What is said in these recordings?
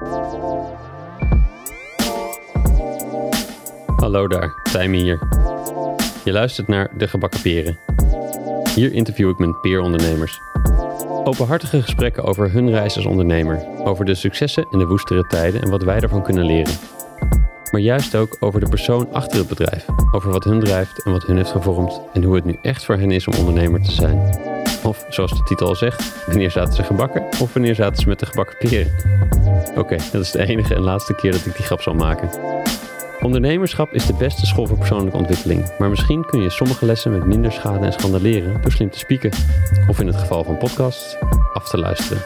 Hallo daar, Tijmen hier. Je luistert naar De Gebakken Peren. Hier interview ik mijn peerondernemers. Openhartige gesprekken over hun reis als ondernemer, over de successen en de woestere tijden en wat wij daarvan kunnen leren. Maar juist ook over de persoon achter het bedrijf, over wat hun drijft en wat hun heeft gevormd en hoe het nu echt voor hen is om ondernemer te zijn. Of, zoals de titel al zegt, wanneer zaten ze gebakken of wanneer zaten ze met de gebakken peren? Oké, dat is de enige en laatste keer dat ik die grap zal maken. Ondernemerschap is de beste school voor persoonlijke ontwikkeling, maar misschien kun je sommige lessen met minder schade en schande leren door slim te spieken. Of in het geval van podcasts, af te luisteren.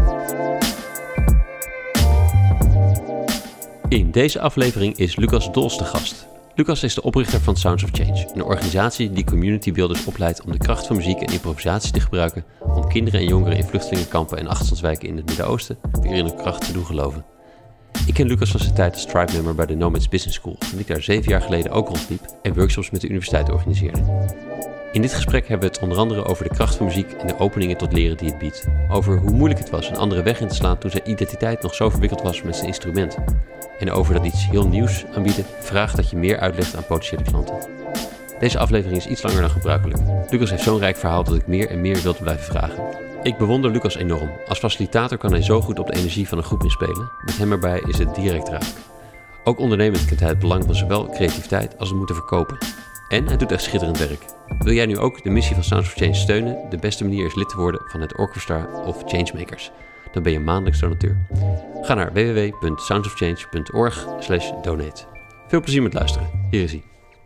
In deze aflevering is Lucas Dols de gast. Lucas is de oprichter van Sounds of Change, een organisatie die community builders opleidt om de kracht van muziek en improvisatie te gebruiken om kinderen en jongeren in vluchtelingenkampen en achterstandswijken in het Midden-Oosten weer in hun kracht te doen geloven. Ik ken Lucas van zijn tijd als tribe-member bij de Nomads Business School, toen ik daar 7 jaar geleden ook rondliep en workshops met de universiteit organiseerde. In dit gesprek hebben we het onder andere over de kracht van muziek en de openingen tot leren die het biedt. Over hoe moeilijk het was een andere weg in te slaan toen zijn identiteit nog zo verwikkeld was met zijn instrument. En over dat iets heel nieuws aanbieden vraagt dat je meer uitlegt aan potentiële klanten. Deze aflevering is iets langer dan gebruikelijk. Lucas heeft zo'n rijk verhaal dat ik meer en meer wil blijven vragen. Ik bewonder Lucas enorm. Als facilitator kan hij zo goed op de energie van een groep inspelen. Met hem erbij is het direct raak. Ook ondernemend kent hij het belang van zowel creativiteit als het moeten verkopen. En hij doet echt schitterend werk. Wil jij nu ook de missie van Sounds of Change steunen? De beste manier is lid te worden van het Orchestra of Changemakers. Dan ben je maandelijks donateur. Ga naar www.soundsofchange.org/donate. Veel plezier met luisteren. Hier is hij.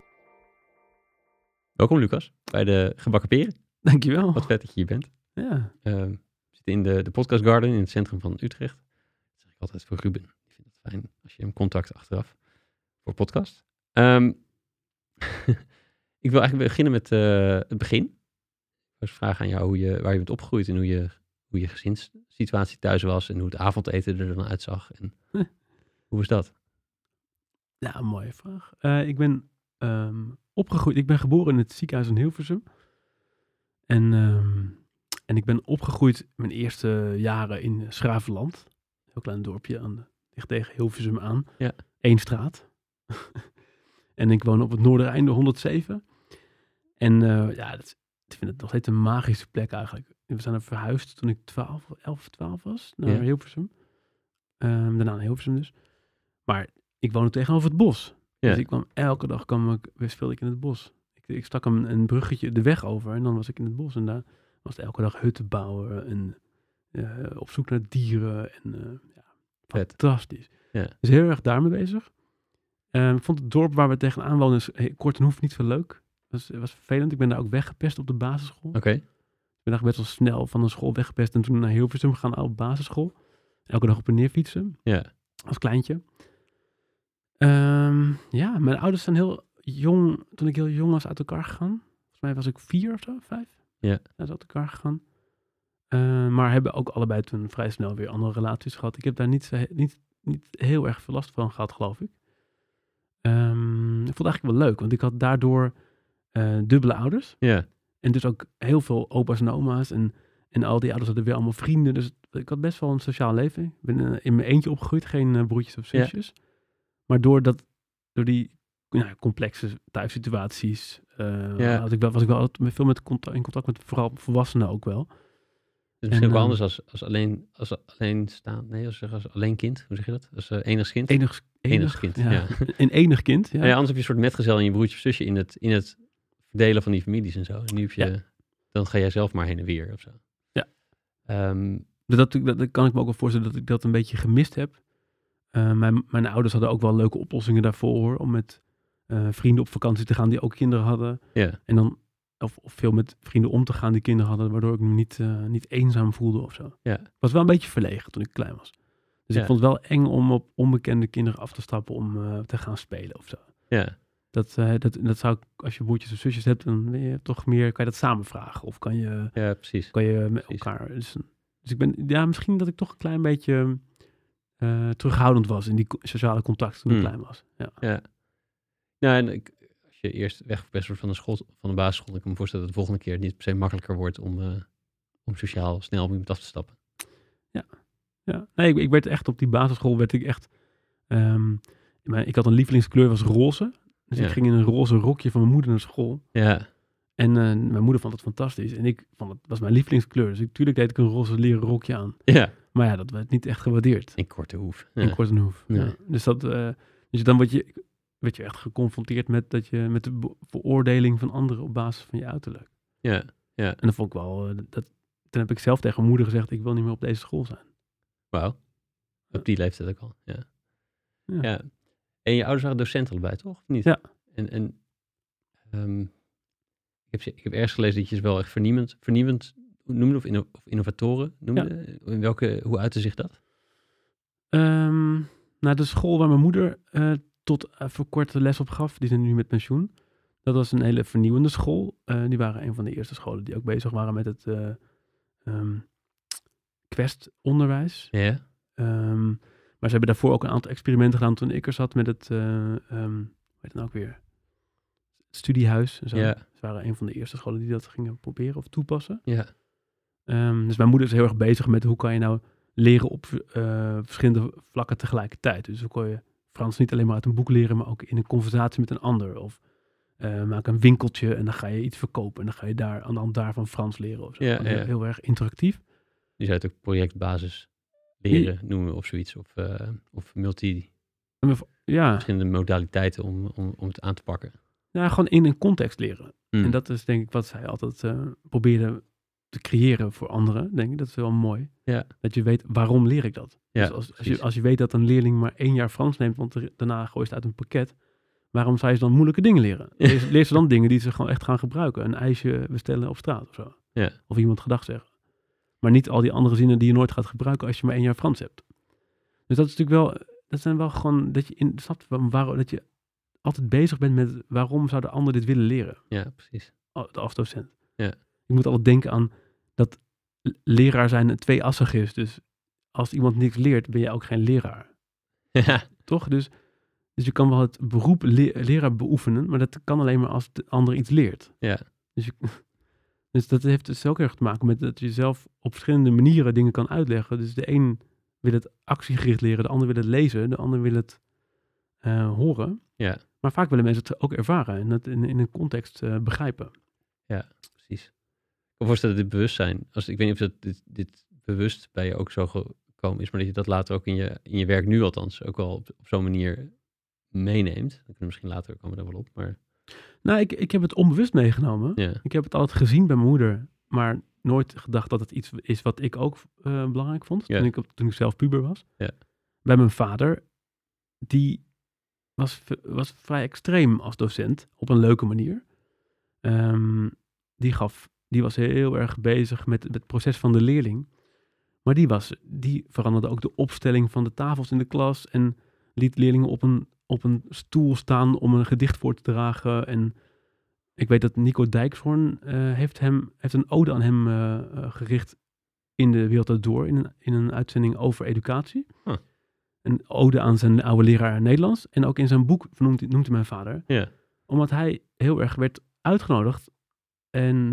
Welkom Lucas, bij de Gebakken Peren. Dankjewel. Wat vet dat je hier bent. Ja. We zitten in de Podcast Garden in het centrum van Utrecht. Dat zeg ik altijd voor Ruben. Die vindt het fijn als je hem contact achteraf voor podcast. Ik wil eigenlijk beginnen met het begin. Ik wil vragen aan jou waar je bent opgegroeid en hoe je gezinssituatie thuis was en hoe het avondeten er dan uitzag. En hoe was dat? Ja, een mooie vraag. Ik ben opgegroeid. Ik ben geboren in het ziekenhuis in Hilversum. En ik ben opgegroeid mijn eerste jaren in Schravenland. Een heel klein dorpje dicht tegen Hilversum aan. Ja. 1 straat. En ik woon op het Noordereinde 107. En ik vind het nog steeds een magische plek eigenlijk. We zijn er verhuisd toen ik 11, 12 was naar Hilversum. Daarna naar Hilversum dus. Maar ik woonde tegenover het bos. Ja. Dus ik kwam elke dag speelde ik in het bos. Ik stak een bruggetje de weg over en dan was ik in het bos. En daar was het elke dag hutten bouwen en op zoek naar dieren. En fantastisch. Ja. Dus heel erg daarmee bezig. Ik vond het dorp waar we tegenaan woonden kort en hoef niet zo leuk. Het was vervelend. Ik ben daar ook weggepest op de basisschool. Oké. Ik ben daar best wel snel van de school weggepest en toen naar Hilversum gegaan op basisschool. Elke dag op en neer fietsen. Ja. Als kleintje. Mijn ouders zijn heel jong, toen ik heel jong was, uit elkaar gegaan. Volgens mij was ik 4 of zo, 5. Ja. Uit elkaar gegaan. Maar hebben ook allebei toen vrij snel weer andere relaties gehad. Ik heb daar niet heel erg veel last van gehad, geloof ik. Ik vond het eigenlijk wel leuk, want ik had daardoor dubbele ouders. Ja. En dus ook heel veel opa's en oma's. En al die ouders hadden weer allemaal vrienden. Dus ik had best wel een sociaal leven. Ik ben in mijn eentje opgegroeid, geen broertjes of zusjes. Ja. Maar door die complexe thuissituaties was ik wel altijd veel in contact met vooral volwassenen ook wel. Dus misschien ook wel anders als alleen staan. Nee, als alleen kind. Hoe zeg je dat? Als enig kind? Enig kind, ja. Een enig kind, ja. Ja, anders heb je een soort metgezel en je broertje of zusje in het verdelen van die families en zo. En nu heb je, dan ga jij zelf maar heen en weer of zo. Ja. Dat kan ik me ook wel voorstellen dat ik dat een beetje gemist heb. Mijn ouders hadden ook wel leuke oplossingen daarvoor, hoor. Om met vrienden op vakantie te gaan die ook kinderen hadden. Ja. En dan of veel met vrienden om te gaan die kinderen hadden, waardoor ik me niet eenzaam voelde of zo. Ja. Ik was wel een beetje verlegen toen ik klein was. Dus ik vond het wel eng om op onbekende kinderen af te stappen om te gaan spelen of zo. Ja. Dat zou ik, als je broertjes of zusjes hebt, dan ben je toch meer, kan je dat samen vragen. Of kan je, precies. Kan je met elkaar. Dus ik ben, misschien dat ik toch een klein beetje terughoudend was in die sociale contacten toen ik klein was. Ja. Ja, en als je eerst weggepest wordt van de basisschool, dan kan ik me voorstellen dat de volgende keer het niet per se makkelijker wordt om sociaal snel op iemand af te stappen. Ja. Ja. Nee, ik werd echt op die basisschool werd ik echt... ik had een lievelingskleur, was roze. Dus ik ging in een roze rokje van mijn moeder naar school. Ja. En mijn moeder vond het fantastisch. En ik vond het was mijn lievelingskleur. Dus natuurlijk deed ik een roze leren rokje aan. Ja. Maar ja, dat werd niet echt gewaardeerd. In korte hoef. In korte hoef. Nee. Ja. Dus dan werd je echt geconfronteerd met de veroordeling van anderen op basis van je uiterlijk. Ja. En dat vond ik wel... toen heb ik zelf tegen mijn moeder gezegd, ik wil niet meer op deze school zijn. Wauw. Op die leeftijd ook al. Ja. En je ouders waren docenten allebei, toch? Of niet? Ja. Ik heb ergens gelezen dat je ze wel echt vernieuwend noemde, of innovatoren noemde. Ja. Hoe uitte zich dat? De school waar mijn moeder tot voor kort les op gaf, die zijn nu met pensioen. Dat was een hele vernieuwende school. Die waren een van de eerste scholen die ook bezig waren met het Quest-onderwijs. Ja. Maar ze hebben daarvoor ook een aantal experimenten gedaan toen ik er zat met het, hoe heet het nou ook weer? Studiehuis. En zo. Ja. Ze waren een van de eerste scholen die dat gingen proberen of toepassen. Ja. Dus mijn moeder is heel erg bezig met hoe kan je nou leren op verschillende vlakken tegelijkertijd. Dus hoe kon je Frans niet alleen maar uit een boek leren, maar ook in een conversatie met een ander. Of maak een winkeltje en dan ga je iets verkopen. En dan ga je daar aan de hand daarvan Frans leren. Of zo. Ja. Heel erg interactief. Je zou het ook projectbasis leren noemen of zoiets. Of multi... verschillende modaliteiten om het aan te pakken. Ja, gewoon in een context leren. En dat is denk ik wat zij altijd probeerde te creëren voor anderen. Denk ik, dat is wel mooi. Ja. Dat je weet, waarom leer ik dat? Ja, dus als je weet dat een leerling maar 1 jaar Frans neemt, want daarna gooi je het uit een pakket. Waarom zou je ze dan moeilijke dingen leren? Leer ze dan dingen die ze gewoon echt gaan gebruiken. Een ijsje bestellen op straat of zo. Ja. Of iemand gedag zeggen. Maar niet al die andere zinnen die je nooit gaat gebruiken als je maar 1 jaar Frans hebt. Dus dat is natuurlijk wel, dat zijn wel gewoon, dat je dat je altijd bezig bent met waarom zou de ander dit willen leren. Ja, precies. Als docent. Ja. Je moet altijd denken aan dat leraar zijn tweeassig is. Dus als iemand niks leert, ben je ook geen leraar. Ja. Toch? Dus je kan wel het beroep leraar beoefenen, maar dat kan alleen maar als de ander iets leert. Ja. Dus dat heeft dus ook erg te maken met dat je zelf op verschillende manieren dingen kan uitleggen. Dus de een wil het actiegericht leren, de ander wil het lezen, de ander wil het horen. Ja. Maar vaak willen mensen het ook ervaren en dat in een context begrijpen. Ja, precies. Ik kan voorstellen dat dit bewustzijn, ik weet niet of dit bewust bij je ook zo gekomen is, maar dat je dat later ook in je werk nu althans ook wel op zo'n manier meeneemt. Dan kunnen we misschien later komen daar wel op, maar... Nou, ik heb het onbewust meegenomen. Ja. Ik heb het altijd gezien bij mijn moeder, maar nooit gedacht dat het iets is wat ik ook belangrijk vond. Ja. Toen ik zelf puber was. Ja. Bij mijn vader, die was vrij extreem als docent, op een leuke manier. Die was heel erg bezig met het proces van de leerling. Maar die veranderde ook de opstelling van de tafels in de klas en liet leerlingen op een stoel staan om een gedicht voor te dragen. En ik weet dat Nico Dijkshoorn heeft een ode aan hem gericht in De Wereld Draait Door, in een uitzending over educatie. Huh. Een ode aan zijn oude leraar Nederlands. En ook in zijn boek noemt hij mijn vader. Ja. Omdat hij heel erg werd uitgenodigd en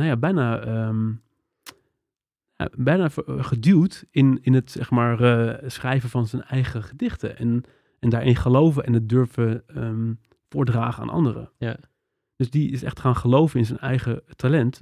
bijna geduwd in het zeg maar schrijven van zijn eigen gedichten. En daarin geloven en het durven voordragen aan anderen. Ja. Dus die is echt gaan geloven in zijn eigen talent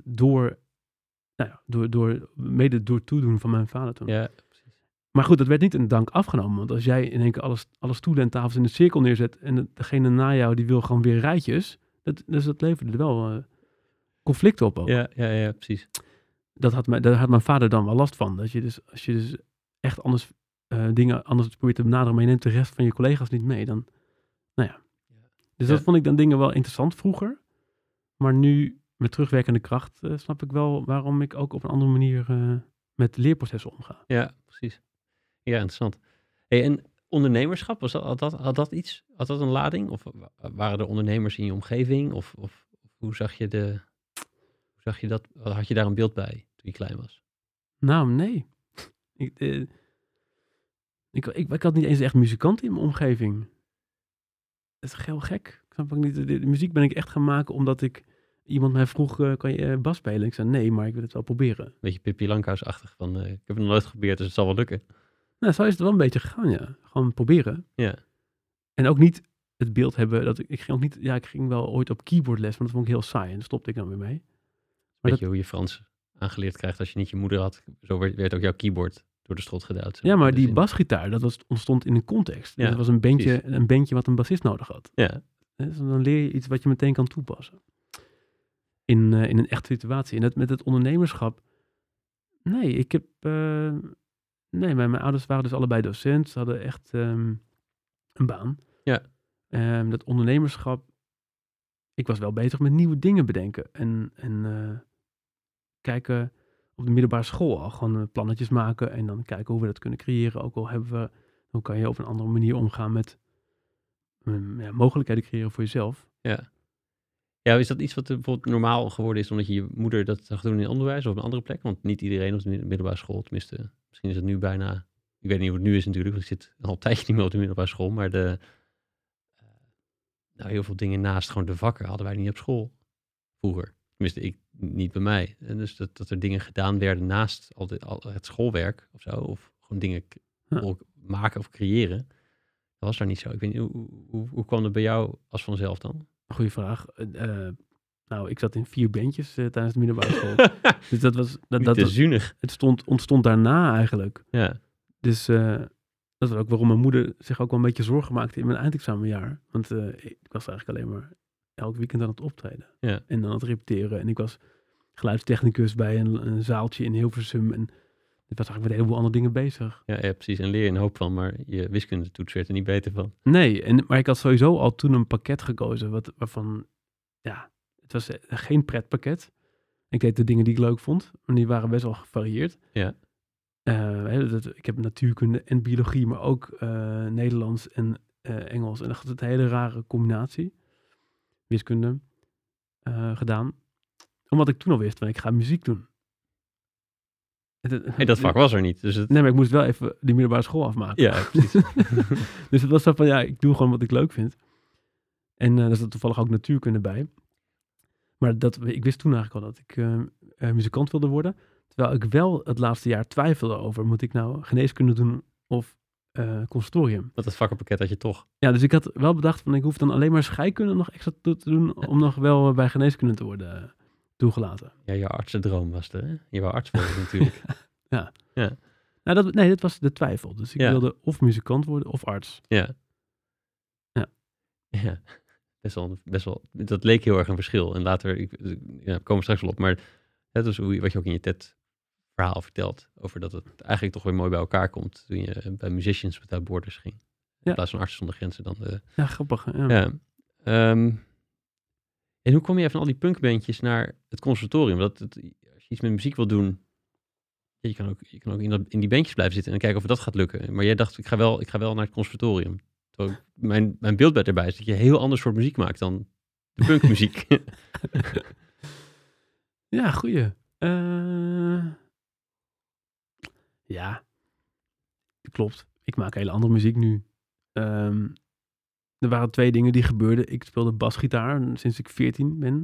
mede door toedoen van mijn vader toen. Ja, precies. Maar goed, dat werd niet in dank afgenomen. Want als jij in één keer alle stoelen en tafels in een cirkel neerzet en degene na jou die wil gewoon weer rijtjes, dat leverde er wel conflicten op ook. Ja, precies. Daar had mijn vader dan wel last van. Dat je dus, als je dus echt anders dingen anders probeert te benaderen, maar je neemt de rest van je collega's niet mee, dan, nou ja. Dus dat vond ik dan dingen wel interessant vroeger. Maar nu, met terugwerkende kracht, snap ik wel waarom ik ook op een andere manier met leerprocessen omga. Ja, precies. Ja, interessant. Hey, en ondernemerschap, had dat iets? Had dat een lading? Of waren er ondernemers in je omgeving? Of hoe zag je dat? Had je daar een beeld bij toen je klein was? Nou, nee. Ik had niet eens echt muzikanten in mijn omgeving. Dat is heel gek. Ik snap ook niet. De muziek ben ik echt gaan maken omdat iemand mij vroeg, kan je bas spelen? Ik zei nee, maar ik wil het wel proberen. Beetje Pippi Langkous-achtig van, ik heb het nog nooit geprobeerd, dus het zal wel lukken. Nou, zo is het wel een beetje gegaan, ja. Gewoon proberen. Ja. En ook niet het beeld hebben dat ik ging ook niet... Ja, ik ging wel ooit op keyboardles, maar dat vond ik heel saai. En daar stopte ik dan weer mee. Weet je hoe je Frans aangeleerd krijgt als je niet je moeder had? Zo werd ook jouw keyboard door de strot gedouwd. Ja, maar Dus die basgitaar, ontstond in een context. Ja, Dus het was een bandje wat een bassist nodig had. Ja. Dus dan leer je iets wat je meteen kan toepassen. In een echte situatie. En met het ondernemerschap... Nee, ik heb... mijn ouders waren dus allebei docent. Ze hadden echt een baan. Ja. Dat ondernemerschap... Ik was wel bezig met nieuwe dingen bedenken. En kijken op de middelbare school al. Gewoon plannetjes maken. En dan kijken hoe we dat kunnen creëren. Ook al hoe kan je op een andere manier omgaan met mogelijkheden creëren voor jezelf. Ja. Ja, is dat iets wat bijvoorbeeld normaal geworden is omdat je moeder dat zag doen in onderwijs of op een andere plek? Want niet iedereen op de middelbare school, tenminste, misschien is het nu bijna... Ik weet niet hoe het nu is natuurlijk, want ik zit al een tijdje niet meer op de middelbare school, maar heel veel dingen naast gewoon de vakken hadden wij niet op school vroeger. Tenminste, ik niet bij mij. En dus dat er dingen gedaan werden naast al het schoolwerk of zo, of gewoon dingen maken of creëren. Dat was daar niet zo. Ik weet niet, hoe kwam dat bij jou als vanzelf dan? Goeie vraag. Ik zat in 4 bandjes tijdens de middelbare school. Dus dat was... Dat is zuinig. Het ontstond daarna eigenlijk. Ja. Dus dat was ook waarom mijn moeder zich ook wel een beetje zorgen maakte in mijn eindexamenjaar. Want ik was eigenlijk alleen maar elk weekend aan het optreden. Ja. En aan het repeteren. En ik was geluidstechnicus bij een zaaltje in Hilversum. En ik was eigenlijk met een heleboel andere dingen bezig. Ja, precies. En leer je een hoop van, maar je wiskundetoets werd er niet beter van. Nee, maar ik had sowieso al toen een pakket gekozen waarvan, ja, het was geen pretpakket. Ik deed de dingen die ik leuk vond, maar die waren best wel gevarieerd. Ja. Ik heb natuurkunde en biologie, maar ook Nederlands en Engels. En dat was een hele rare combinatie. Wiskunde gedaan. Omdat ik toen al wist, van ik ga muziek doen. Dat vak was er niet. Dus Nee, maar ik moest wel even die middelbare school afmaken. Ja, precies. Dus het was zo van, ja, ik doe gewoon wat ik leuk vind. En daar zat toevallig ook natuurkunde bij. Maar ik wist toen eigenlijk al dat ik muzikant wilde worden. Terwijl ik wel het laatste jaar twijfelde over, moet ik nou geneeskunde doen of conservatorium? Want het vakkenpakket had je toch. Ja, dus ik had wel bedacht van, ik hoef dan alleen maar scheikunde nog extra te doen om nog wel bij geneeskunde te worden toegelaten. Ja, je artsendroom was het, hè? Je wou arts worden natuurlijk. Ja. Ja. Nou, dat was de twijfel. Dus ik wilde of muzikant worden of arts. Ja. Ja. Ja. Best wel, dat leek heel erg een verschil. En later, komen we straks wel op, maar het is wat je ook in je TED-verhaal vertelt, over dat het eigenlijk toch weer mooi bij elkaar komt toen je bij Musicians Without Borders ging. In plaats van Artsen zonder Grenzen dan de... Ja, grappig. Ja. Ja. En hoe kom je van al die punkbandjes naar het conservatorium? Als je iets met muziek wil doen, je kan ook in die bandjes blijven zitten en kijken of dat gaat lukken. Maar jij dacht, ik ga wel naar het conservatorium. Mijn beeld erbij is dat je heel ander soort muziek maakt dan de punkmuziek. Ja, goeie. Ja, klopt. Ik maak hele andere muziek nu. Er waren 2 dingen die gebeurden. Ik speelde basgitaar sinds ik 14 ben.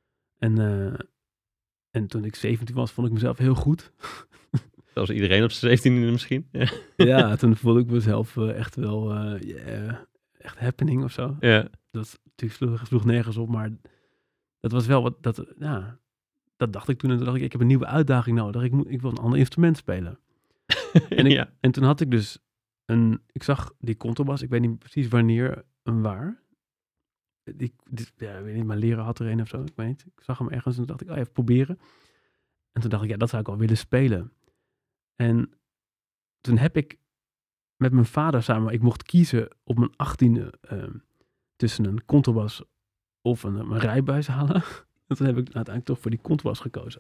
En toen ik 17 was, vond ik mezelf heel goed. Zoals iedereen op zijn 17e misschien. Ja, toen voelde ik mezelf echt wel echt happening of zo. Ja. Dat natuurlijk sloeg nergens op, maar dat was wel wat... Dat dacht ik toen. En toen dacht ik heb een nieuwe uitdaging nodig. Ik wil een ander instrument spelen. En toen had ik dus ik zag die contrabas, ik weet niet precies wanneer en waar. Ik weet niet, mijn leraar had er een of zo, ik weet niet. Ik zag hem ergens en toen dacht ik, even proberen. En toen dacht ik, ja, dat zou ik wel willen spelen. En toen heb ik met mijn vader samen, ik mocht kiezen op mijn 18e tussen een contrabas of een rijbuis halen. En toen heb ik uiteindelijk toch voor die contrabas gekozen.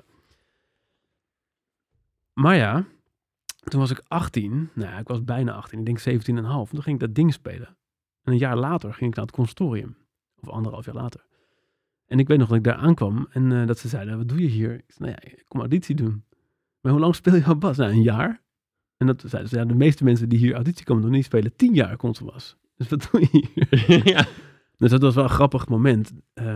Maar ja, toen was ik 18. Nou, ik was bijna 18. Ik denk 17,5. Toen ging ik dat ding spelen. En een jaar later ging ik naar het conservatorium. Of 1,5 jaar later. En ik weet nog dat ik daar aankwam. En dat ze zeiden, wat doe je hier? Ik zei, nou ja, ik kom auditie doen. Maar hoe lang speel je al bas? Nou, een jaar. En dat zeiden ze, ja, de meeste mensen die hier auditie komen doen, die spelen 10 jaar contrabas. Dus wat doe je hier? Ja. Dus dat was wel een grappig moment.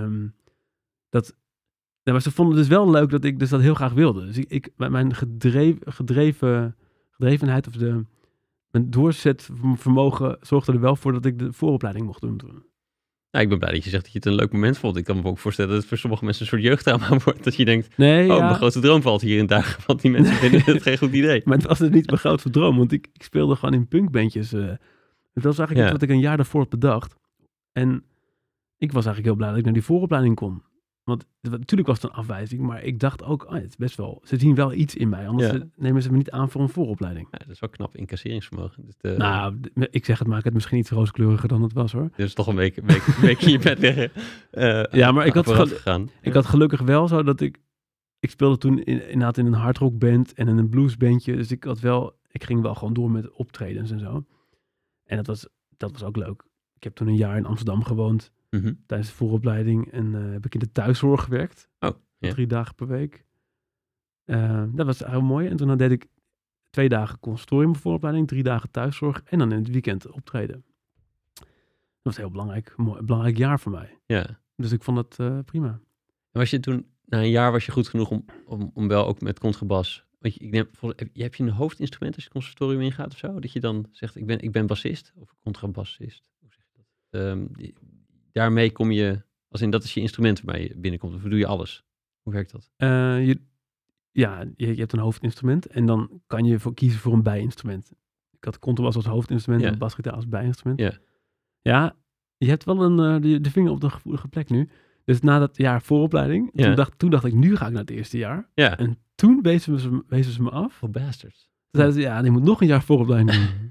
Maar ze vonden het dus wel leuk dat ik dus dat heel graag wilde. Dus mijn gedrevenheid of mijn doorzetvermogen zorgde er wel voor dat ik de vooropleiding mocht doen toen. Nou, ik ben blij dat je zegt dat je het een leuk moment vond. Ik kan me ook voorstellen dat het voor sommige mensen een soort jeugdtrauma wordt. Dat je denkt, Nee, mijn grote droom valt hier in dagen. Want die mensen vinden het geen goed idee. Maar het was dus niet mijn grootste droom, want ik speelde gewoon in punkbandjes. Het was eigenlijk iets wat ik een jaar daarvoor had bedacht. En ik was eigenlijk heel blij dat ik naar die vooropleiding kon. Want natuurlijk was het een afwijzing, maar ik dacht ook, het is best wel, ze zien wel iets in mij, anders nemen ze me niet aan voor een vooropleiding. Ja, dat is wel knap incasseringsvermogen. Ik zeg het, maak het misschien iets rooskleuriger dan het was hoor. Dus toch een week in je bed liggen. Maar ik had gelukkig wel zo dat ik speelde toen inderdaad in een hardrockband en in een bluesbandje, dus ik ging wel gewoon door met optredens en zo. En dat was ook leuk. Ik heb toen een jaar in Amsterdam gewoond. Tijdens de vooropleiding. En heb ik in de thuiszorg gewerkt. 3 dagen per week. Dat was heel mooi. En toen deed ik 2 dagen conservatorium vooropleiding. 3 dagen thuiszorg. En dan in het weekend optreden. Dat was heel belangrijk jaar voor mij. Ja. Dus ik vond dat prima. En was je toen, na een jaar was je goed genoeg om wel ook met contrabas... Want heb je een hoofdinstrument als je het conservatorium ingaat of zo? Dat je dan zegt, ik ben bassist of contrabassist. Hoe zeg je dat? Daarmee kom je, dat is je instrument waarmee je binnenkomt. Of doe je alles? Hoe werkt dat? Je hebt een hoofdinstrument en dan kan je kiezen voor een bijinstrument. Ik had contrabas als hoofdinstrument en basgitaar als bijinstrument. Ja, je hebt wel de vinger op de gevoelige plek nu. Dus na dat jaar vooropleiding, toen dacht ik, nu ga ik naar het eerste jaar. Ja. En toen wezen ze me af. Oh, bastards. Toen zeiden ze, die moet nog een jaar vooropleiding doen.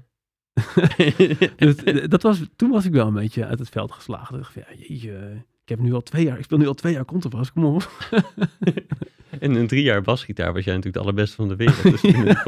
Dus toen was ik wel een beetje uit het veld geslagen. Ik dacht van, jeetje, ik speel nu al 2 jaar contrabas, kom op. En in 3 jaar basgitaar was jij natuurlijk de allerbeste van de wereld.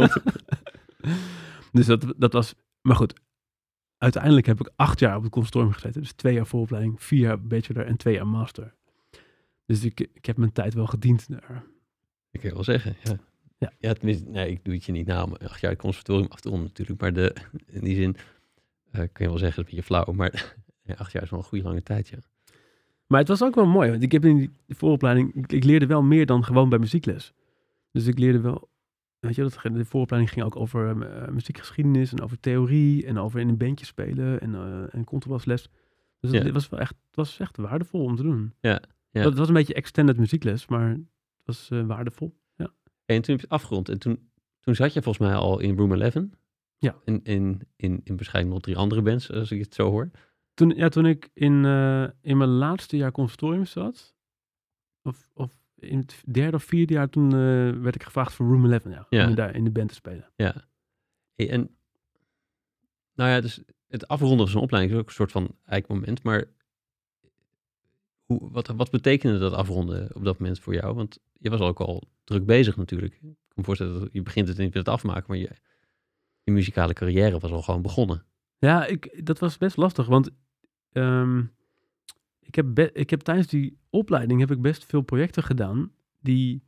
Dus dat was, maar goed. Uiteindelijk heb ik 8 jaar op het conservatorium gezeten. Dus 2 jaar vooropleiding, 4 jaar bachelor en 2 jaar master. Dus ik heb mijn tijd wel gediend daar. Ik kan wel zeggen, ja, tenminste, nee, ik doe het je niet na om 8 jaar het conservatorium af te ronden natuurlijk. Maar in die zin kun je wel zeggen, dat is een beetje flauw. Maar 8 jaar is wel een goede lange tijd, ja. Maar het was ook wel mooi, want ik heb in die vooropleiding, ik leerde wel meer dan gewoon bij muziekles. Dus ik leerde wel, weet je, de vooropleiding ging ook over muziekgeschiedenis en over theorie en over in een bandje spelen en contrabasles. Dus het was echt waardevol om te doen. Ja. Het was een beetje extended muziekles, maar het was waardevol. Ja. En toen heb je het afgerond en toen zat je volgens mij al in Room 11. Ja. In waarschijnlijk nog 3 andere bands, als ik het zo hoor. Toen ik in mijn laatste jaar conservatorium zat, of in het 3e of 4e jaar, toen werd ik gevraagd voor Room 11, om daar in de band te spelen. Ja. En nou ja, dus het afronden van zo'n opleiding is ook een soort van eikmoment, maar wat betekende dat afronden op dat moment voor jou? Want je was ook al druk bezig natuurlijk. Ik kan me voorstellen dat je begint het niet met het afmaken, maar je muzikale carrière was al gewoon begonnen. Ja, dat was best lastig, want ik heb tijdens die opleiding heb ik best veel projecten gedaan die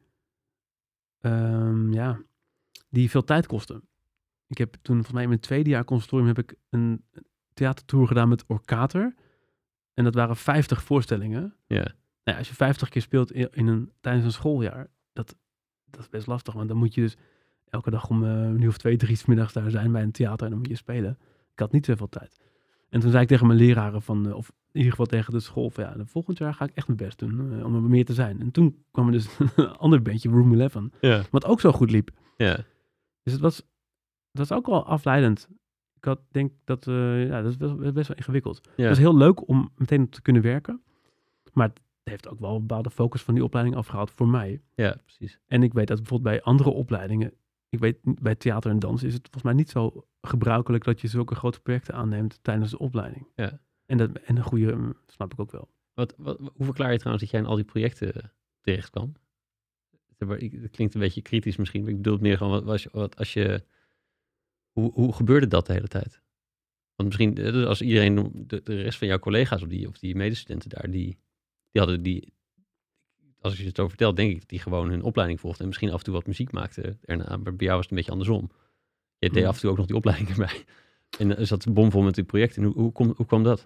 veel tijd kosten. Ik heb toen, volgens mij in mijn 2e jaar conservatorium, heb ik een theatertour gedaan met Orkater. En dat waren 50 voorstellingen. Ja. Nou ja, als je 50 keer speelt tijdens een schooljaar, dat is best lastig. Want dan moet je dus elke dag om 1 of 2, 3 's middags daar zijn bij een theater en dan moet je spelen. Ik had niet zoveel tijd. En toen zei ik tegen mijn leraren of in ieder geval tegen de school van volgend jaar ga ik echt mijn best doen om er meer te zijn. En toen kwam er dus een ander bandje, Room 11, wat ook zo goed liep. Ja. Dus het was ook wel afleidend. Ik denk dat dat is best wel ingewikkeld. Ja. Het was heel leuk om meteen te kunnen werken. Maar het heeft ook wel een bepaalde focus van die opleiding afgehaald voor mij. Ja, precies. En ik weet dat bijvoorbeeld bij andere opleidingen, bij theater en dans is het volgens mij niet zo gebruikelijk dat je zulke grote projecten aanneemt tijdens de opleiding. Ja. En een goede, snap ik ook wel. Hoe verklaar je trouwens dat jij in al die projecten terecht kwam? Dat klinkt een beetje kritisch misschien, maar ik bedoel het meer gewoon, hoe gebeurde dat de hele tijd? Want misschien, als iedereen, de rest van jouw collega's of die medestudenten daar, die hadden als je het zo vertelt, denk ik dat die gewoon hun opleiding volgden en misschien af en toe wat muziek maakten erna. Maar bij jou was het een beetje andersom. Je deed af en toe ook nog die opleiding erbij. En dan zat het bomvol met die projecten. Hoe kwam dat?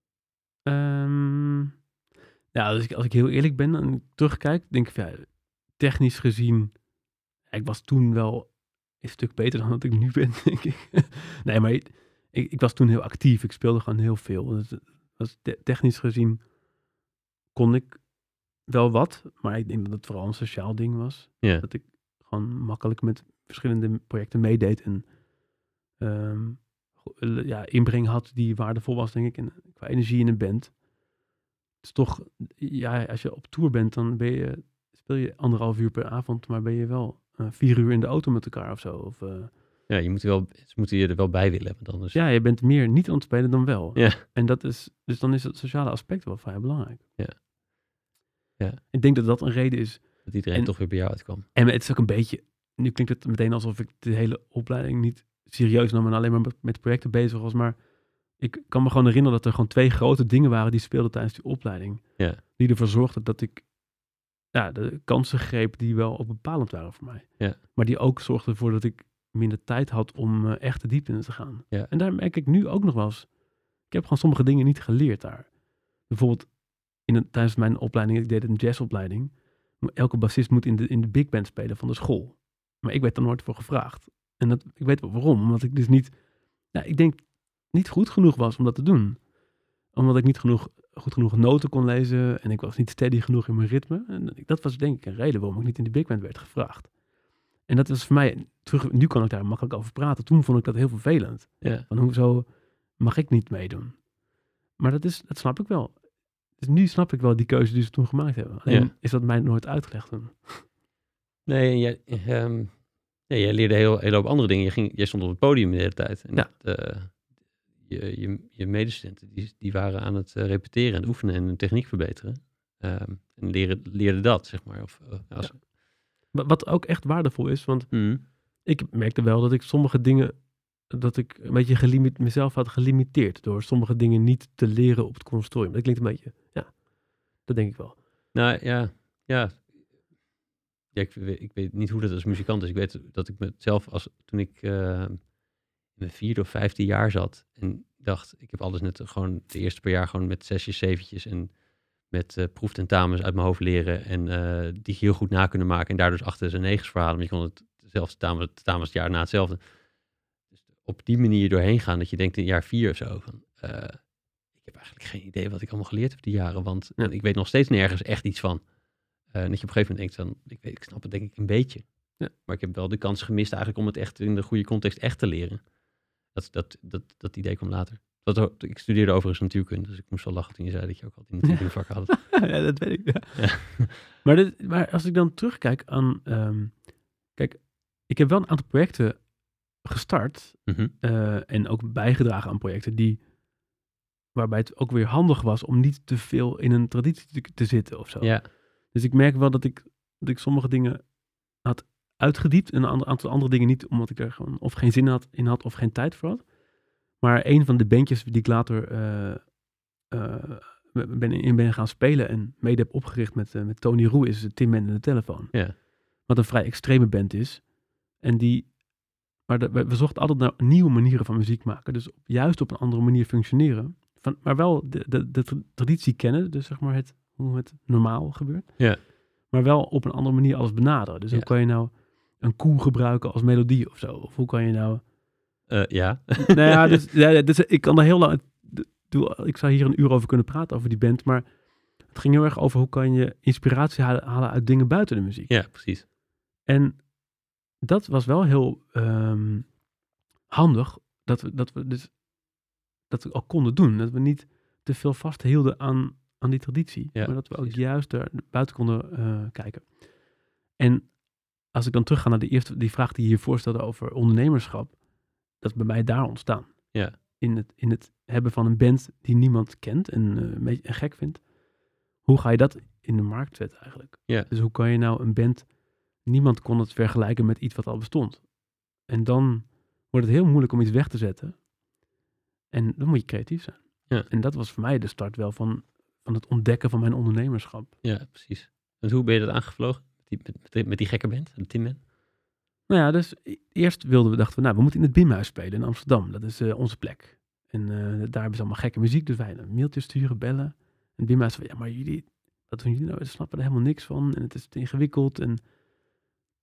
Dus als ik heel eerlijk ben en terugkijk, denk ik technisch gezien, ik was toen wel een stuk beter dan dat ik nu ben, denk ik. Nee, maar ik was toen heel actief. Ik speelde gewoon heel veel. Dus, technisch gezien kon ik wel wat. Maar ik denk dat het vooral een sociaal ding was. Ja. Dat ik gewoon makkelijk met verschillende projecten meedeed. En inbreng had die waardevol was, denk ik. En qua energie in een band. Het is toch, als je op tour bent, dan speel je 1,5 uur per avond. Maar ben je wel 4 uur in de auto met elkaar of zo. Of, Ja, ze moeten je er wel bij willen. Want anders... Ja, je bent meer niet aan het spelen dan wel. Ja. En dus dan is het sociale aspect wel vrij belangrijk. Ja. Ik denk dat dat een reden is. Dat iedereen toch weer bij jou uitkwam. En het is ook een beetje, nu klinkt het meteen alsof ik de hele opleiding niet serieus nam en alleen maar met projecten bezig was. Maar ik kan me gewoon herinneren dat er gewoon 2 grote dingen waren die speelden tijdens die opleiding. Ja. Die ervoor zorgden dat ik de kansen greep die wel ook bepalend waren voor mij. Ja. Maar die ook zorgden ervoor dat ik minder tijd had om echt de diepte in te gaan. Ja. En daar merk ik nu ook nog wel eens. Ik heb gewoon sommige dingen niet geleerd daar. Bijvoorbeeld tijdens mijn opleiding, ik deed een jazzopleiding. Elke bassist moet in de big band spelen van de school. Maar ik werd er nooit voor gevraagd. En ik weet wel waarom. Omdat ik dus ik denk niet goed genoeg was om dat te doen. Omdat ik niet goed genoeg noten kon lezen. En ik was niet steady genoeg in mijn ritme. En dat was denk ik een reden waarom ik niet in de big band werd gevraagd. En dat was voor mij, nu kan ik daar makkelijk over praten. Toen vond ik dat heel vervelend. Ja. Van hoezo mag ik niet meedoen? Maar dat snap ik wel. Dus nu snap ik wel die keuze die ze toen gemaakt hebben. Alleen is dat mij nooit uitgelegd toen. Nee, jij leerde een hele hoop andere dingen. Jij stond op het podium de hele tijd. En je medestudenten die waren aan het repeteren en oefenen en hun techniek verbeteren. En leerden dat, zeg maar. Wat ook echt waardevol is, want ik merkte wel dat ik sommige dingen, dat ik een beetje mezelf had gelimiteerd door sommige dingen niet te leren op het conservatorium. Dat klinkt een beetje, dat denk ik wel. Nou ja. Ik weet niet hoe dat als muzikant is. Ik weet dat ik mezelf, toen ik in mijn 4e of 5e jaar zat en dacht, ik heb alles net gewoon de eerste paar jaar gewoon met 6', 7'tjes en met proeftentamens uit mijn hoofd leren en die heel goed na kunnen maken en daardoor dus 8's en 9's verhalen. Maar je kon hetzelfde tentamens het jaar na hetzelfde. Dus op die manier doorheen gaan, dat je denkt in jaar 4 of zo van, ik heb eigenlijk geen idee wat ik allemaal geleerd heb die jaren, want ik weet nog steeds nergens echt iets van. En dat je op een gegeven moment denkt van, ik snap het denk ik een beetje. Ja. Maar ik heb wel de kans gemist eigenlijk om het echt in de goede context echt te leren. Dat idee kwam later. Ik studeerde overigens natuurkunde, dus ik moest wel lachen toen je zei dat je ook altijd in natuurkunde vak had. Ja, dat weet ik. Ja. Maar als ik dan terugkijk aan... kijk, ik heb wel een aantal projecten gestart en ook bijgedragen aan projecten waarbij het ook weer handig was om niet te veel in een traditie te zitten of zo. Ja. Dus ik merk wel dat ik sommige dingen had uitgediept en een aantal andere dingen niet, omdat ik er gewoon of geen zin in had of geen tijd voor had. Maar een van de bandjes die ik later ben gaan spelen en mede heb opgericht met Tony Roe is Tin Man en de Telefoon. Ja. Wat een vrij extreme band is. En we zochten altijd naar nieuwe manieren van muziek maken. Dus juist op een andere manier functioneren. Maar wel de traditie kennen. Dus zeg maar hoe het normaal gebeurt. Ja. Maar wel op een andere manier alles benaderen. Dus hoe kan je nou een koe gebruiken als melodie of zo? Of hoe kan je nou... Nou ja, dus ik kan daar heel lang... Ik zou hier een uur over kunnen praten over die band. Maar het ging heel erg over hoe kan je inspiratie halen uit dingen buiten de muziek. Ja, precies. En dat was wel heel handig dat we ook konden doen. Dat we niet te veel vasthielden aan die traditie. Ja, maar dat we precies. ook juist er buiten konden kijken. En als ik dan terugga naar die vraag die je hier voorstelde over ondernemerschap. Dat is bij mij daar ontstaan. Ja. In het hebben van een band die niemand kent en een beetje gek vindt. Hoe ga je dat in de markt zetten eigenlijk? Ja. Dus hoe kan je nou een band... Niemand kon het vergelijken met iets wat al bestond. En dan wordt het heel moeilijk om iets weg te zetten. En dan moet je creatief zijn. Ja. En dat was voor mij de start wel van het ontdekken van mijn ondernemerschap. Ja, precies. En hoe ben je dat aangevlogen? Met die gekke band, de Tin Man? Nou ja, dus eerst dachten we, we moeten in het Bimhuis spelen in Amsterdam. Dat is onze plek. En daar hebben ze allemaal gekke muziek. Dus wij een mailtje sturen, bellen. En het Bimhuis van, maar jullie, wat doen jullie nou? Ze snappen er helemaal niks van. En het is te ingewikkeld. En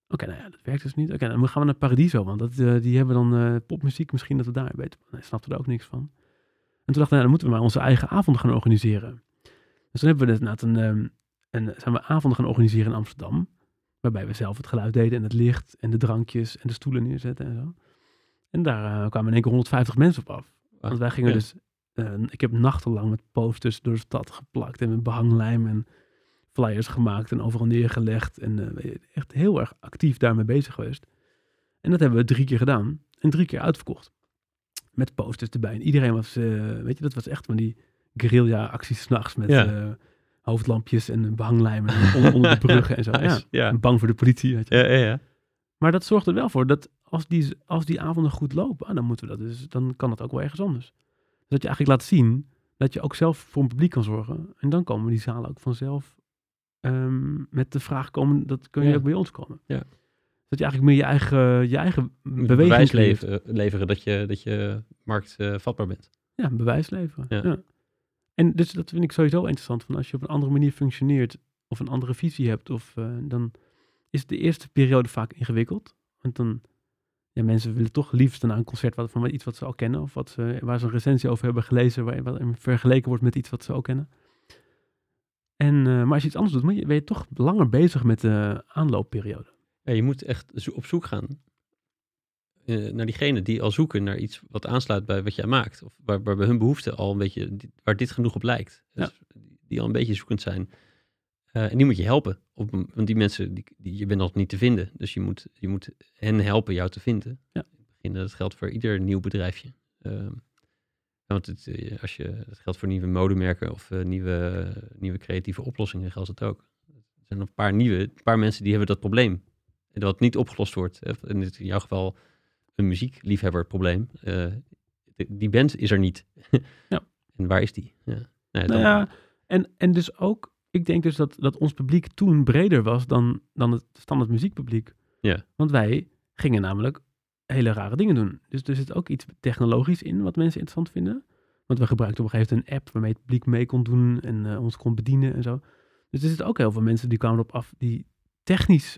Oké, nou ja, dat werkt dus niet. Oké, dan gaan we naar Paradiso, want die hebben dan popmuziek. Misschien dat we daar beter... Nee, snapte er ook niks van. En toen dachten we, nou, dan moeten we maar onze eigen avonden gaan organiseren. Dus toen hebben we dus inderdaad zijn we avonden gaan organiseren in Amsterdam. Waarbij we zelf het geluid deden en het licht en de drankjes en de stoelen neerzetten en zo. En daar kwamen in één keer 150 mensen op af. Want wij gingen dus... ik heb nachtenlang met posters door de stad geplakt en met behanglijm en flyers gemaakt en overal neergelegd. En echt heel erg actief daarmee bezig geweest. En dat hebben we 3 keer gedaan. En 3 keer uitverkocht. Met posters erbij. En iedereen was, dat was echt van die guerrilla-acties 's nachts met hoofdlampjes en behanglijm en onder de bruggen en zo. Nice, ja. Bang voor de politie, weet je. Ja. Maar dat zorgt er wel voor dat als die avonden goed lopen, dan moeten we dat dus, dan kan dat ook wel ergens anders. Dus dat je eigenlijk laat zien dat je ook zelf voor een publiek kan zorgen. En dan komen die zalen ook vanzelf met de vraag komen, dat kun je ook bij ons komen. Ja. Dat je eigenlijk meer je eigen beweging bewijs leveren dat je marktvatbaar bent. Ja, bewijs leveren. Ja. Ja. En dus dat vind ik sowieso interessant. Van als je op een andere manier functioneert of een andere visie hebt, dan is de eerste periode vaak ingewikkeld. Want dan, mensen willen toch liefst naar een concert van iets wat ze al kennen. Of waar ze een recensie over hebben gelezen, wat vergeleken wordt met iets wat ze al kennen. Maar als je iets anders doet, ben je toch langer bezig met de aanloopperiode. Ja, je moet echt op zoek gaan naar diegenen die al zoeken naar iets wat aansluit bij wat jij maakt. Of waar bij hun behoefte al een beetje, waar dit genoeg op lijkt. Dus die al een beetje zoekend zijn. En die moet je helpen. Want die mensen, je bent nog niet te vinden. Dus je moet hen helpen jou te vinden. Ja. Dat geldt voor ieder nieuw bedrijfje. Want het geldt voor nieuwe modemerken of nieuwe creatieve oplossingen geldt het ook. Er zijn nog een paar mensen die hebben dat probleem. En dat niet opgelost wordt. In jouw geval een muziekliefhebberprobleem. Die band is er niet. Ja. En waar is die? Ja. En dus ook, ik denk dus dat ons publiek toen breder was dan het standaard muziekpubliek. Ja. Want wij gingen namelijk hele rare dingen doen. Dus er zit ook iets technologisch in wat mensen interessant vinden. Want we gebruikten op een gegeven moment een app waarmee het publiek mee kon doen en ons kon bedienen en zo. Dus er zitten ook heel veel mensen die kwamen erop af die technisch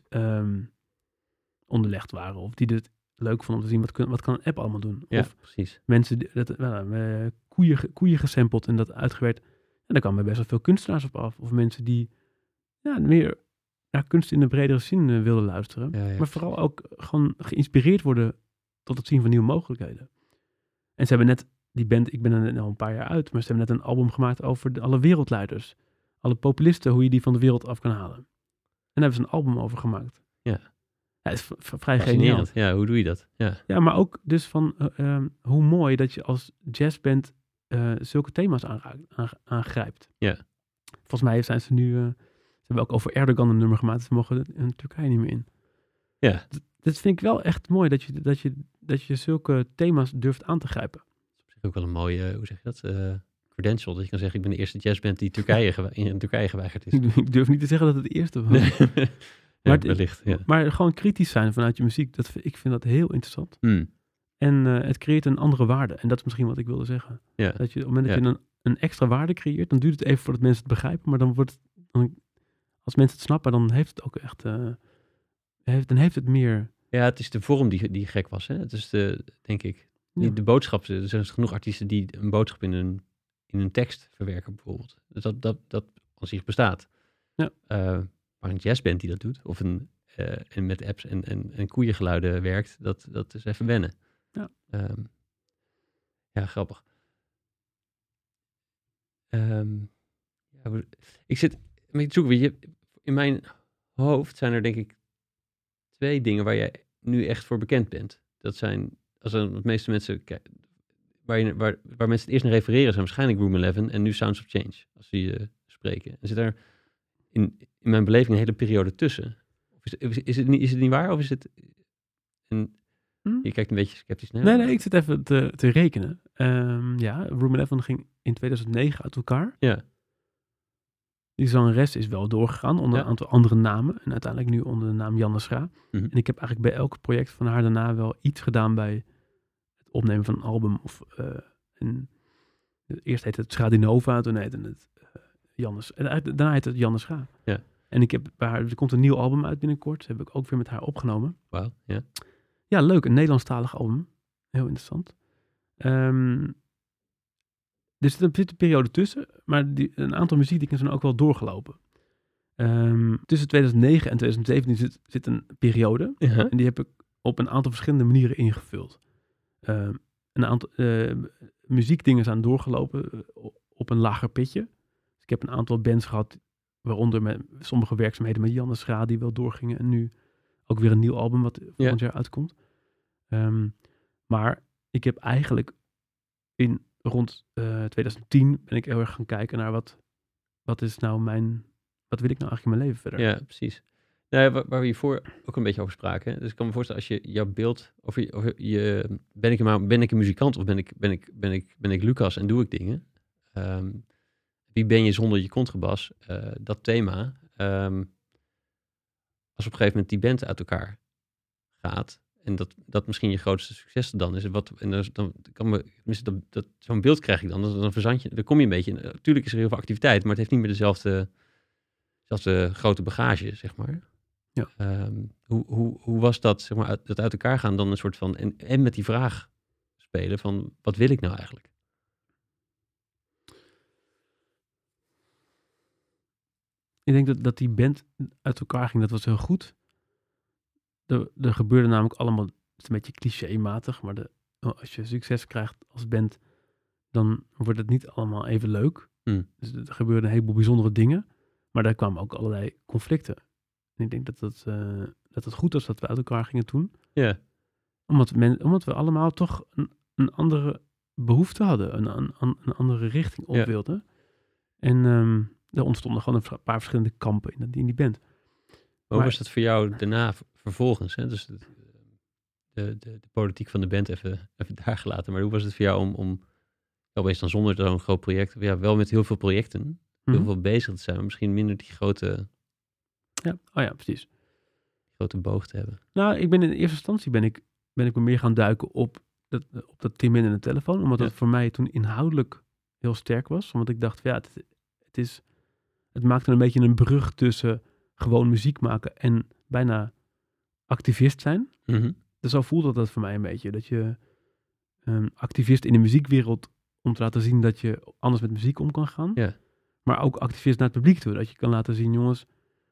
onderlegd waren. Of die het leuk vonden om te zien wat kan een app allemaal doen. Ja, of precies. mensen koeien gesampled en dat uitgewerkt. En daar kwamen best wel veel kunstenaars op af. Of mensen die meer naar kunst in de bredere zin wilden luisteren. Ja, maar vooral ook gewoon geïnspireerd worden tot het zien van nieuwe mogelijkheden. En ze hebben net, die band, ik ben er al een paar jaar uit, maar ze hebben net een album gemaakt over alle wereldleiders. Alle populisten, hoe je die van de wereld af kan halen. En daar hebben ze een album over gemaakt. Ja. Het is vrij geniaal. Ja, hoe doe je dat? Ja, maar ook dus van hoe mooi dat je als jazzband zulke thema's aangrijpt. Ja. Volgens mij zijn ze nu, ze hebben ook over Erdogan een nummer gemaakt. Ze mogen in Turkije niet meer in. Ja. Dat vind ik wel echt mooi, dat je zulke thema's durft aan te grijpen. Dat is ook wel een mooie, hoe zeg je dat, credential. Dat je kan zeggen, ik ben de eerste jazzband die in Turkije geweigerd is. Ik durf niet te zeggen dat het de eerste was. Nee. Maar, wellicht, ja. Maar gewoon kritisch zijn vanuit je muziek, ik vind dat heel interessant. En het creëert een andere waarde. En dat is misschien wat ik wilde zeggen. Ja. Dat je op het moment dat je een extra waarde creëert, dan duurt het even voordat mensen het begrijpen. Maar dan als mensen het snappen, dan heeft het ook echt, dan heeft het meer... Ja, het is de vorm die gek was. Hè? Het is denk ik, niet de boodschap. Er zijn genoeg artiesten die een boodschap in een tekst verwerken bijvoorbeeld. Dus dat aan zich bestaat. Ja. Maar een jazzband die dat doet, of en met apps en koeiengeluiden werkt, dat is even wennen. Ja, ja, grappig. Ik zit met te zoeken. In mijn hoofd zijn er denk ik 2 dingen waar jij nu echt voor bekend bent. Dat zijn, als de meeste mensen waar mensen het eerst naar refereren, zijn waarschijnlijk Room 11 en nu Sounds of Change, als ze je spreken. En zit er in mijn beleving een hele periode tussen. Of is het niet waar? Of is het... Je kijkt een beetje sceptisch naar. Nee, ik zit even te rekenen. Room 11 ging in 2009 uit elkaar. Ja. Die zangeres is wel doorgegaan onder een aantal andere namen. En uiteindelijk nu onder de naam Janne Schra. Mm-hmm. En ik heb eigenlijk bij elk project van haar daarna wel iets gedaan bij het opnemen van een album. Eerst heette het Schradinova, toen heette het Jannes. En daarna heette het Janne Schra. Ja. En er komt een nieuw album uit binnenkort. Dat heb ik ook weer met haar opgenomen. Wauw, ja. Ja, leuk. Een Nederlandstalig album. Heel interessant. Dus er zit een periode tussen. Maar een aantal muziekdingen zijn ook wel doorgelopen. Tussen 2009 en 2017 zit een periode. Uh-huh. En die heb ik op een aantal verschillende manieren ingevuld. Een aantal muziekdingen zijn doorgelopen op een lager pitje. Dus ik heb een aantal bands gehad, waaronder met sommige werkzaamheden met Janne Schra die wel doorgingen. En nu ook weer een nieuw album wat volgend jaar uitkomt. Maar ik heb eigenlijk rond 2010 ben ik heel erg gaan kijken naar wat is nou wat wil ik nou eigenlijk in mijn leven verder? Ja, precies. Nou, waar we hiervoor ook een beetje over spraken. Dus ik kan me voorstellen, als je jouw beeld, ben ik een muzikant of ben ik Lucas en doe ik dingen? Wie ben je zonder je contrabas? Dat thema. Als op een gegeven moment die band uit elkaar gaat en dat misschien je grootste succes dan is. Zo'n beeld krijg ik dan verzand je, dan kom je een beetje. Natuurlijk is er heel veel activiteit, maar het heeft niet meer dezelfde grote bagage, zeg maar. Ja. Hoe was dat, zeg maar, dat uit elkaar gaan dan een soort van en met die vraag spelen van wat wil ik nou eigenlijk? Ik denk dat die band uit elkaar ging, dat was heel goed. Er gebeurde namelijk allemaal, het is een beetje clichématig, maar als je succes krijgt als band, dan wordt het niet allemaal even leuk. Dus er gebeurden een heleboel bijzondere dingen, maar daar kwamen ook allerlei conflicten. En ik denk dat het goed was dat we uit elkaar gingen toen. Ja. Omdat we allemaal toch een andere behoefte hadden, een andere richting op wilden. En er ontstonden gewoon een paar verschillende kampen in die band. Hoe was dat voor jou daarna vervolgens? Hè? Dus de politiek van de band even daar gelaten. Maar hoe was het voor jou om opeens dan zonder zo'n groot project, wel met heel veel projecten, heel veel bezig te zijn, maar misschien minder die grote... Ja, precies. Grote boog te hebben. Nou, in eerste instantie ben ik me meer gaan duiken op dat Tim in de telefoon, omdat dat voor mij toen inhoudelijk heel sterk was. Omdat ik dacht, het maakte een beetje een brug tussen gewoon muziek maken en bijna activist zijn. Mm-hmm. Dus zo voelde dat voor mij een beetje. Dat je activist in de muziekwereld om te laten zien dat je anders met muziek om kan gaan. Yeah. Maar ook activist naar het publiek toe. Dat je kan laten zien, jongens,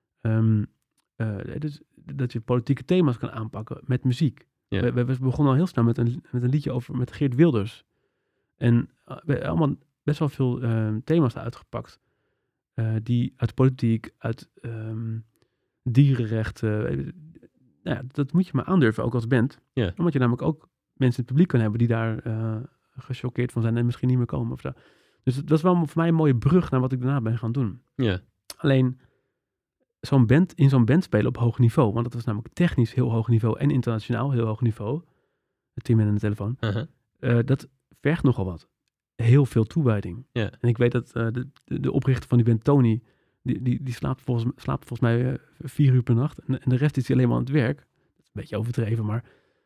dus dat je politieke thema's kan aanpakken met muziek. Yeah. We begonnen al heel snel met een liedje met Geert Wilders. En we hebben allemaal best wel veel thema's uitgepakt. Die uit politiek, uit dierenrechten. Dat moet je maar aandurven, ook als band. Yeah. Omdat je namelijk ook mensen in het publiek kan hebben die daar gechoqueerd van zijn en misschien niet meer komen. Of zo. Dus dat is wel voor mij een mooie brug naar wat ik daarna ben gaan doen. Yeah. Alleen in zo'n band spelen op hoog niveau. Want dat was namelijk technisch heel hoog niveau en internationaal heel hoog niveau. Het team en de telefoon. Uh-huh. Dat vergt nogal wat. Heel veel toewijding. Yeah. En ik weet dat de oprichter van die band, Tony, die slaapt volgens mij 4 uur per nacht. En de rest is hij alleen maar aan het werk. Dat is een beetje overdreven, maar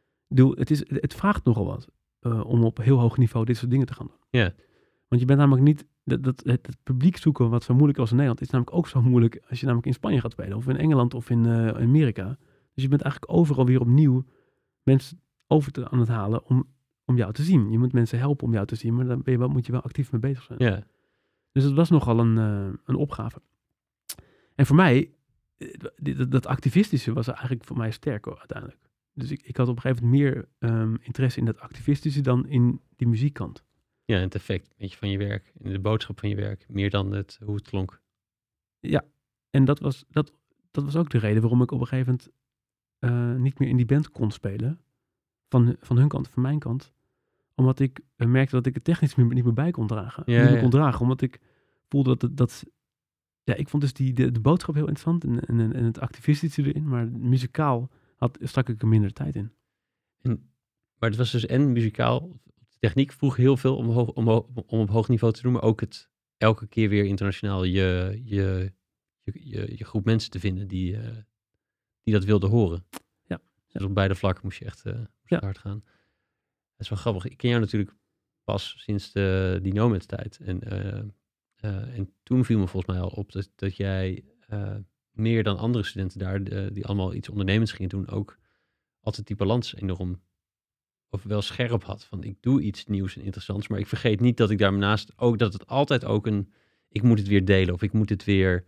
het vraagt nogal wat om op heel hoog niveau dit soort dingen te gaan doen. Yeah. Want je bent namelijk niet... Het publiek zoeken wat zo moeilijk was in Nederland, is namelijk ook zo moeilijk als je namelijk in Spanje gaat spelen. Of in Engeland of in Amerika. Dus je bent eigenlijk overal weer opnieuw mensen aan het halen om jou te zien. Je moet mensen helpen om jou te zien, maar dan moet je wel actief mee bezig zijn. Yeah. Dus het was nogal een opgave. En voor mij, dat activistische was eigenlijk voor mij sterker uiteindelijk. Dus ik had op een gegeven moment meer interesse in dat activistische dan in die muziekkant. Ja, het effect beetje van je werk, in de boodschap van je werk, meer dan hoe het klonk. Ja, en dat was ook de reden waarom ik op een gegeven moment niet meer in die band kon spelen. Van hun kant, van mijn kant. Omdat ik merkte dat ik het technisch niet meer bij kon dragen. Ja, niet meer kon dragen, omdat ik voelde dat ik vond dus de boodschap heel interessant en het activistische erin, maar muzikaal stak ik er minder tijd in. Maar het was dus en muzikaal, techniek vroeg heel veel om op hoog niveau te doen, maar ook het elke keer weer internationaal je groep mensen te vinden die dat wilden horen. Ja. Dus op beide vlakken moest je echt hard gaan. Dat is wel grappig. Ik ken jou natuurlijk pas sinds die Nomads tijd. En toen viel me volgens mij al op dat jij meer dan andere studenten daar, die allemaal iets ondernemends gingen doen, ook altijd die balans enorm, of wel scherp had. Van ik doe iets nieuws en interessants, maar ik vergeet niet dat ik daarnaast ook, dat het altijd ook ik moet het weer delen, of ik moet het weer,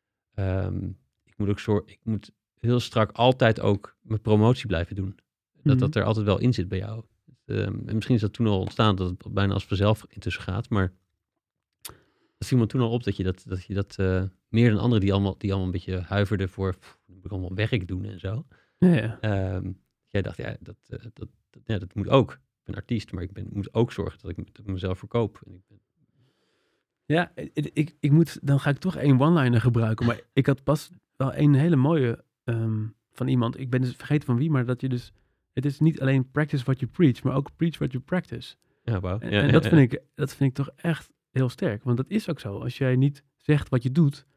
ik moet heel strak altijd ook mijn promotie blijven doen. Dat er altijd wel in zit bij jou. En misschien is dat toen al ontstaan, dat het bijna als vanzelf intussen gaat, maar dat viel me toen al op dat je dat meer dan anderen die allemaal een beetje huiverden voor, moet ik allemaal werk doen en zo. Ja. Jij dacht, dat moet ook. Ik ben artiest, maar ik moet ook zorgen dat ik mezelf verkoop. Ja, dan ga ik toch één one-liner gebruiken. Maar ik had pas wel een hele mooie van iemand. Ik ben dus vergeten van wie, maar dat je dus... Het is niet alleen practice what you preach, maar ook preach what you practice. Ja, wauw. En dat vind ik toch echt heel sterk. Want dat is ook zo. Als jij niet zegt wat je doet,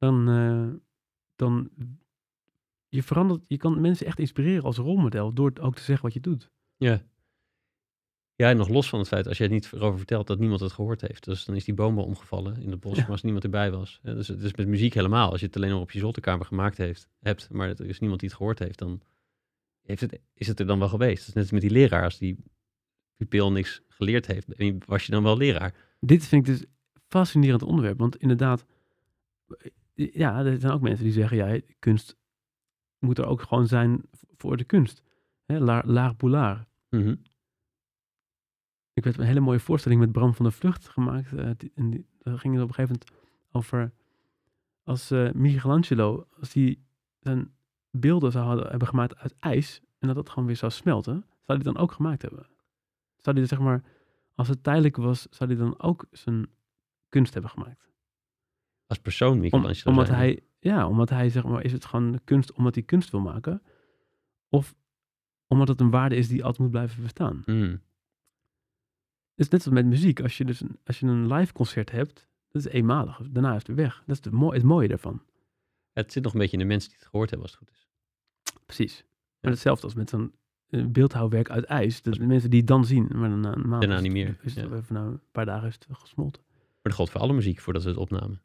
dan je verandert... Je kan mensen echt inspireren als rolmodel door ook te zeggen wat je doet. Ja. Ja, en nog los van het feit, als jij het niet erover vertelt dat niemand het gehoord heeft. Dus dan is die boom wel omgevallen in het bos, maar als niemand erbij was. Dus het is met muziek helemaal. Als je het alleen nog op je zolderkamer gemaakt hebt, maar er is niemand die het gehoord heeft, dan is het er dan wel geweest. Dat is net als met die leraar. Als die pupil niks geleerd heeft, was je dan wel leraar. Dit vind ik dus fascinerend onderwerp. Want inderdaad, ja, er zijn ook mensen die zeggen, ja, kunst moet er ook gewoon zijn voor de kunst. L'art pour l'art. Mm-hmm. Ik werd een hele mooie voorstelling met Bram van der Vlucht gemaakt. Daar ging het op een gegeven moment over als Michelangelo, als hij zijn beelden hebben gemaakt uit ijs en dat gewoon weer zou smelten, zou hij dan ook gemaakt hebben. Zou hij zeg maar, als het tijdelijk was, zou hij dan ook zijn kunst hebben gemaakt. Als persoon Michelangelo. Omdat hij zeg maar, is het gewoon kunst omdat hij kunst wil maken? Of omdat het een waarde is die altijd moet blijven bestaan? Het is net zoals met muziek. Als je een live concert hebt, dat is eenmalig. Daarna is het weer weg. Dat is het mooie daarvan. Het zit nog een beetje in de mensen die het gehoord hebben, als het goed is. Precies. Maar hetzelfde als met zo'n beeldhouwwerk uit ijs. Dat de mensen die het dan zien, maar dan een maand daarna niet meer. Een paar dagen is het gesmolten. Maar dat geldt voor alle muziek voordat we het opnamen.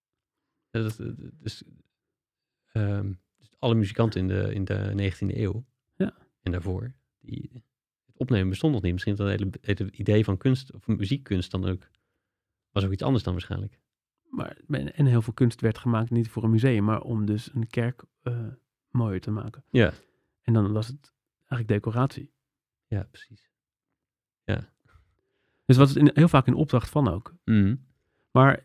Dus alle muzikanten in de 19e eeuw en daarvoor, het opnemen bestond nog niet. Misschien dat het hele idee van kunst of muziekkunst dan ook was ook iets anders dan waarschijnlijk. En heel veel kunst werd gemaakt niet voor een museum, maar om dus een kerk mooier te maken. Ja. En dan was het eigenlijk decoratie. Ja, precies. Ja. Dus wat is heel vaak een opdracht van ook. Mm-hmm. Maar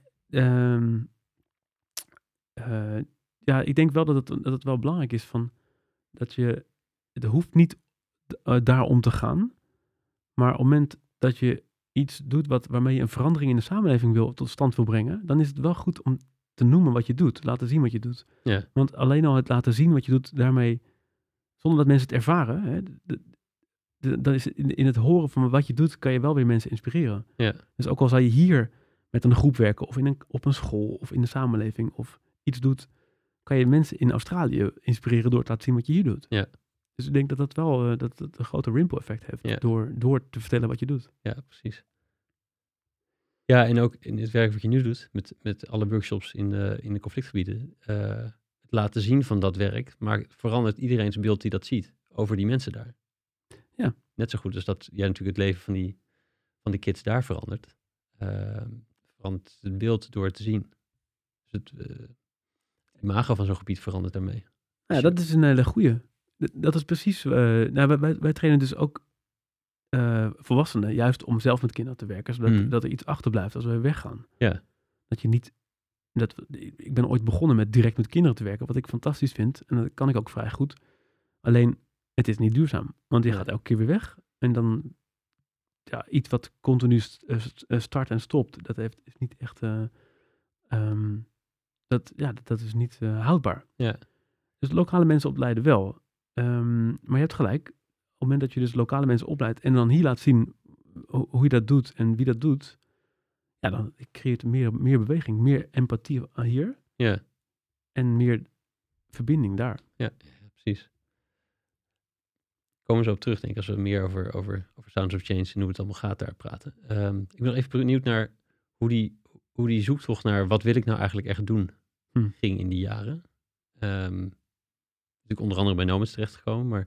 ik denk wel dat het wel belangrijk is dat het hoeft niet daarom te gaan. Maar op het moment dat je iets doet waarmee je een verandering in de samenleving tot stand wil brengen, dan is het wel goed om te noemen wat je doet. Laten zien wat je doet. Ja. Want alleen al het laten zien wat je doet, daarmee, zonder dat mensen het ervaren, hè, dan is in het horen van wat je doet, kan je wel weer mensen inspireren. Ja. Dus ook al zou je hier met een groep werken, of op een school, of in de samenleving, of iets doet, kan je mensen in Australië inspireren door te laten zien wat je hier doet. Ja. Dus ik denk dat dat wel dat het een grote ripple effect heeft door te vertellen wat je doet. Ja, precies. Ja, en ook in het werk wat je nu doet, met alle workshops in de conflictgebieden, het laten zien van dat werk, maar verandert iedereen's beeld die dat ziet over die mensen daar. Ja. Net zo goed als dat jij natuurlijk het leven van die kids daar verandert. Verandert het beeld door het te zien. Dus het imago van zo'n gebied verandert daarmee. Ja, dat is een hele goeie. Dat is precies... wij trainen dus ook volwassenen, juist om zelf met kinderen te werken, zodat dat er iets achterblijft als wij weggaan. Ja. Dat je niet... ik ben ooit begonnen met direct met kinderen te werken, wat ik fantastisch vind. En dat kan ik ook vrij goed. Alleen, het is niet duurzaam. Want je gaat elke keer weer weg. En dan... iets wat continu start en stopt, dat is niet echt... dat is niet houdbaar. Ja. Dus lokale mensen opleiden wel. Maar je hebt gelijk. Op het moment dat je dus lokale mensen opleidt en dan hier laat zien hoe je dat doet en wie dat doet, ja, dan creëert meer beweging, meer empathie hier. Ja. En meer verbinding daar. Ja, precies. Komen we zo op terug, denk ik, als we meer over Sounds of Change en hoe het allemaal gaat daar praten. Ik ben nog even benieuwd naar hoe die zoektocht naar wat wil ik nou eigenlijk echt doen ging in die jaren. Natuurlijk onder andere bij Nomads terechtgekomen, maar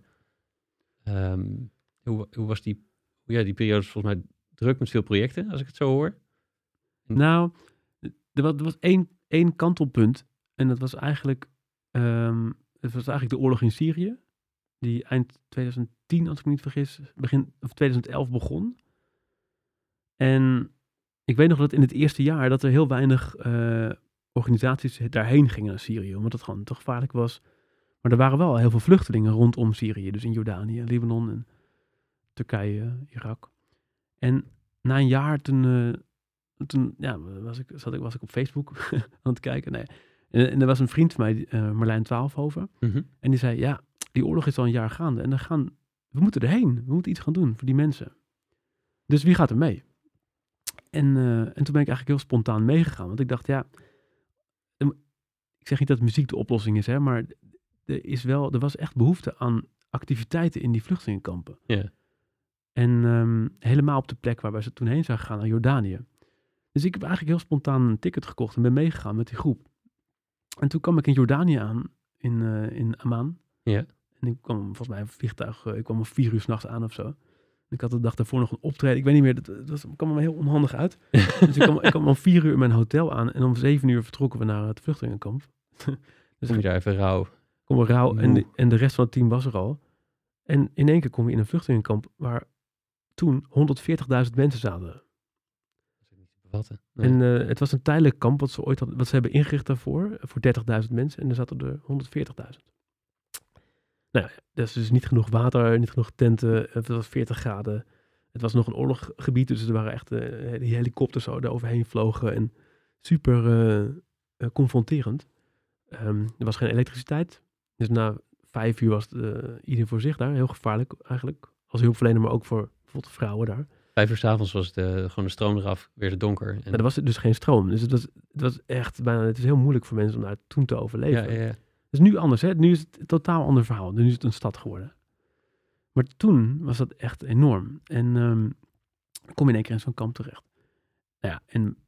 hoe was die periode is volgens mij druk met veel projecten, als ik het zo hoor. Nou, er was één kantelpunt. En dat was eigenlijk, de oorlog in Syrië. Die eind 2010, als ik me niet vergis, begin of 2011 begon. En ik weet nog dat in het eerste jaar dat er heel weinig organisaties daarheen gingen naar Syrië. Omdat het gewoon te gevaarlijk was. Maar er waren wel heel veel vluchtelingen rondom Syrië. Dus in Jordanië, Libanon en Turkije, Irak. En na een jaar toen was ik op Facebook aan het kijken. Nee. En er was een vriend van mij, Marlijn Twaalfhoven. Mm-hmm. En die zei, ja, die oorlog is al een jaar gaande. En we moeten erheen. We moeten iets gaan doen voor die mensen. Dus wie gaat er mee? En toen ben ik eigenlijk heel spontaan meegegaan. Want ik dacht, ja, ik zeg niet dat muziek de oplossing is, hè, maar er was echt behoefte aan activiteiten in die vluchtelingenkampen. Yeah. En helemaal op de plek waar ze toen heen zijn gegaan, naar Jordanië. Dus ik heb eigenlijk heel spontaan een ticket gekocht en ben meegegaan met die groep. En toen kwam ik in Jordanië aan, in Amman. Yeah. En ik kwam volgens mij een vliegtuig, ik kwam om 4 uur 's nachts aan of zo. Ik had de dag daarvoor nog een optreden. Ik weet niet meer, dat kwam me heel onhandig uit. Dus ik kwam om 4 uur in mijn hotel aan. En om 7 uur vertrokken we naar het vluchtelingenkamp. Dus kom je daar even rauw. Kom er rauw en de rest van het team was er al. En in één keer kom je in een vluchtelingenkamp waar toen 140.000 mensen zaten. Dat is niet te bevatten. Nee. En het was een tijdelijk kamp wat ze hebben ingericht daarvoor. Voor 30.000 mensen. En er zaten er 140.000. Nou ja, er is dus niet genoeg water, niet genoeg tenten. Het was 40 graden. Het was nog een oorlogsgebied, dus er waren echt die helikopters zo daar overheen vlogen. En super confronterend. Er was geen elektriciteit. Dus na 5 uur was iedereen voor zich daar. Heel gevaarlijk eigenlijk. Als hulpverlener, maar ook voor bijvoorbeeld vrouwen daar. 5 uur 's avonds was het gewoon de stroom eraf, weer het donker. En... er was dus geen stroom. Dus het was echt bijna, het is heel moeilijk voor mensen om daar toen te overleven. Ja. Het is nu anders, hè? Nu is het een totaal ander verhaal. Nu is het een stad geworden. Maar toen was dat echt enorm. En kom je in één keer in zo'n kamp terecht. Nou ja, en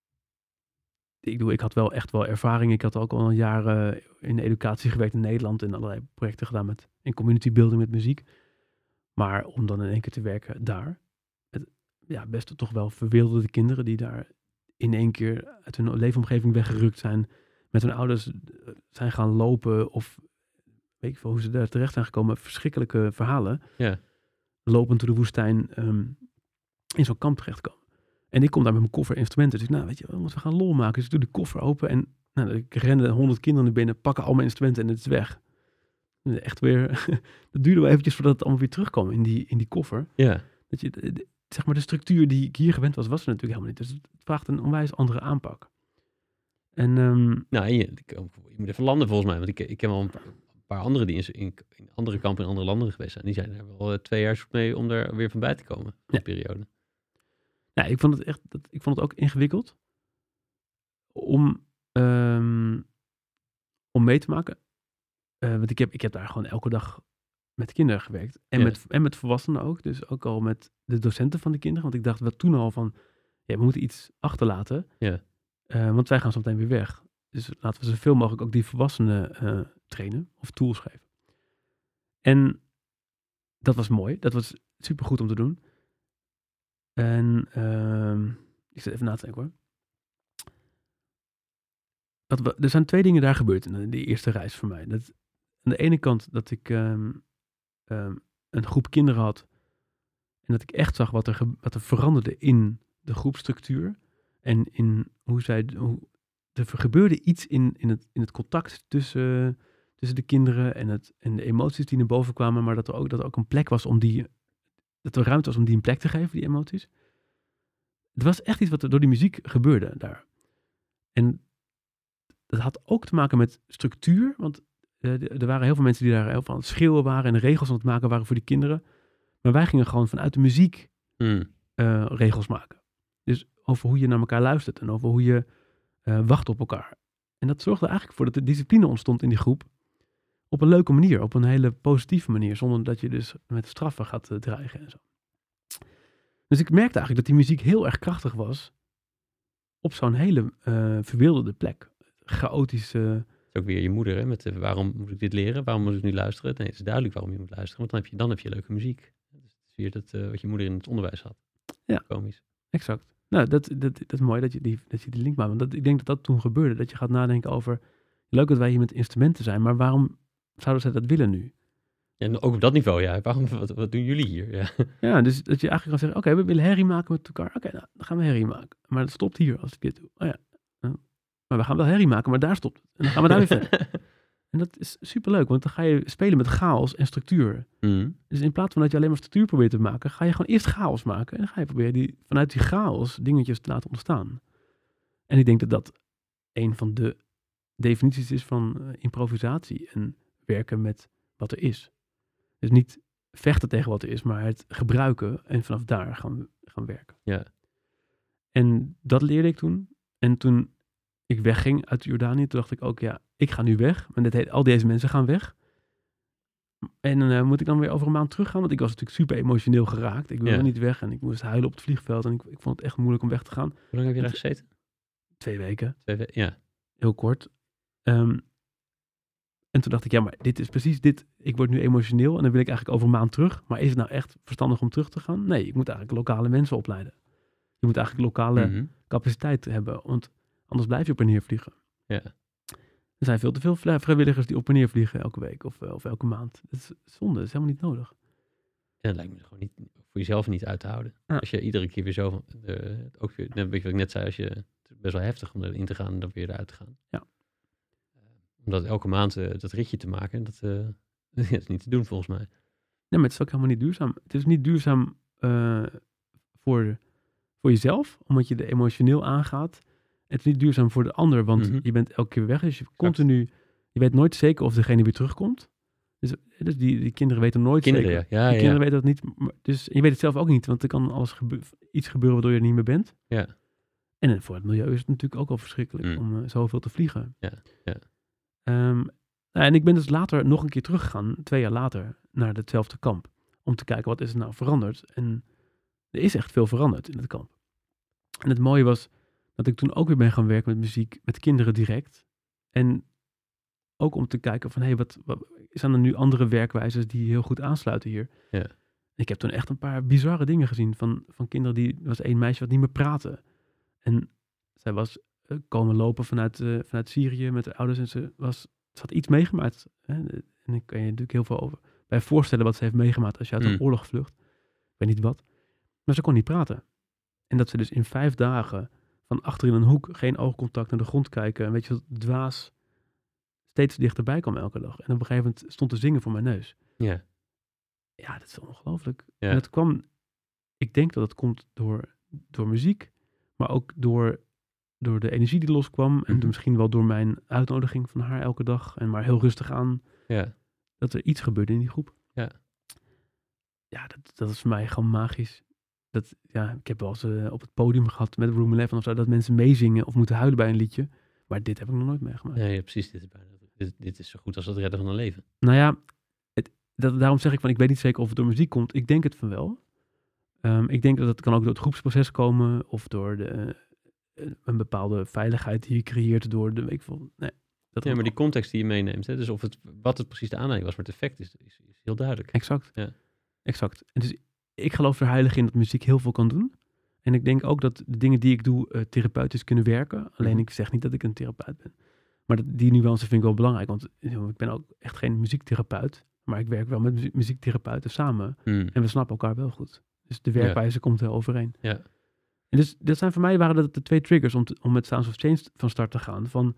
ik had wel echt wel ervaring. Ik had ook al jaren in de educatie gewerkt in Nederland en allerlei projecten gedaan in community building met muziek. Maar om dan in één keer te werken daar, best toch wel verwilderde kinderen die daar in één keer uit hun leefomgeving weggerukt zijn, met hun ouders zijn gaan lopen of weet ik veel hoe ze daar terecht zijn gekomen. Verschrikkelijke verhalen. Ja. Lopend door de woestijn in zo'n kamp terechtkomen. En ik kom daar met mijn koffer instrumenten. Dus ik, weet je, we moeten gaan lol maken. Dus ik doe de koffer open en ik rende 100 kinderen naar binnen, pakken al mijn instrumenten en het is weg. Echt weer, dat duurde wel eventjes voordat het allemaal weer terugkwam in die koffer. Ja. Dat je, zeg maar de structuur die ik hier gewend was er natuurlijk helemaal niet. Dus het vraagt een onwijs andere aanpak. En, je moet even landen volgens mij. Want ik ken wel een paar anderen die in andere kampen in andere landen geweest zijn. Die zijn er wel 2 jaar mee om er weer van bij te komen. Die periode. Ja, ik vond het ook ingewikkeld om mee te maken. Want ik heb daar gewoon elke dag met kinderen gewerkt. En met volwassenen ook. Dus ook al met de docenten van de kinderen. Want ik dacht wel toen al van, we moeten iets achterlaten. Ja. Want wij gaan zo meteen weer weg. Dus laten we zoveel mogelijk ook die volwassenen trainen. Of tools geven. En dat was mooi. Dat was super goed om te doen. En ik zit even na te denken hoor. Er zijn 2 dingen daar gebeurd in die eerste reis voor mij. Dat, aan de ene kant dat ik een groep kinderen had. En dat ik echt zag wat er veranderde in de groepstructuur. En in er gebeurde iets in het contact tussen de kinderen en de emoties die naar boven kwamen. Maar dat er ook een plek was dat er ruimte was om die een plek te geven, die emoties. Het was echt iets wat er door die muziek gebeurde daar. En dat had ook te maken met structuur, want er waren heel veel mensen die daar heel veel aan het schreeuwen waren en regels aan het maken waren voor die kinderen. Maar wij gingen gewoon vanuit de muziek regels maken. Dus over hoe je naar elkaar luistert en over hoe je wacht op elkaar. En dat zorgde eigenlijk voor dat er discipline ontstond in die groep. Op een leuke manier, op een hele positieve manier, zonder dat je dus met straffen gaat dreigen en zo. Dus ik merkte eigenlijk dat die muziek heel erg krachtig was op zo'n hele verwilderde plek. Chaotische is ook weer je moeder, hè, met waarom moet ik dit leren? Waarom moet ik nu luisteren? Nee, het is duidelijk waarom je moet luisteren, want dan heb je leuke muziek. Dus het is weer dat wat je moeder in het onderwijs had. Ja. Komisch. Exact. Nou, dat is mooi dat je die link maakt. Want ik denk dat dat toen gebeurde. Dat je gaat nadenken over, leuk dat wij hier met instrumenten zijn, maar waarom zouden zij dat willen nu? En ook op dat niveau, ja. Wat doen jullie hier? Ja. Ja, dus dat je eigenlijk kan zeggen, oké, we willen herrie maken met elkaar. Oké, nou, dan gaan we herrie maken. Maar het stopt hier als ik dit doe. Oh ja. Maar we gaan wel herrie maken, maar daar stopt het. En dan gaan we daar weer verder. En dat is superleuk, want dan ga je spelen met chaos en structuur. Dus in plaats van dat je alleen maar structuur probeert te maken, ga je gewoon eerst chaos maken. En dan ga je proberen vanuit die chaos dingetjes te laten ontstaan. En ik denk dat dat een van de definities is van improvisatie en werken met wat er is. Dus niet vechten tegen wat er is, maar het gebruiken en vanaf daar gaan werken. Ja. En dat leerde ik toen. En toen ik wegging uit Jordanië, toen dacht ik ook, ja, ik ga nu weg. En al deze mensen gaan weg. En moet ik dan weer over een maand teruggaan? Want ik was natuurlijk super emotioneel geraakt. Ik wilde niet weg en ik moest huilen op het vliegveld. En ik vond het echt moeilijk om weg te gaan. Hoe lang heb je daar gezeten? 2 weken. 2 weken, ja. Heel kort. En toen dacht ik, ja, maar dit is precies dit. Ik word nu emotioneel en dan wil ik eigenlijk over een maand terug. Maar is het nou echt verstandig om terug te gaan? Nee, ik moet eigenlijk lokale mensen opleiden. Je moet eigenlijk lokale capaciteit hebben. Want anders blijf je op en neer vliegen. Ja. Er zijn veel te veel vrijwilligers die op en neer vliegen elke week of elke maand. Dat is zonde, dat is helemaal niet nodig. Ja, dat lijkt me gewoon niet, voor jezelf niet uit te houden. Ja. Als je iedere keer weer zo, ook weer, net wat ik net zei, het is best wel heftig om erin te gaan en dan weer eruit te gaan. Ja. Omdat elke maand dat ritje te maken, dat is niet te doen volgens mij. Nee, maar het is ook helemaal niet duurzaam. Het is niet duurzaam voor jezelf, omdat je er emotioneel aangaat. Het is niet duurzaam voor de ander, want je bent elke keer weg. Dus je continu, je weet nooit zeker of degene weer terugkomt. Dus die kinderen weten nooit zeker. Ja. Die kinderen weten dat niet. Dus je weet het zelf ook niet, want er kan iets gebeuren waardoor je er niet meer bent. Ja. En voor het milieu is het natuurlijk ook al verschrikkelijk om zoveel te vliegen. Ja. En ik ben dus later nog een keer teruggegaan, 2 jaar later, naar hetzelfde kamp. Om te kijken, wat is er nou veranderd? En er is echt veel veranderd in het kamp. En het mooie was dat ik toen ook weer ben gaan werken met muziek, met kinderen direct. En ook om te kijken van, wat zijn er nu andere werkwijzes die heel goed aansluiten hier? Ja. Ik heb toen echt een paar bizarre dingen gezien van kinderen er was 1 meisje wat niet meer praatte. En zij was komen lopen vanuit Syrië met de ouders en ze had iets meegemaakt. Hè? En ik kan je natuurlijk heel veel over bij voorstellen wat ze heeft meegemaakt als je uit een oorlog vlucht. Ik weet niet wat. Maar ze kon niet praten. En dat ze dus in 5 dagen van achter in een hoek, geen oogcontact naar de grond kijken, een beetje dwaas, steeds dichterbij kwam elke dag. En op een gegeven moment stond te zingen voor mijn neus. Ja. Ja, dat is ongelooflijk. Ja. En het kwam, ik denk dat het komt door muziek, maar ook door de energie die loskwam. En misschien wel door mijn uitnodiging van haar elke dag. En maar heel rustig aan. Ja. Dat er iets gebeurde in die groep. Ja. Ja, dat is voor mij gewoon magisch. Ik heb wel eens op het podium gehad met Room 11 of zo, dat mensen meezingen of moeten huilen bij een liedje. Maar dit heb ik nog nooit meegemaakt. Nee, precies. Dit is zo goed als het redden van een leven. Nou ja, daarom zeg ik van, ik weet niet zeker of het door muziek komt. Ik denk het van wel. Ik denk dat het kan ook door het groepsproces komen of door een bepaalde veiligheid die je creëert door de week van. Nee, maar die context die je meeneemt, hè, dus wat het precies de aanleiding was, maar het effect is heel duidelijk. Exact. Ja. Exact. En dus ik geloof er heilig in dat muziek heel veel kan doen. En ik denk ook dat de dingen die ik doe therapeutisch kunnen werken. Alleen ik zeg niet dat ik een therapeut ben. Maar die nuance vind ik wel belangrijk. Want ik ben ook echt geen muziektherapeut. Maar ik werk wel met muziektherapeuten samen. En we snappen elkaar wel goed. Dus de werkwijze komt wel overeen. Ja. En dus waren dat de 2 triggers om met Sounds of Change van start te gaan. Van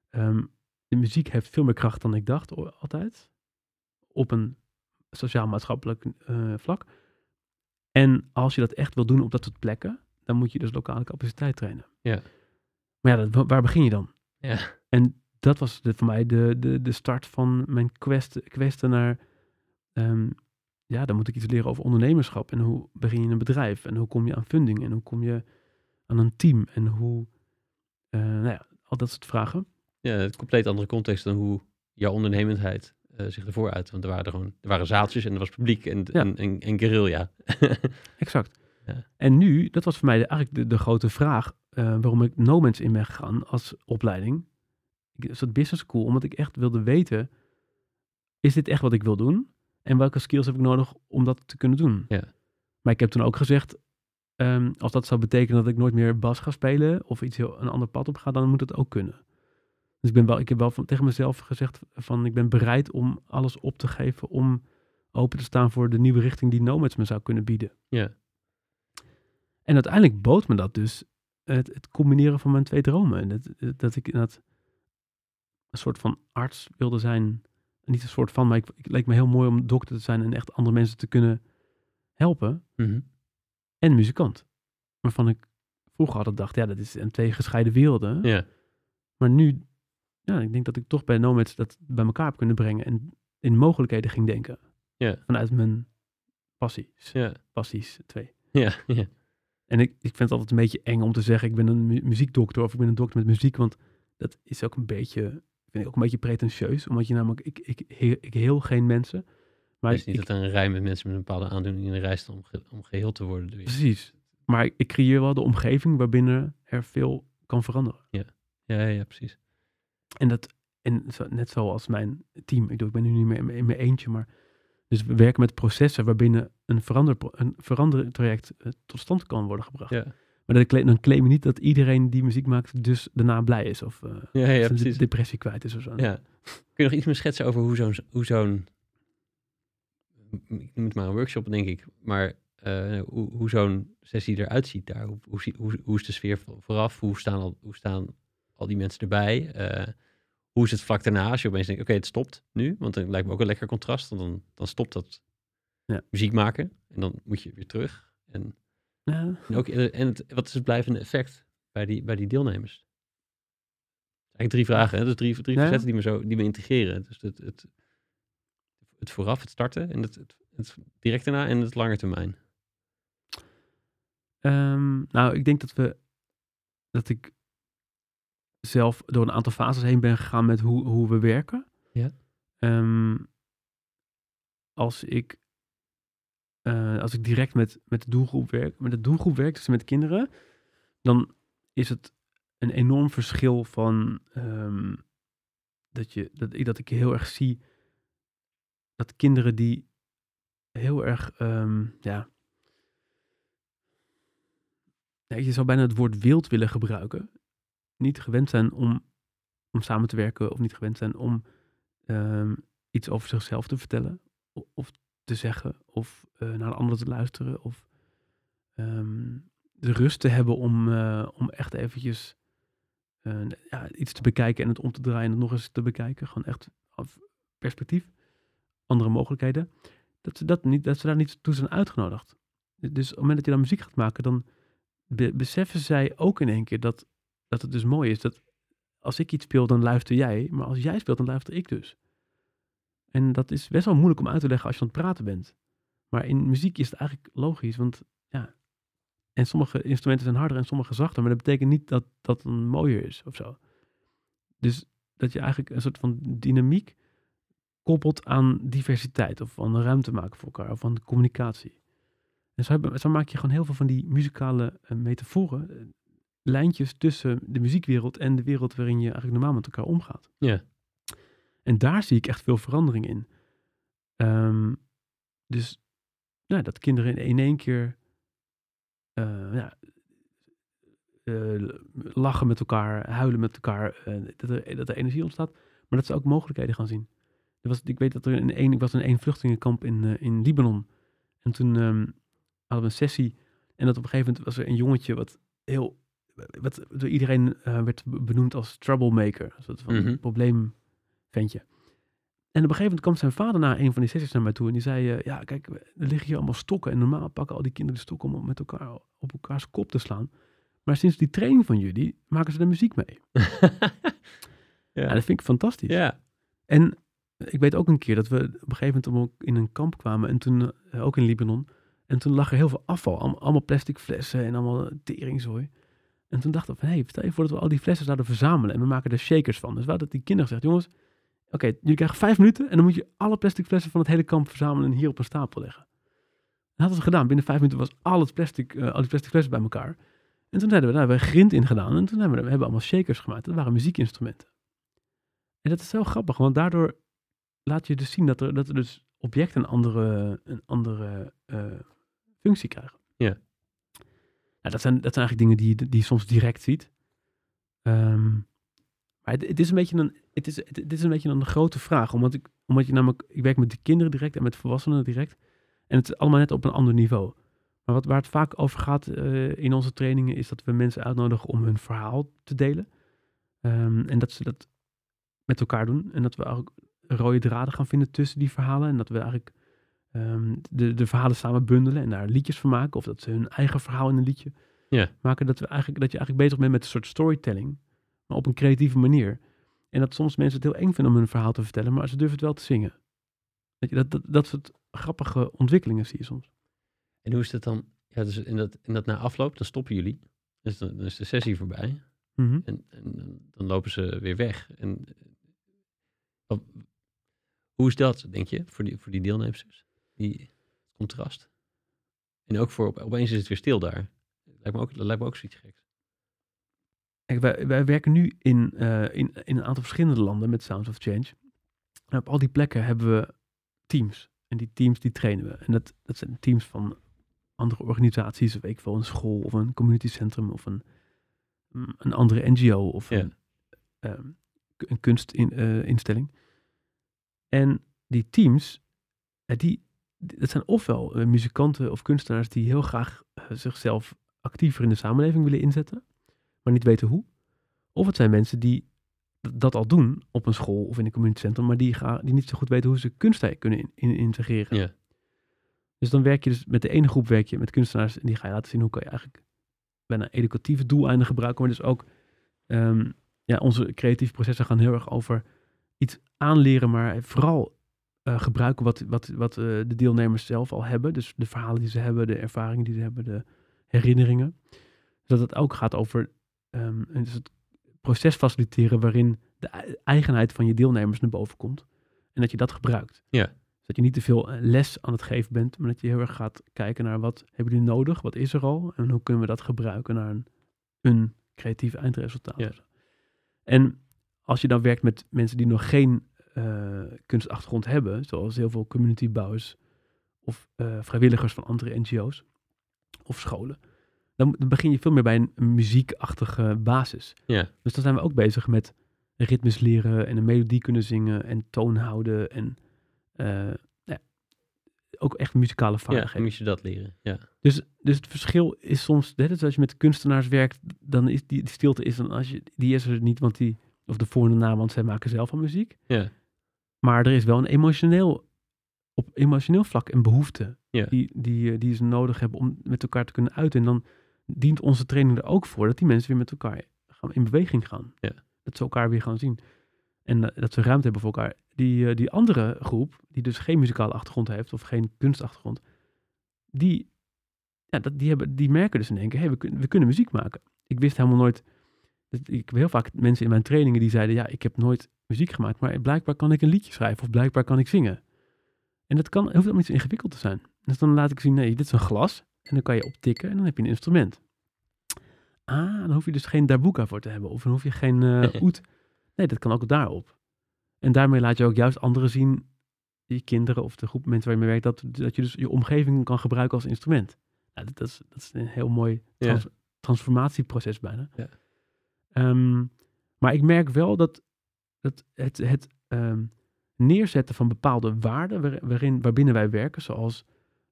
de muziek heeft veel meer kracht dan ik dacht altijd. Op een sociaal-maatschappelijk vlak. En als je dat echt wil doen op dat soort plekken, dan moet je dus lokale capaciteit trainen. Ja. Maar ja, waar begin je dan? Ja. En dat was voor mij de start van mijn questen naar, dan moet ik iets leren over ondernemerschap. En hoe begin je een bedrijf? En hoe kom je aan funding? En hoe kom je aan een team? En hoe, al dat soort vragen. Ja, het compleet andere context dan hoe jouw ondernemendheid zich ervoor uit. Want er waren zaaltjes en er was publiek en guerrilla. Exact. Ja. En nu, dat was voor mij eigenlijk de grote vraag waarom ik No Man's in ben gegaan als opleiding. een soort business school, omdat ik echt wilde weten, is dit echt wat ik wil doen? En welke skills heb ik nodig om dat te kunnen doen? Ja. Maar ik heb toen ook gezegd, als dat zou betekenen dat ik nooit meer bas ga spelen of een ander pad op ga, dan moet het ook kunnen. Dus ik heb wel tegen mezelf gezegd van ik ben bereid om alles op te geven om open te staan voor de nieuwe richting die Nomads me zou kunnen bieden. Ja. En uiteindelijk bood me dat dus het combineren van mijn 2 dromen. En dat ik inderdaad een soort van arts wilde zijn. Niet een soort van, maar het leek me heel mooi om dokter te zijn en echt andere mensen te kunnen helpen. Mhm. En muzikant. Waarvan ik vroeger altijd dacht, ja, dat is 2 gescheiden werelden. Ja. Maar nu, ja, ik denk dat ik toch bij Nomads dat bij elkaar heb kunnen brengen en in mogelijkheden ging denken. Ja. Vanuit mijn passies. Ja. Passies 2. Ja. Ja. En ik vind het altijd een beetje eng om te zeggen, ik ben een muziekdokter of ik ben een dokter met muziek, want dat is ook een beetje, vind ik ook een beetje pretentieus, omdat je namelijk, ik heel geen mensen. Maar Het is niet dat er een rij met mensen met een bepaalde aandoening in de rij staan om geheel te worden. Dus. Precies. Maar ik creëer wel de omgeving waarbinnen er veel kan veranderen. Ja, precies. En net zoals mijn team. Ik ben nu niet meer in mijn eentje, maar dus we werken met processen waarbinnen een verandertraject tot stand kan worden gebracht. Ja. Maar dan claim je niet dat iedereen die muziek maakt dus daarna blij is of precies. depressie kwijt is of zo. Ja. Kun je nog iets meer schetsen over hoe zo'n ik noem het maar een workshop, denk ik, maar hoe zo'n sessie eruit ziet daar? Hoe is de sfeer vooraf? Hoe staan al die mensen erbij? Hoe is het vlak daarna als je opeens denkt, oké, het stopt nu? Want dan lijkt me ook een lekker contrast, want dan stopt dat muziek maken en dan moet je weer terug. Wat is het blijvende effect bij die deelnemers? Eigenlijk 3 vragen, hè? Dus 3 facetten die we integreren. Dus het vooraf, het starten en het direct daarna en het lange termijn. Nou, ik denk dat ik zelf door een aantal fases heen ben gegaan met hoe we werken. Ja. Als ik direct met de doelgroep werk, dus met kinderen, dan is het een enorm verschil van dat ik heel erg zie dat kinderen die heel erg, je zou bijna het woord wild willen gebruiken, niet gewend zijn om samen te werken of niet gewend zijn om iets over zichzelf te vertellen of te zeggen of naar een ander te luisteren of de rust te hebben om echt eventjes iets te bekijken en het om te draaien en het nog eens te bekijken. Gewoon echt perspectief, andere mogelijkheden. Dat ze daar niet toe zijn uitgenodigd. Dus op het moment dat je dan muziek gaat maken, dan beseffen zij ook in één keer dat het dus mooi is dat als ik iets speel, dan luister jij. Maar als jij speelt, dan luister ik dus. En dat is best wel moeilijk om uit te leggen als je aan het praten bent. Maar in muziek is het eigenlijk logisch, want ja. En sommige instrumenten zijn harder en sommige zachter, maar dat betekent niet dat dat dan mooier is of zo. Dus dat je eigenlijk een soort van dynamiek koppelt aan diversiteit of aan ruimte maken voor elkaar of aan communicatie. En zo maak je gewoon heel veel van die muzikale metaforen, lijntjes tussen de muziekwereld en de wereld waarin je eigenlijk normaal met elkaar omgaat. Ja. En daar zie ik echt veel verandering in. Dus dat kinderen in één keer lachen met elkaar, huilen met elkaar, dat er energie ontstaat, maar dat ze ook mogelijkheden gaan zien. Ik weet dat ik was in één vluchtelingenkamp in Libanon. En toen hadden we een sessie en dat op een gegeven moment was er een jongetje wat door iedereen werd benoemd als troublemaker. Een soort van probleemventje. En op een gegeven moment kwam zijn vader na een van die sessies naar mij toe en die zei, kijk, er liggen hier allemaal stokken en normaal pakken al die kinderen de stokken om met elkaar op elkaars kop te slaan. Maar sinds die training van jullie maken ze de muziek mee. Ja, dat vind ik fantastisch. Ja. En ik weet ook een keer dat we op een gegeven moment in een kamp kwamen en toen ook in Libanon. En toen lag er heel veel afval, allemaal plastic flessen en allemaal teringzooi. En toen dachten we van, stel je voor dat we al die flessen zouden verzamelen en we maken er shakers van. Dus we hadden die kinderen gezegd, jongens, oké, jullie krijgen 5 minuten en dan moet je alle plastic flessen van het hele kamp verzamelen en hier op een stapel leggen. Dat hadden ze gedaan. Binnen 5 minuten was al die plastic flessen bij elkaar. En toen zeiden we, daar hebben we grind in gedaan en toen hebben we allemaal shakers gemaakt. Dat waren muziekinstrumenten. En dat is zo grappig, want daardoor laat je dus zien dat er dus objecten een andere functie krijgen. Ja. Nou, dat zijn eigenlijk dingen die je soms direct ziet. Maar het is een beetje een grote vraag, omdat je namelijk, ik werk met de kinderen direct en met volwassenen direct. En het is allemaal net op een ander niveau. Maar waar het vaak over gaat in onze trainingen is dat we mensen uitnodigen om hun verhaal te delen. En dat ze dat met elkaar doen. En dat we ook rode draden gaan vinden tussen die verhalen. En dat we eigenlijk de verhalen samen bundelen en daar liedjes van maken. Of dat ze hun eigen verhaal in een liedje maken. Dat je eigenlijk bezig bent met een soort storytelling. Maar op een creatieve manier. En dat soms mensen het heel eng vinden om hun verhaal te vertellen. Maar ze durven het wel te zingen. Weet je, dat soort grappige ontwikkelingen zie je soms. En hoe is dat dan? Ja, dus in dat na afloop, dan stoppen jullie. Dus dan is de sessie voorbij. Mm-hmm. En dan lopen ze weer weg. En hoe is dat, denk je, voor die deelnemers? Die contrast. En ook opeens is het weer stil daar. Dat lijkt me ook zoiets geks. Kijk, wij werken nu in een aantal verschillende landen met Sounds of Change. En op al die plekken hebben we teams. En die teams die trainen we. En dat zijn teams van andere organisaties. Weet ik wel, een school of een community centrum of een andere NGO of een kunstinstelling. En die teams, dat zijn ofwel muzikanten of kunstenaars die heel graag zichzelf actiever in de samenleving willen inzetten, maar niet weten hoe. Of het zijn mensen die dat al doen op een school of in een community centrum, maar die niet zo goed weten hoe ze kunst kunnen integreren. Ja. Dus dan werk je dus met de ene groep met kunstenaars en die ga je laten zien hoe kan je eigenlijk bijna educatieve doeleinden gebruiken, maar dus ook onze creatieve processen gaan heel erg over iets aanleren, maar vooral gebruiken wat de deelnemers zelf al hebben. Dus de verhalen die ze hebben, de ervaringen die ze hebben, de herinneringen. Dat het ook gaat over dus het proces faciliteren waarin de eigenheid van je deelnemers naar boven komt. En dat je dat gebruikt. Ja. Dus dat je niet te veel les aan het geven bent, maar dat je heel erg gaat kijken naar wat hebben jullie nodig, wat is er al en hoe kunnen we dat gebruiken naar een creatief eindresultaat. Ja. En als je dan werkt met mensen die nog geen kunstachtergrond hebben, zoals heel veel communitybouwers of vrijwilligers van andere NGO's of scholen, dan begin je veel meer bij een muziekachtige basis. Ja. Dus dan zijn we ook bezig met ritmes leren en een melodie kunnen zingen en toon houden en ook echt muzikale vaardigheden. Ja, moet je dat leren. Ja. Dus het verschil is soms, dus als je met kunstenaars werkt, dan is die stilte is dan die is er niet, want of de voor- en de na, want zij maken zelf al muziek. Ja. Maar er is wel op emotioneel vlak een behoefte die ze nodig hebben om met elkaar te kunnen uiten. En dan dient onze training er ook voor dat die mensen weer met elkaar in beweging gaan. Ja. Dat ze elkaar weer gaan zien. En dat ze ruimte hebben voor elkaar. Die andere groep, die dus geen muzikale achtergrond heeft of geen kunstachtergrond, die merken dus in één keer, hey, we kunnen muziek maken. Ik wist helemaal nooit. Ik heb heel vaak mensen in mijn trainingen die zeiden, ja, ik heb nooit muziek gemaakt, maar blijkbaar kan ik een liedje schrijven of blijkbaar kan ik zingen. En dat hoeft helemaal niet zo ingewikkeld te zijn. Dus dan laat ik zien, nee, dit is een glas en dan kan je optikken en dan heb je een instrument. Dan hoef je dus geen darbuka voor te hebben of dan hoef je geen oud. Nee, dat kan ook daarop. En daarmee laat je ook juist anderen zien, je kinderen of de groep mensen waar je mee werkt, dat je dus je omgeving kan gebruiken als instrument. Nou, dat is een heel mooi transformatieproces bijna. Ja. Maar ik merk wel dat het neerzetten van bepaalde waarden waarbinnen wij werken, zoals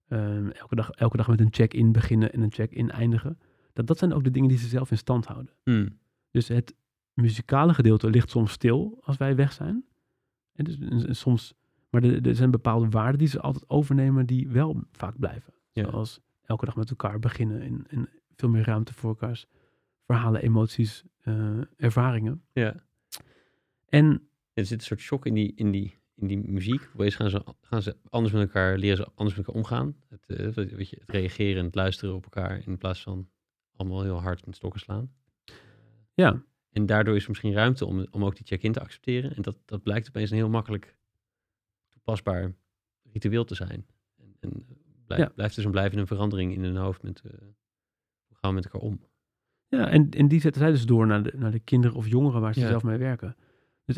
elke dag met een check-in beginnen en een check-in eindigen, dat zijn ook de dingen die ze zelf in stand houden. Dus het muzikale gedeelte ligt soms stil als wij weg zijn. En dus soms, maar er zijn bepaalde waarden die ze altijd overnemen die wel vaak blijven. Ja. Zoals elke dag met elkaar beginnen en veel meer ruimte voor elkaars verhalen, emoties, ervaringen. Ja. En er zit een soort shock in die muziek. Opeens gaan ze anders met elkaar, leren ze anders met elkaar omgaan. Het reageren en het luisteren op elkaar in plaats van allemaal heel hard met stokken slaan. Ja. En daardoor is er misschien ruimte om ook die check-in te accepteren. En dat blijkt opeens een heel makkelijk toepasbaar ritueel te zijn. En blijft dus een blijvende verandering in hun hoofd met hoe gaan we met elkaar om. Ja, en die zetten zij dus door naar de kinderen of jongeren waar ze zelf mee werken. Dus eigenlijk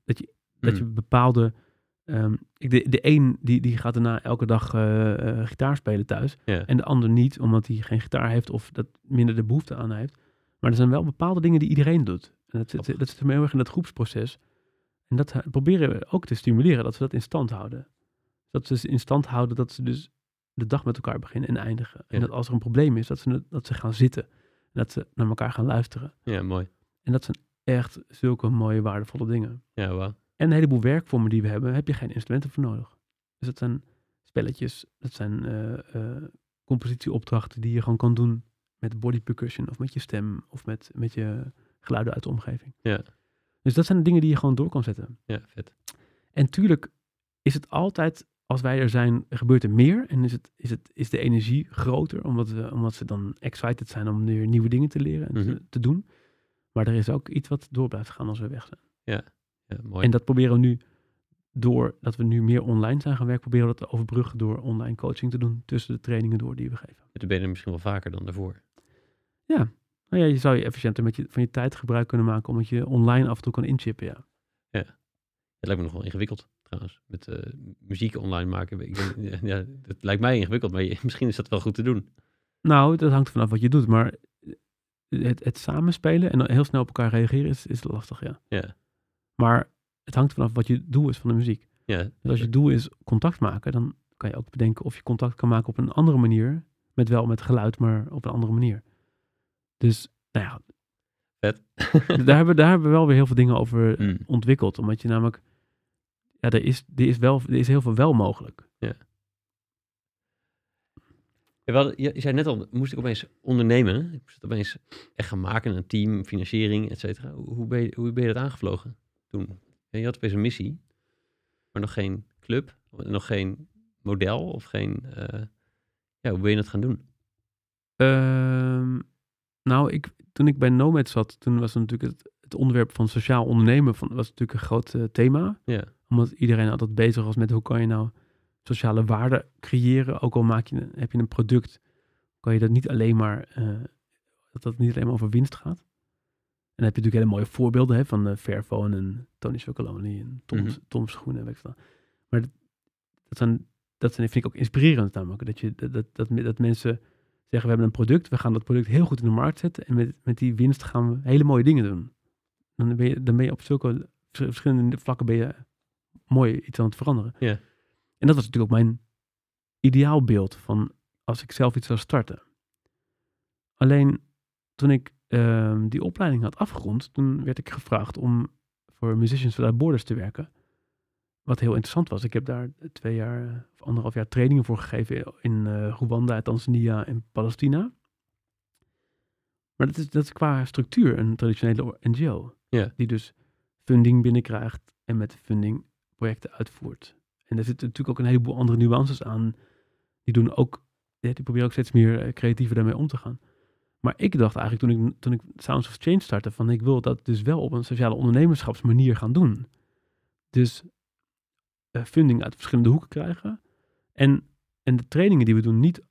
dat je bepaalde... de een die gaat daarna elke dag gitaar spelen thuis. Ja. En de ander niet, omdat hij geen gitaar heeft of dat minder de behoefte aan heeft. Maar er zijn wel bepaalde dingen die iedereen doet. En dat zit hem heel erg in dat groepsproces. En dat proberen we ook te stimuleren, dat ze dat in stand houden. Dat ze in stand houden dat ze dus de dag met elkaar beginnen en eindigen. Ja. En dat als er een probleem is, dat ze gaan zitten. En dat ze naar elkaar gaan luisteren. Ja, mooi. En dat zijn echt zulke mooie, waardevolle dingen. Ja, wauw. En een heleboel werkvormen die we hebben, heb je geen instrumenten voor nodig. Dus dat zijn spelletjes, dat zijn compositieopdrachten die je gewoon kan doen met body percussion of met je stem of met je geluiden uit de omgeving. Ja. Dus dat zijn de dingen die je gewoon door kan zetten. Ja, vet. En tuurlijk is het altijd, als wij er zijn, gebeurt er meer en is de energie groter, omdat ze dan excited zijn om weer nieuwe dingen te leren en te doen. Maar er is ook iets wat door blijft gaan als we weg zijn. Ja, mooi. En dat proberen we nu, doordat we nu meer online zijn gaan werken, proberen we dat te overbruggen door online coaching te doen tussen de trainingen door die we geven. Dan ben je er misschien wel vaker dan daarvoor. Ja, nou ja, je zou je efficiënter van je tijd gebruik kunnen maken, omdat je online af en toe kan inchippen, ja. Het lijkt me nog wel ingewikkeld trouwens, met muziek online maken. Ik denk, ja, dat lijkt mij ingewikkeld, maar misschien is dat wel goed te doen. Nou, dat hangt vanaf wat je doet, maar het samenspelen en heel snel op elkaar reageren is lastig, ja. Ja. Maar het hangt vanaf wat je doel is van de muziek. Ja. Dus als je doel is contact maken, dan kan je ook bedenken of je contact kan maken op een andere manier, met geluid, maar op een andere manier. Dus, nou ja. Vet. daar hebben we wel weer heel veel dingen over ontwikkeld, omdat je namelijk, ja, er is heel veel wel mogelijk. Ja. Je zei net al, moest ik opeens ondernemen. Ik moest het opeens echt gaan maken, een team, financiering, et cetera. Hoe ben je dat aangevlogen toen? Ja, je had opeens een missie, maar nog geen club, nog geen model of geen... hoe ben je dat gaan doen? Toen ik bij Nomad zat, toen was natuurlijk het onderwerp van sociaal ondernemen was natuurlijk een groot thema. Ja. Omdat iedereen altijd bezig was met hoe kan je nou sociale waarde creëren. Ook al heb je een product, kan je dat niet alleen maar, dat het niet alleen maar over winst gaat. En dan heb je natuurlijk hele mooie voorbeelden van Fairphone en Tony Chocolonely en Tom's schoenen. Weet ik veel. Maar dat vind ik ook inspirerend namelijk. Dat mensen zeggen, we hebben een product, we gaan dat product heel goed in de markt zetten en met die winst gaan we hele mooie dingen doen. Dan ben je op zulke verschillende vlakken ben je mooi iets aan het veranderen. Ja. En dat was natuurlijk ook mijn ideaalbeeld van als ik zelf iets zou starten. Alleen toen ik die opleiding had afgerond, toen werd ik gevraagd om voor Musicians Without Borders te werken. Wat heel interessant was. Ik heb daar 2 jaar of 1,5 jaar trainingen voor gegeven in Rwanda, Tanzania en Palestina. Maar dat is qua structuur een traditionele NGO. Ja. Die dus funding binnenkrijgt en met funding projecten uitvoert. En er zitten natuurlijk ook een heleboel andere nuances aan. Die proberen ook steeds meer creatiever daarmee om te gaan. Maar ik dacht eigenlijk toen ik Sounds of Change startte, van ik wil dat dus wel op een sociale ondernemerschapsmanier gaan doen. Dus funding uit verschillende hoeken krijgen. En de trainingen die we doen niet,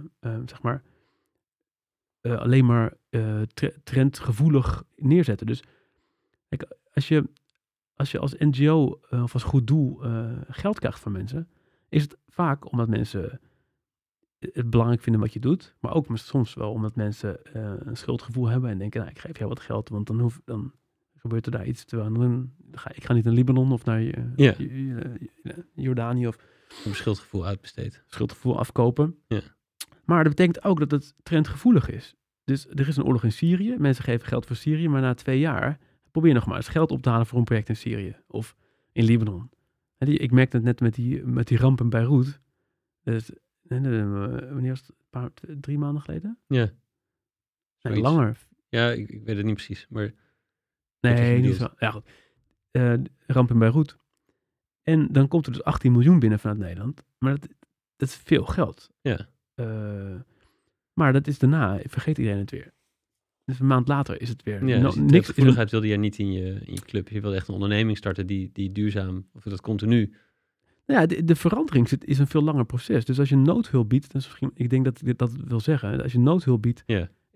alleen maar trendgevoelig neerzetten. Dus kijk, als je als NGO of als goed doel geld krijgt van mensen, is het vaak omdat mensen het belangrijk vinden wat je doet, maar ook soms wel omdat mensen een schuldgevoel hebben en denken, nou, ik geef jou wat geld, want dan gebeurt er daar iets. Ik ga niet naar Libanon of naar Jordanië of een schuldgevoel uitbesteed. Schuldgevoel afkopen. Ja. Maar dat betekent ook dat het trendgevoelig is. Dus er is een oorlog in Syrië. Mensen geven geld voor Syrië, maar na 2 jaar probeer nog maar eens geld op te halen voor een project in Syrië of in Libanon. Ik merkte het net met die ramp in Beirut. Dus, wanneer was het? 3 maanden geleden? Ja. Nee, langer. Ja, ik weet het niet precies, maar... Nee, niet zo. Ja, goed. Ramp in Beirut. En dan komt er dus 18 miljoen binnen vanuit Nederland. Maar dat is veel geld. Ja. Maar dat is daarna, vergeet iedereen het weer. Dus een maand later is het weer... Ja, niks gevoeligheid wilde je niet in je club. Je wilde echt een onderneming starten die duurzaam, of dat continu... Nou ja, de verandering is een veel langer proces. Dus als je noodhulp biedt, ik denk dat dat wil zeggen, als je noodhulp biedt,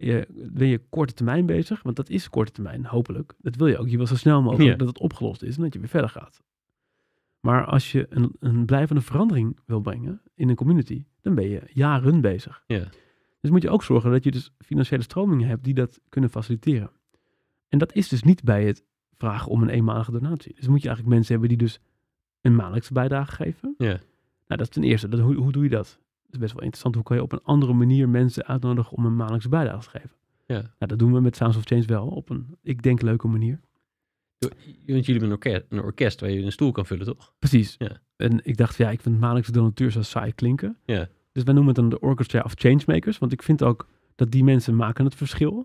Ben je korte termijn bezig? Want dat is korte termijn, hopelijk. Dat wil je ook. Je wil zo snel mogelijk dat het opgelost is en dat je weer verder gaat. Maar als je een blijvende verandering wil brengen in een community, dan ben je jaren bezig. Ja. Dus moet je ook zorgen dat je dus financiële stromingen hebt die dat kunnen faciliteren. En dat is dus niet bij het vragen om een eenmalige donatie. Dus moet je eigenlijk mensen hebben die dus een maandelijkse bijdrage geven. Ja. Nou, dat is ten eerste. Hoe doe je dat? Dat is best wel interessant. Hoe kan je op een andere manier mensen uitnodigen om een maandelijkse bijdrage te geven? Ja. Nou, dat doen we met Sounds of Change wel op een, ik denk, leuke manier. Want jullie hebben een orkest waar je een stoel kan vullen, toch? Precies. Ja. En ik dacht, ik vind maandelijkse donateurs zo saai klinken. Ja. Dus wij noemen het dan de Orchestra of Changemakers. Want ik vind ook dat die mensen maken het verschil.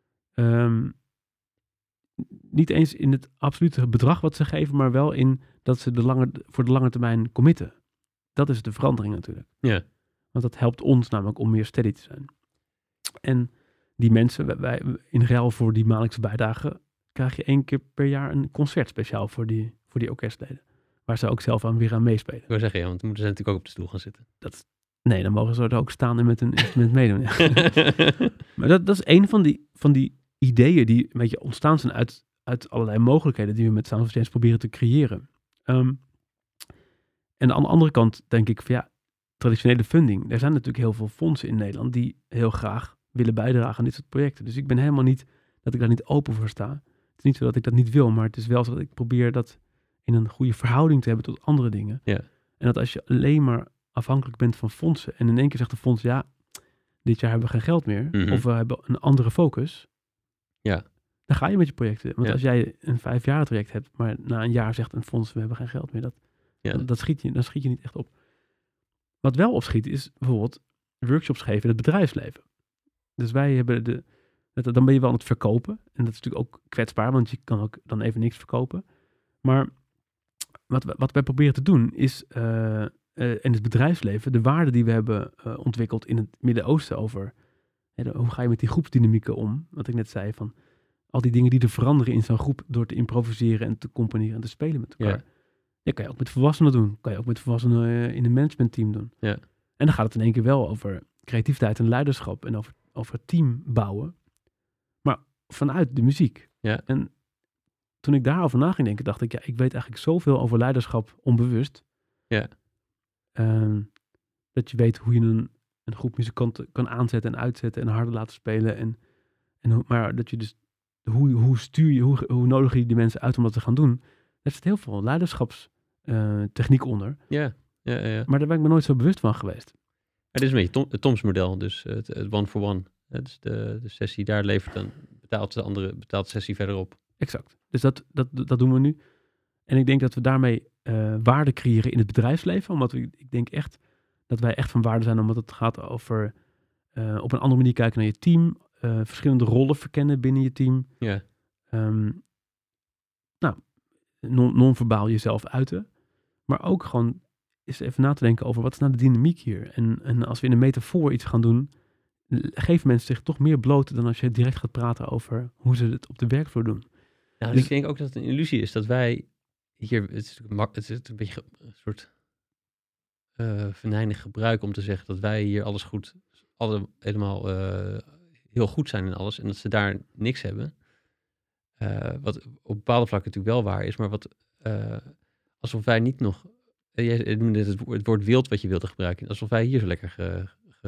Niet eens in het absolute bedrag wat ze geven, maar wel in dat ze voor de lange termijn committen. Dat is de verandering natuurlijk. Ja. Want dat helpt ons namelijk om meer steady te zijn. En die mensen, wij in ruil voor die maandelijkse bijdrage, krijg je 1 keer per jaar een concert speciaal voor die orkestleden. Waar ze ook zelf weer aan meespelen. Ik wil zeggen, want dan moeten ze natuurlijk ook op de stoel gaan zitten. Nee, dan mogen ze er ook staan en met een instrument meedoen. Ja. Maar dat is een van die ideeën die een beetje ontstaan zijn uit allerlei mogelijkheden die we met Sounds of Change proberen te creëren. En aan de andere kant denk ik van traditionele funding. Er zijn natuurlijk heel veel fondsen in Nederland die heel graag willen bijdragen aan dit soort projecten. Dus ik ben helemaal niet dat ik daar niet open voor sta. Het is niet zo dat ik dat niet wil, maar het is wel zo dat ik probeer dat in een goede verhouding te hebben tot andere dingen. Ja. En dat als je alleen maar afhankelijk bent van fondsen en in één keer zegt de fonds, dit jaar hebben we geen geld meer, of we hebben een andere focus, dan ga je met je projecten. Want als jij een 5-jaar traject hebt, maar na een jaar zegt een fonds, we hebben geen geld meer, dan schiet je niet echt op. Wat wel opschiet is bijvoorbeeld workshops geven in het bedrijfsleven. Dus wij hebben dan ben je wel aan het verkopen. En dat is natuurlijk ook kwetsbaar, want je kan ook dan even niks verkopen. Maar wat wij proberen te doen is in het bedrijfsleven de waarde die we hebben ontwikkeld in het Midden-Oosten over hoe ga je met die groepsdynamieken om? Wat ik net zei van al die dingen die er veranderen in zo'n groep door te improviseren en te componeren en te spelen met elkaar. Ja. Dat kan je ook met volwassenen doen. Kan je ook met volwassenen in een managementteam doen. Ja. En dan gaat het in één keer wel over creativiteit en leiderschap en over team bouwen. Maar vanuit de muziek. Ja. En toen ik daarover na ging denken, dacht ik, ik weet eigenlijk zoveel over leiderschap onbewust. Ja. Dat je weet hoe je een groep muzikanten kan aanzetten en uitzetten en harder laten spelen. Maar dat je dus, hoe nodig je die mensen uit om dat te gaan doen? Daar zit heel veel leiderschapstechniek onder. Ja. Maar daar ben ik me nooit zo bewust van geweest. Het is een beetje het Toms-model, dus het one for one. Dus de sessie daar levert dan, betaalt de sessie verderop. Exact. Dus dat doen we nu. En ik denk dat we daarmee waarde creëren in het bedrijfsleven. Omdat ik denk echt dat wij echt van waarde zijn. Omdat het gaat over op een andere manier kijken naar je team. Verschillende rollen verkennen binnen je team. Ja. Non-verbaal jezelf uiten. Maar ook gewoon eens even na te denken over wat is nou de dynamiek hier. En als we in een metafoor iets gaan doen, geven mensen zich toch meer bloot dan als je direct gaat praten over hoe ze het op de werkvloer doen. Nou, dus ik denk ook dat het een illusie is dat wij hier, het is een beetje een soort venijnig gebruik om te zeggen dat wij hier alles goed, helemaal heel goed zijn in alles en dat ze daar niks hebben. Wat op bepaalde vlakken natuurlijk wel waar is, maar alsof wij niet nog, jij noemde het woord wild wat je wilde gebruiken, alsof wij hier zo lekker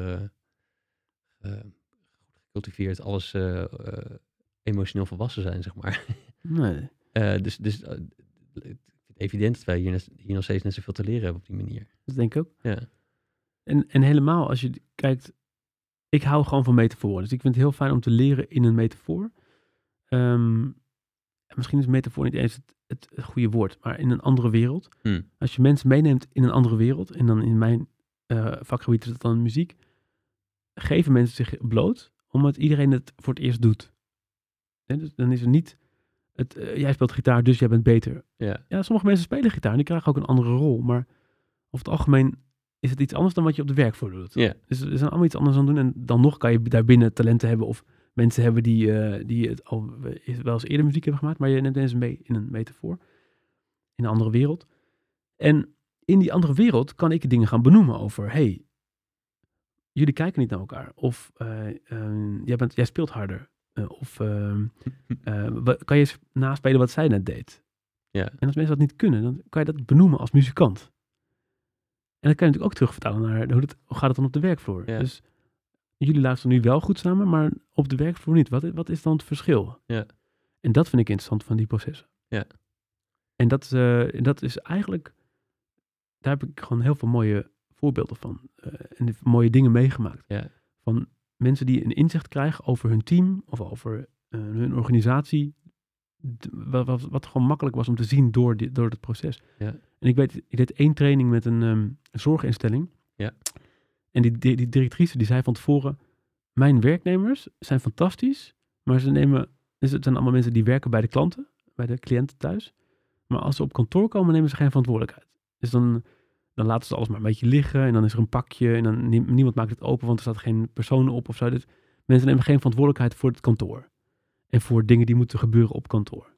gecultiveerd alles emotioneel volwassen zijn, zeg maar. Nee. Dus het is evident dat wij hier nog steeds net zoveel te leren hebben op die manier. Dat denk ik ook. Ja. En helemaal als je kijkt, ik hou gewoon van metaforen. Dus ik vind het heel fijn om te leren in een metafoor. Misschien is metafoor niet eens het goede woord, maar in een andere wereld. Als je mensen meeneemt in een andere wereld, en dan in mijn vakgebied is dat dan muziek, geven mensen zich bloot, omdat iedereen het voor het eerst doet. Dus dan is er niet jij speelt gitaar, dus jij bent beter. Ja, sommige mensen spelen gitaar en die krijgen ook een andere rol. Maar over het algemeen is het iets anders dan wat je op de werkvloer doet. Yeah. Dus er zijn allemaal iets anders aan doen. En dan nog kan je daarbinnen talenten hebben of mensen hebben die het al wel eens eerder muziek hebben gemaakt. Maar je neemt mensen mee in een metafoor. In een andere wereld. En in die andere wereld kan ik dingen gaan benoemen over, jullie kijken niet naar elkaar. Of jij speelt harder. Kan je eens naspelen wat zij net deed? Ja. En als mensen dat niet kunnen, dan kan je dat benoemen als muzikant. En dat kan je natuurlijk ook terugvertalen naar hoe gaat het dan op de werkvloer. Ja. Dus jullie luisteren nu wel goed samen, maar op de werkvloer niet. Wat is dan het verschil? Ja. En dat vind ik interessant van die processen. Ja. En dat is eigenlijk, daar heb ik gewoon heel veel mooie voorbeelden van. En mooie dingen meegemaakt. Ja. Van mensen die een inzicht krijgen over hun team of over hun organisatie. Wat gewoon makkelijk was om te zien door het proces. Ja. En ik deed 1 training met een zorginstelling. Ja. En die directrice die zei van tevoren, mijn werknemers zijn fantastisch, maar het zijn allemaal mensen die werken bij de klanten, bij de cliënten thuis. Maar als ze op kantoor komen, nemen ze geen verantwoordelijkheid. Dus dan laten ze alles maar een beetje liggen en dan is er een pakje en dan niemand maakt het open, want er staat geen persoon op of zo. Dus mensen nemen geen verantwoordelijkheid voor het kantoor. En voor dingen die moeten gebeuren op kantoor.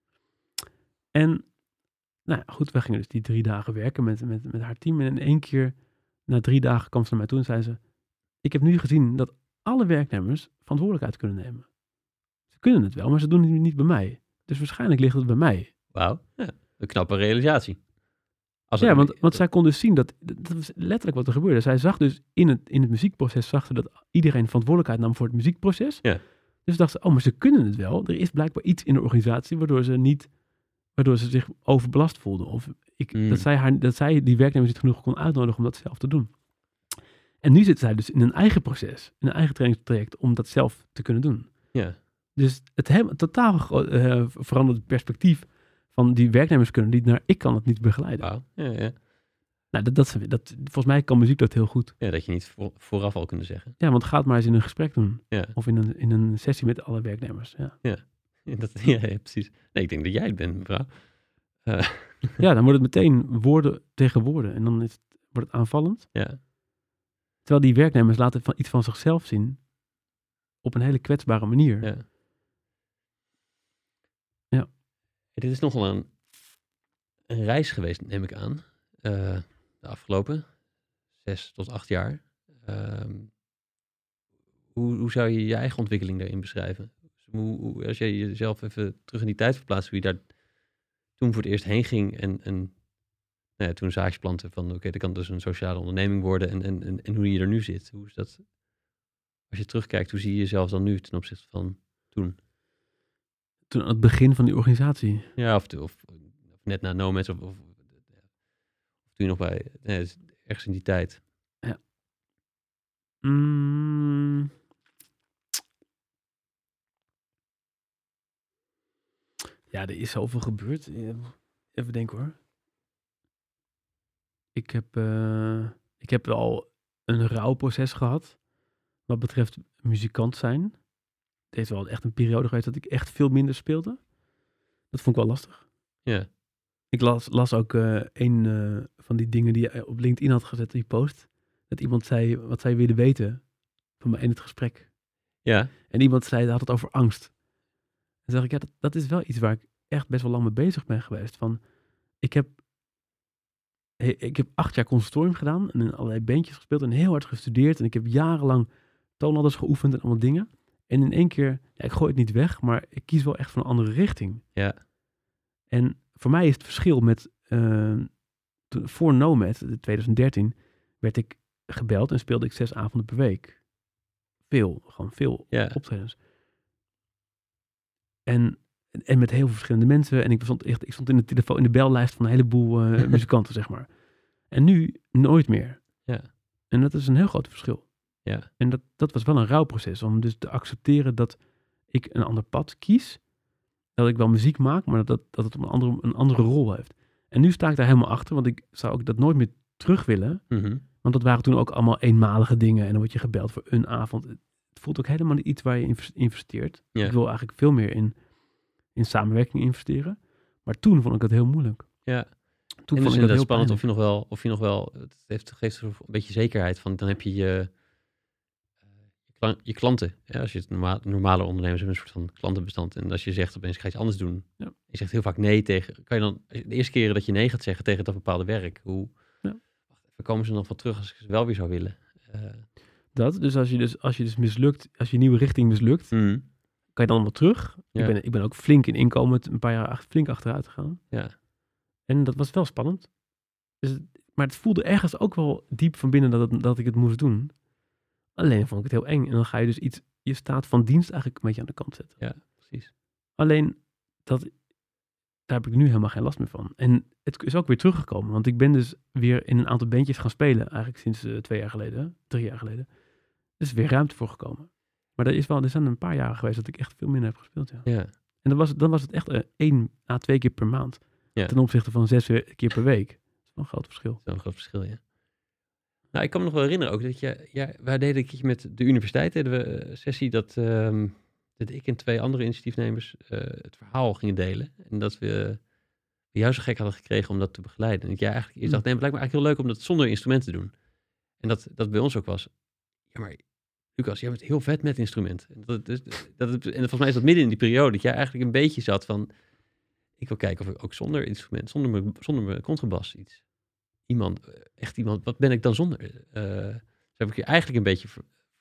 En nou ja, goed, we gingen dus die 3 dagen werken met haar team. En in 1 keer, na 3 dagen, kwam ze naar mij toe en zei ze, ik heb nu gezien dat alle werknemers verantwoordelijkheid kunnen nemen. Ze kunnen het wel, maar ze doen het niet bij mij. Dus waarschijnlijk ligt het bij mij. Wauw, ja, een knappe realisatie. Want zij kon dus zien dat was letterlijk wat er gebeurde. Zij zag dus in het muziekproces, zag ze dat iedereen verantwoordelijkheid nam voor het muziekproces. Ja. Dus dacht ze, maar ze kunnen het wel. Er is blijkbaar iets in de organisatie waardoor ze zich overbelast voelde. Of dat zij die werknemers niet genoeg kon uitnodigen om dat zelf te doen. En nu zit zij dus in een eigen proces, in een eigen trainingstraject om dat zelf te kunnen doen. Ja. Dus het totaal veranderd perspectief van die werknemers kunnen niet naar ik kan het niet begeleiden. Wauw, ja. Nou, volgens mij kan muziek dat heel goed. Ja, dat je niet vooraf al kunnen zeggen. Ja, want ga het maar eens in een gesprek doen. Ja. Of in een sessie met alle werknemers. Ja. Ja, precies. Nee, ik denk dat jij het bent, mevrouw. Ja, dan wordt het meteen woorden tegen woorden. En dan wordt het aanvallend. Ja. Terwijl die werknemers laten iets van zichzelf zien op een hele kwetsbare manier. Ja. Ja. Dit is nogal een reis geweest, neem ik aan. De afgelopen 6 tot 8 jaar. Hoe zou je je eigen ontwikkeling daarin beschrijven? Als jij jezelf even terug in die tijd verplaatst, hoe je daar toen voor het eerst heen ging en toen zaadjes planten van oké, dat kan dus een sociale onderneming worden en hoe je er nu zit. Hoe is dat? Als je terugkijkt, hoe zie je jezelf dan nu ten opzichte van toen? Toen aan het begin van die organisatie. Ja, of net na Nomads of toen je nog bij ergens in die tijd. Ja. Ja, er is zoveel gebeurd. Even denken hoor. Ik heb al een rouwproces gehad wat betreft muzikant zijn. Het heeft wel echt een periode geweest dat ik echt veel minder speelde. Dat vond ik wel lastig. Ja. Ik las ook een van die dingen die je op LinkedIn had gezet, die post. Dat iemand zei wat zij wilde weten van mij in het gesprek. Ja. En iemand had het over angst. En dan zeg ik, dat is wel iets waar ik echt best wel lang mee bezig ben geweest. Van, ik heb 8 jaar conservatorium gedaan en in allerlei bandjes gespeeld en heel hard gestudeerd. En ik heb jarenlang toonladders geoefend en allemaal dingen. En in 1 keer, ik gooi het niet weg, maar ik kies wel echt voor een andere richting. Ja. En voor mij is het verschil met, voor Nomad, 2013, werd ik gebeld en speelde ik 6 avonden per week. Gewoon veel optredens. En met heel veel verschillende mensen. En ik stond in de bellijst van een heleboel muzikanten, zeg maar. En nu nooit meer. Ja. En dat is een heel groot verschil. Ja. En dat was wel een rouwproces. Om dus te accepteren dat ik een ander pad kies. Dat ik wel muziek maak, maar dat het een andere rol heeft. En nu sta ik daar helemaal achter. Want ik zou ook dat nooit meer terug willen. Mm-hmm. Want dat waren toen ook allemaal eenmalige dingen. En dan word je gebeld voor een avond. Het voelt ook helemaal niet iets waar je investeert. Ja. Ik wil eigenlijk veel meer in samenwerking investeren. Maar toen vond ik het heel moeilijk. Ja. Toen en vond dus ik dat heel spannend pijnlijk. of je nog wel het geeft een beetje zekerheid van dan heb je je klanten. Ja, als je het normale ondernemers hebben een soort van klantenbestand en als je zegt opeens ga je iets anders doen. Ja. Je zegt heel vaak nee tegen. Kan je dan de eerste keren dat je nee gaat zeggen tegen dat bepaalde werk, hoe komen ze nog van terug als ik ze wel weer zou willen? Dus als je mislukt, als je nieuwe richting mislukt, kan je dan wel terug. Ja. Ik ben ook flink in inkomen, een paar jaar flink achteruit gegaan. Ja. En dat was wel spannend. Maar het voelde ergens ook wel diep van binnen dat ik het moest doen. Alleen vond ik het heel eng. En dan ga je dus je staat van dienst eigenlijk een beetje aan de kant zetten. Ja, precies. Alleen, daar heb ik nu helemaal geen last meer van. En het is ook weer teruggekomen. Want ik ben dus weer in een aantal bandjes gaan spelen. Eigenlijk sinds 3 jaar geleden. Er is weer ruimte voor gekomen. Maar er zijn een paar jaren geweest dat ik echt veel minder heb gespeeld. Ja. Ja. En dan was het echt 1 à 2 keer per maand. Ja. Ten opzichte van 6 keer per week. Dat is wel een groot verschil. Zo'n groot verschil, ja. Nou, ik kan me nog wel herinneren ook dat wij deden een keertje met de universiteit, deden we een sessie dat ik en 2 andere initiatiefnemers het verhaal gingen delen. En dat we jou zo gek hadden gekregen om dat te begeleiden. En dat jij eigenlijk eerst dacht, nee, het lijkt me eigenlijk heel leuk om dat zonder instrument te doen. En dat bij ons ook was, ja maar Lucas, jij bent heel vet met instrumenten. En volgens mij is dat midden in die periode dat jij eigenlijk een beetje zat van, ik wil kijken of ik ook zonder instrument, zonder mijn contrabas iets. Echt iemand, wat ben ik dan zonder? Dus heb ik je eigenlijk een beetje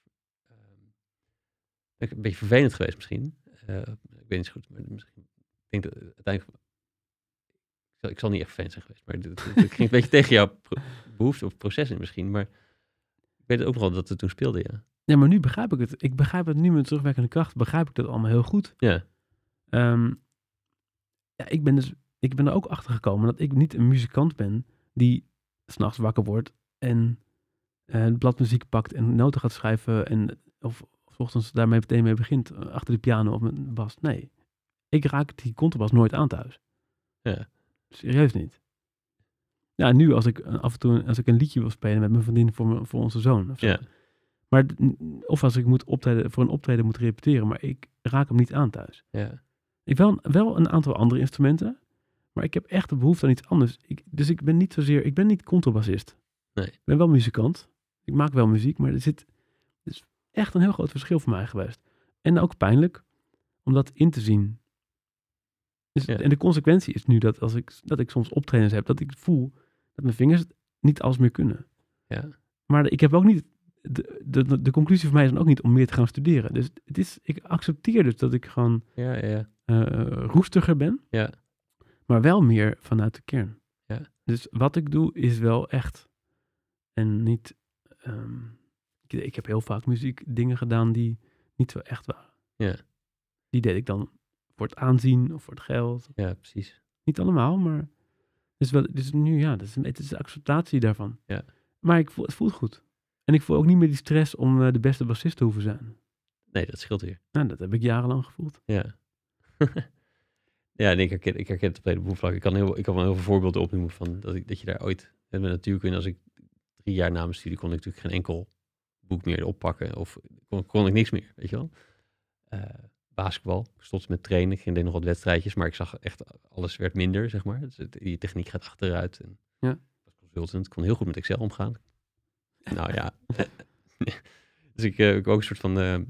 vervelend geweest misschien. Ik weet niet zo goed, maar misschien, ik denk dat uiteindelijk, ik zal niet echt vervelend zijn geweest, maar het ging een beetje tegen jouw behoefte of proces in misschien, maar ik weet ook nog wel dat het toen speelde, ja. Ja, maar nu begrijp ik het. Ik begrijp het nu met terugwerkende kracht, begrijp ik dat allemaal heel goed. Ja. Ik ben er ook achter gekomen dat ik niet een muzikant ben die 's nachts wakker wordt en het blad muziek pakt en noten gaat schrijven of 's ochtends daarmee meteen mee begint achter de piano of met een bas. Nee, ik raak die contrabas nooit aan thuis. Ja. Serieus niet. Ja, nu als ik af en toe een liedje wil spelen met mijn vriendin voor onze zoon. Of zo. Ja. Maar of als ik voor een optreden moet repeteren, maar ik raak hem niet aan thuis. Ja. Ik wel een aantal andere instrumenten, maar ik heb echt de behoefte aan iets anders. Dus ik ben niet contrabassist. Nee. Ik ben wel muzikant. Ik maak wel muziek, maar er is echt een heel groot verschil voor mij geweest. En ook pijnlijk om dat in te zien. Dus, Ja. En de consequentie is nu dat ik soms optredens heb, dat ik voel dat mijn vingers niet alles meer kunnen. Ja. Maar ik heb ook niet, de conclusie voor mij is dan ook niet om meer te gaan studeren. Dus ik accepteer dus dat ik gewoon roestiger ben, Ja. maar wel meer vanuit de kern. Ja. Dus wat ik doe is wel echt en niet... ik heb heel vaak dingen gedaan die niet zo echt waren. Ja. Die deed ik dan voor het aanzien of voor het geld. Ja, precies. Niet allemaal, maar... Het is de acceptatie daarvan. Ja. Maar het voelt goed. En ik voel ook niet meer die stress om de beste bassist te hoeven zijn. Nee, dat scheelt weer. Nou, dat heb ik jarenlang gevoeld. Ja. Ja, en ik herken het op een heleboel vlakken. Ik kan wel heel veel voorbeelden opnoemen van dat je daar ooit... En natuurlijk, als ik 3 jaar na mijn studie kon ik natuurlijk geen enkel boek meer oppakken. Of kon ik niks meer, weet je wel. Basketbal, ik stopte met trainen. Ik deed nog wat wedstrijdjes, maar ik zag echt, alles werd minder, zeg maar. Dus die techniek gaat achteruit. En als consultant kon heel goed met Excel omgaan. Nou ja. Dus ik heb ook een soort van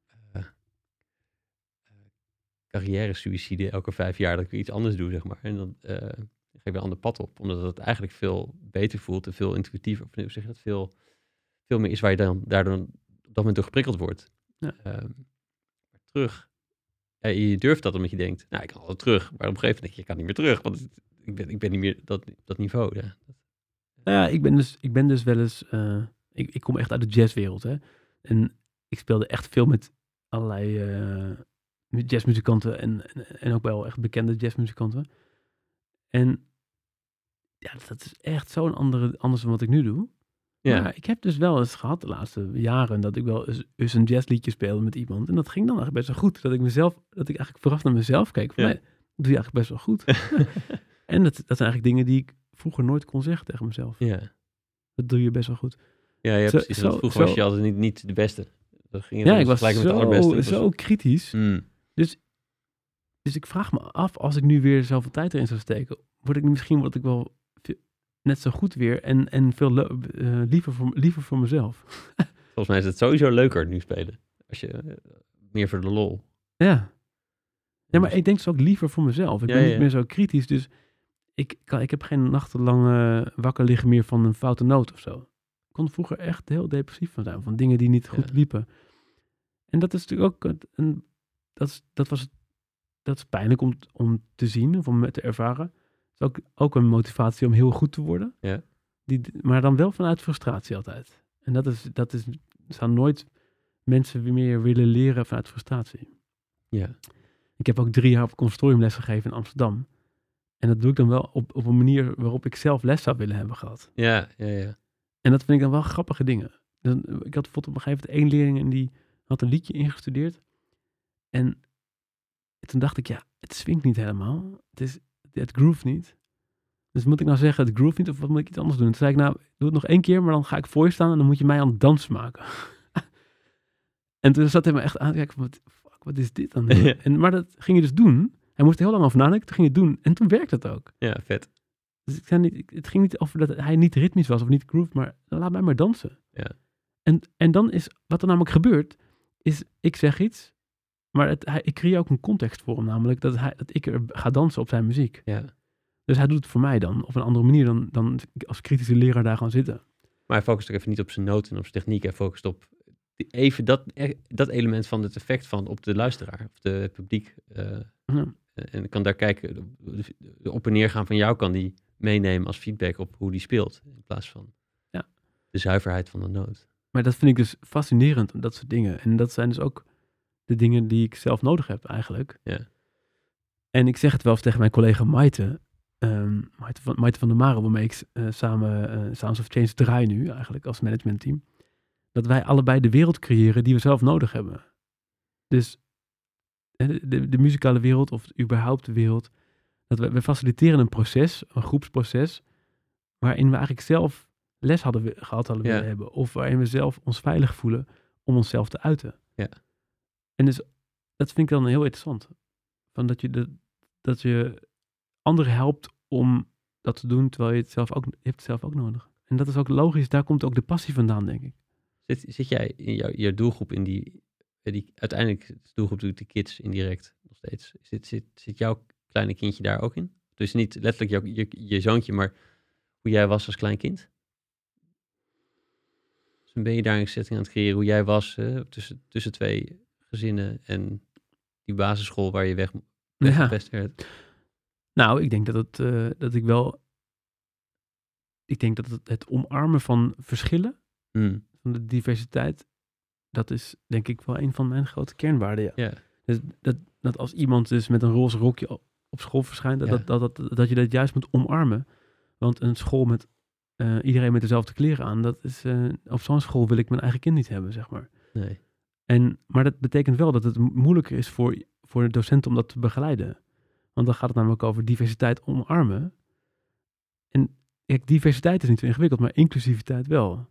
carrière-suïcide elke 5 jaar dat ik iets anders doe, zeg maar. En dan ga ik weer een ander pad op, omdat het eigenlijk veel beter voelt en veel intuïtiever, of hoe zeg je dat, veel meer is waar je dan daardoor op dat moment door geprikkeld wordt. Ja. Maar terug. Ja, je durft dat omdat je denkt, nou, ik kan altijd terug. Maar op een gegeven moment denk je, ik kan niet meer terug, want ik ben niet meer dat niveau. Ja. Nou ja, ik ben dus wel eens... ik kom echt uit de jazzwereld, hè. En ik speelde echt veel met allerlei jazzmuzikanten en ook wel echt bekende jazzmuzikanten. En ja, dat is echt zo'n anders dan wat ik nu doe. Ja. Maar ik heb dus wel eens gehad de laatste jaren dat ik wel eens een jazzliedje speelde met iemand. En dat ging dan eigenlijk best wel goed. Dat ik eigenlijk vooraf naar mezelf keek. Van, nee, dat doe je eigenlijk best wel goed. En dat zijn eigenlijk dingen die ik vroeger nooit kon zeggen tegen mezelf. Ja. Dat doe je best wel goed. Ja, precies. Vroeger was je altijd niet de beste. Ik was gelijk met de allerbeste. Zo kritisch. Mm. Dus ik vraag me af, als ik nu weer zoveel tijd erin zou steken, word ik wel net zo goed weer en veel liever voor mezelf. Volgens mij is het sowieso leuker nu spelen. Als je meer voor de lol. Ja. Ja, maar ik denk dus ook liever voor mezelf. Ik ben niet meer zo kritisch, dus ik heb geen nachtenlang wakker liggen meer van een foute noot of zo. kon vroeger echt heel depressief van zijn. Van dingen die niet goed liepen. En dat is natuurlijk ook... Dat is pijnlijk om te zien of om te ervaren. Het is ook een motivatie om heel goed te worden. Ja. Maar dan wel vanuit frustratie altijd. En dat is zou nooit mensen meer willen leren vanuit frustratie. Ja. Ik heb ook 3 jaar op conservatoriumles gegeven in Amsterdam. En dat doe ik dan wel op een manier waarop ik zelf les zou willen hebben gehad. Ja. En dat vind ik dan wel grappige dingen. Dus ik had bijvoorbeeld op een gegeven moment 1 leerling en die had een liedje ingestudeerd. En toen dacht ik, het swingt niet helemaal. Het groove niet. Dus moet ik nou zeggen, het groove niet of wat moet ik iets anders doen? Toen zei ik, doe het nog 1 keer, maar dan ga ik voor je staan en dan moet je mij aan het dansen maken. En toen zat hij me echt aan te kijken, wat is dit dan? Maar dat ging je dus doen. Hij moest er heel lang over nadenken, toen ging je het doen. En toen werkte het ook. Ja, vet. Dus het ging niet over dat hij niet ritmisch was of niet groove, maar laat mij maar dansen. Ja. En dan is, wat er namelijk gebeurt, is ik zeg iets, maar ik creëer ook een context voor hem, namelijk dat ik er ga dansen op zijn muziek. Ja. Dus hij doet het voor mij dan, op een andere manier dan als kritische leraar daar gaan zitten. Maar hij focust ook even niet op zijn noten en op zijn techniek. Hij focust op even dat element van het effect van op de luisteraar, of de publiek. En kan daar kijken, de op en neer gaan van jou kan die meenemen als feedback op hoe die speelt. In plaats van de zuiverheid van de noot. Maar dat vind ik dus fascinerend, dat soort dingen. En dat zijn dus ook de dingen die ik zelf nodig heb eigenlijk. Ja. En ik zeg het wel eens tegen mijn collega Maite van der Mare, waarmee ik samen Sounds of Change draai nu eigenlijk als managementteam. Dat wij allebei de wereld creëren die we zelf nodig hebben. Dus de muzikale wereld of überhaupt de wereld. Dat we faciliteren een proces, een groepsproces, waarin we eigenlijk zelf les hadden willen hebben. Of waarin we zelf ons veilig voelen om onszelf te uiten. Ja. En dus dat vind ik dan heel interessant. Van dat je anderen helpt om dat te doen, terwijl je het zelf ook nodig. En dat is ook logisch, daar komt ook de passie vandaan, denk ik. Zit jij in je doelgroep in die uiteindelijk de doelgroep doet de kids indirect nog steeds. Zit jouw kleine kindje daar ook in? Dus niet letterlijk je zoontje, maar hoe jij was als klein kind? Dus ben je daar een setting aan het creëren hoe jij was tussen 2 gezinnen en die basisschool waar je weggepest werd? Nou, ik denk ik denk dat het omarmen van verschillen, van de diversiteit, dat is denk ik wel een van mijn grote kernwaarden. Ja. Dus dat als iemand dus met een roze rokje op school verschijnt, dat je dat juist moet omarmen. Want een school met iedereen met dezelfde kleren aan, dat is op zo'n school wil ik mijn eigen kind niet hebben, zeg maar. Nee. Maar dat betekent wel dat het moeilijker is voor de docenten om dat te begeleiden. Want dan gaat het namelijk over diversiteit omarmen. En diversiteit is niet zo ingewikkeld, maar inclusiviteit wel.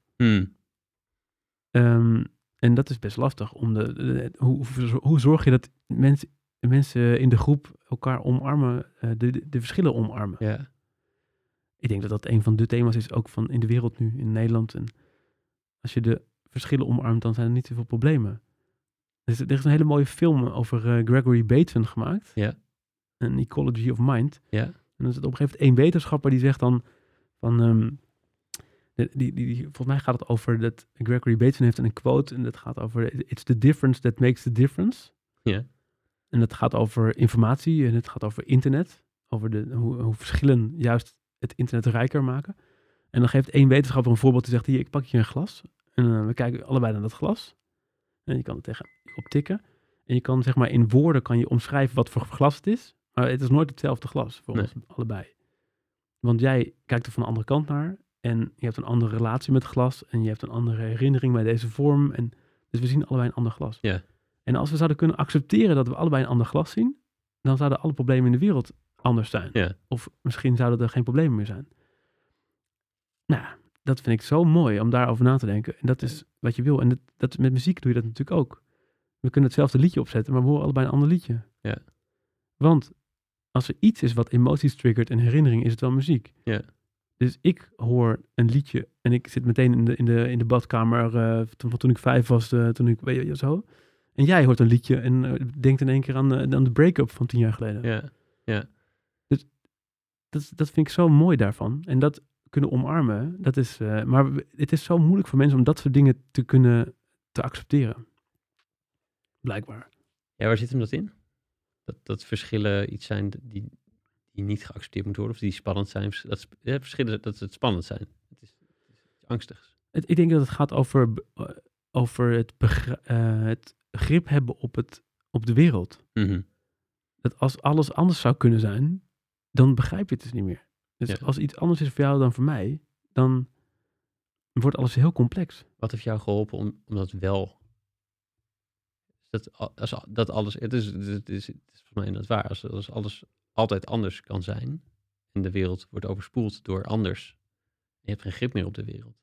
En dat is best lastig. Hoe zorg je dat mensen in de groep elkaar omarmen, de verschillen omarmen? Ja. Ik denk dat dat een van de thema's is, ook van in de wereld nu, in Nederland. En als je de verschillen omarmt, dan zijn er niet zoveel problemen. Er is een hele mooie film over Gregory Bateson gemaakt. Ja. An Ecology of Mind. Ja. En dan is het op een gegeven moment 1 wetenschapper die zegt dan van... volgens mij gaat het over dat Gregory Bateson heeft een quote en dat gaat over it's the difference that makes the difference. Ja. En dat gaat over informatie en het gaat over internet. Over hoe verschillen juist het internet rijker maken. En dan geeft 1 wetenschapper een voorbeeld die zegt, hier, ik pak je een glas. En we kijken allebei naar dat glas. En je kan er tegenop tikken. En je kan zeg maar in woorden kan je omschrijven wat voor glas het is. Maar het is nooit hetzelfde glas voor ons allebei. Want jij kijkt er van de andere kant naar. En je hebt een andere relatie met glas. En je hebt een andere herinnering bij deze vorm. Dus we zien allebei een ander glas. Ja. En als we zouden kunnen accepteren dat we allebei een ander glas zien, dan zouden alle problemen in de wereld anders zijn. Ja. Of misschien zouden er geen problemen meer zijn. Nou, dat vind ik zo mooi om daarover na te denken. En dat is wat je wil. En met muziek doe je dat natuurlijk ook. We kunnen hetzelfde liedje opzetten, maar we horen allebei een ander liedje. Ja. Want als er iets is wat emoties triggert en herinnering, is het wel muziek. Ja. Dus ik hoor een liedje en ik zit meteen in de badkamer toen ik 5 was, toen ik weet je zo. En jij hoort een liedje en denkt in één keer aan de break-up van 10 jaar geleden. Ja. Ja. Dus dat vind ik zo mooi daarvan. En dat kunnen omarmen. Dat is, maar het is zo moeilijk voor mensen om dat soort dingen te accepteren. Blijkbaar. Ja, waar zit hem dat in? Dat verschillen iets zijn die niet geaccepteerd moeten worden of die spannend zijn. Verschillen dat het spannend zijn. Het is angstig. Ik denk dat het gaat over het grip hebben op de wereld. Mm-hmm. Dat als alles anders zou kunnen zijn, dan begrijp je het dus niet meer. Dus als iets anders is voor jou dan voor mij, dan wordt alles heel complex. Wat heeft jou geholpen om dat wel... Dat alles... Het is voor mij inderdaad waar. Als alles altijd anders kan zijn en de wereld wordt overspoeld door anders en je hebt geen grip meer op de wereld.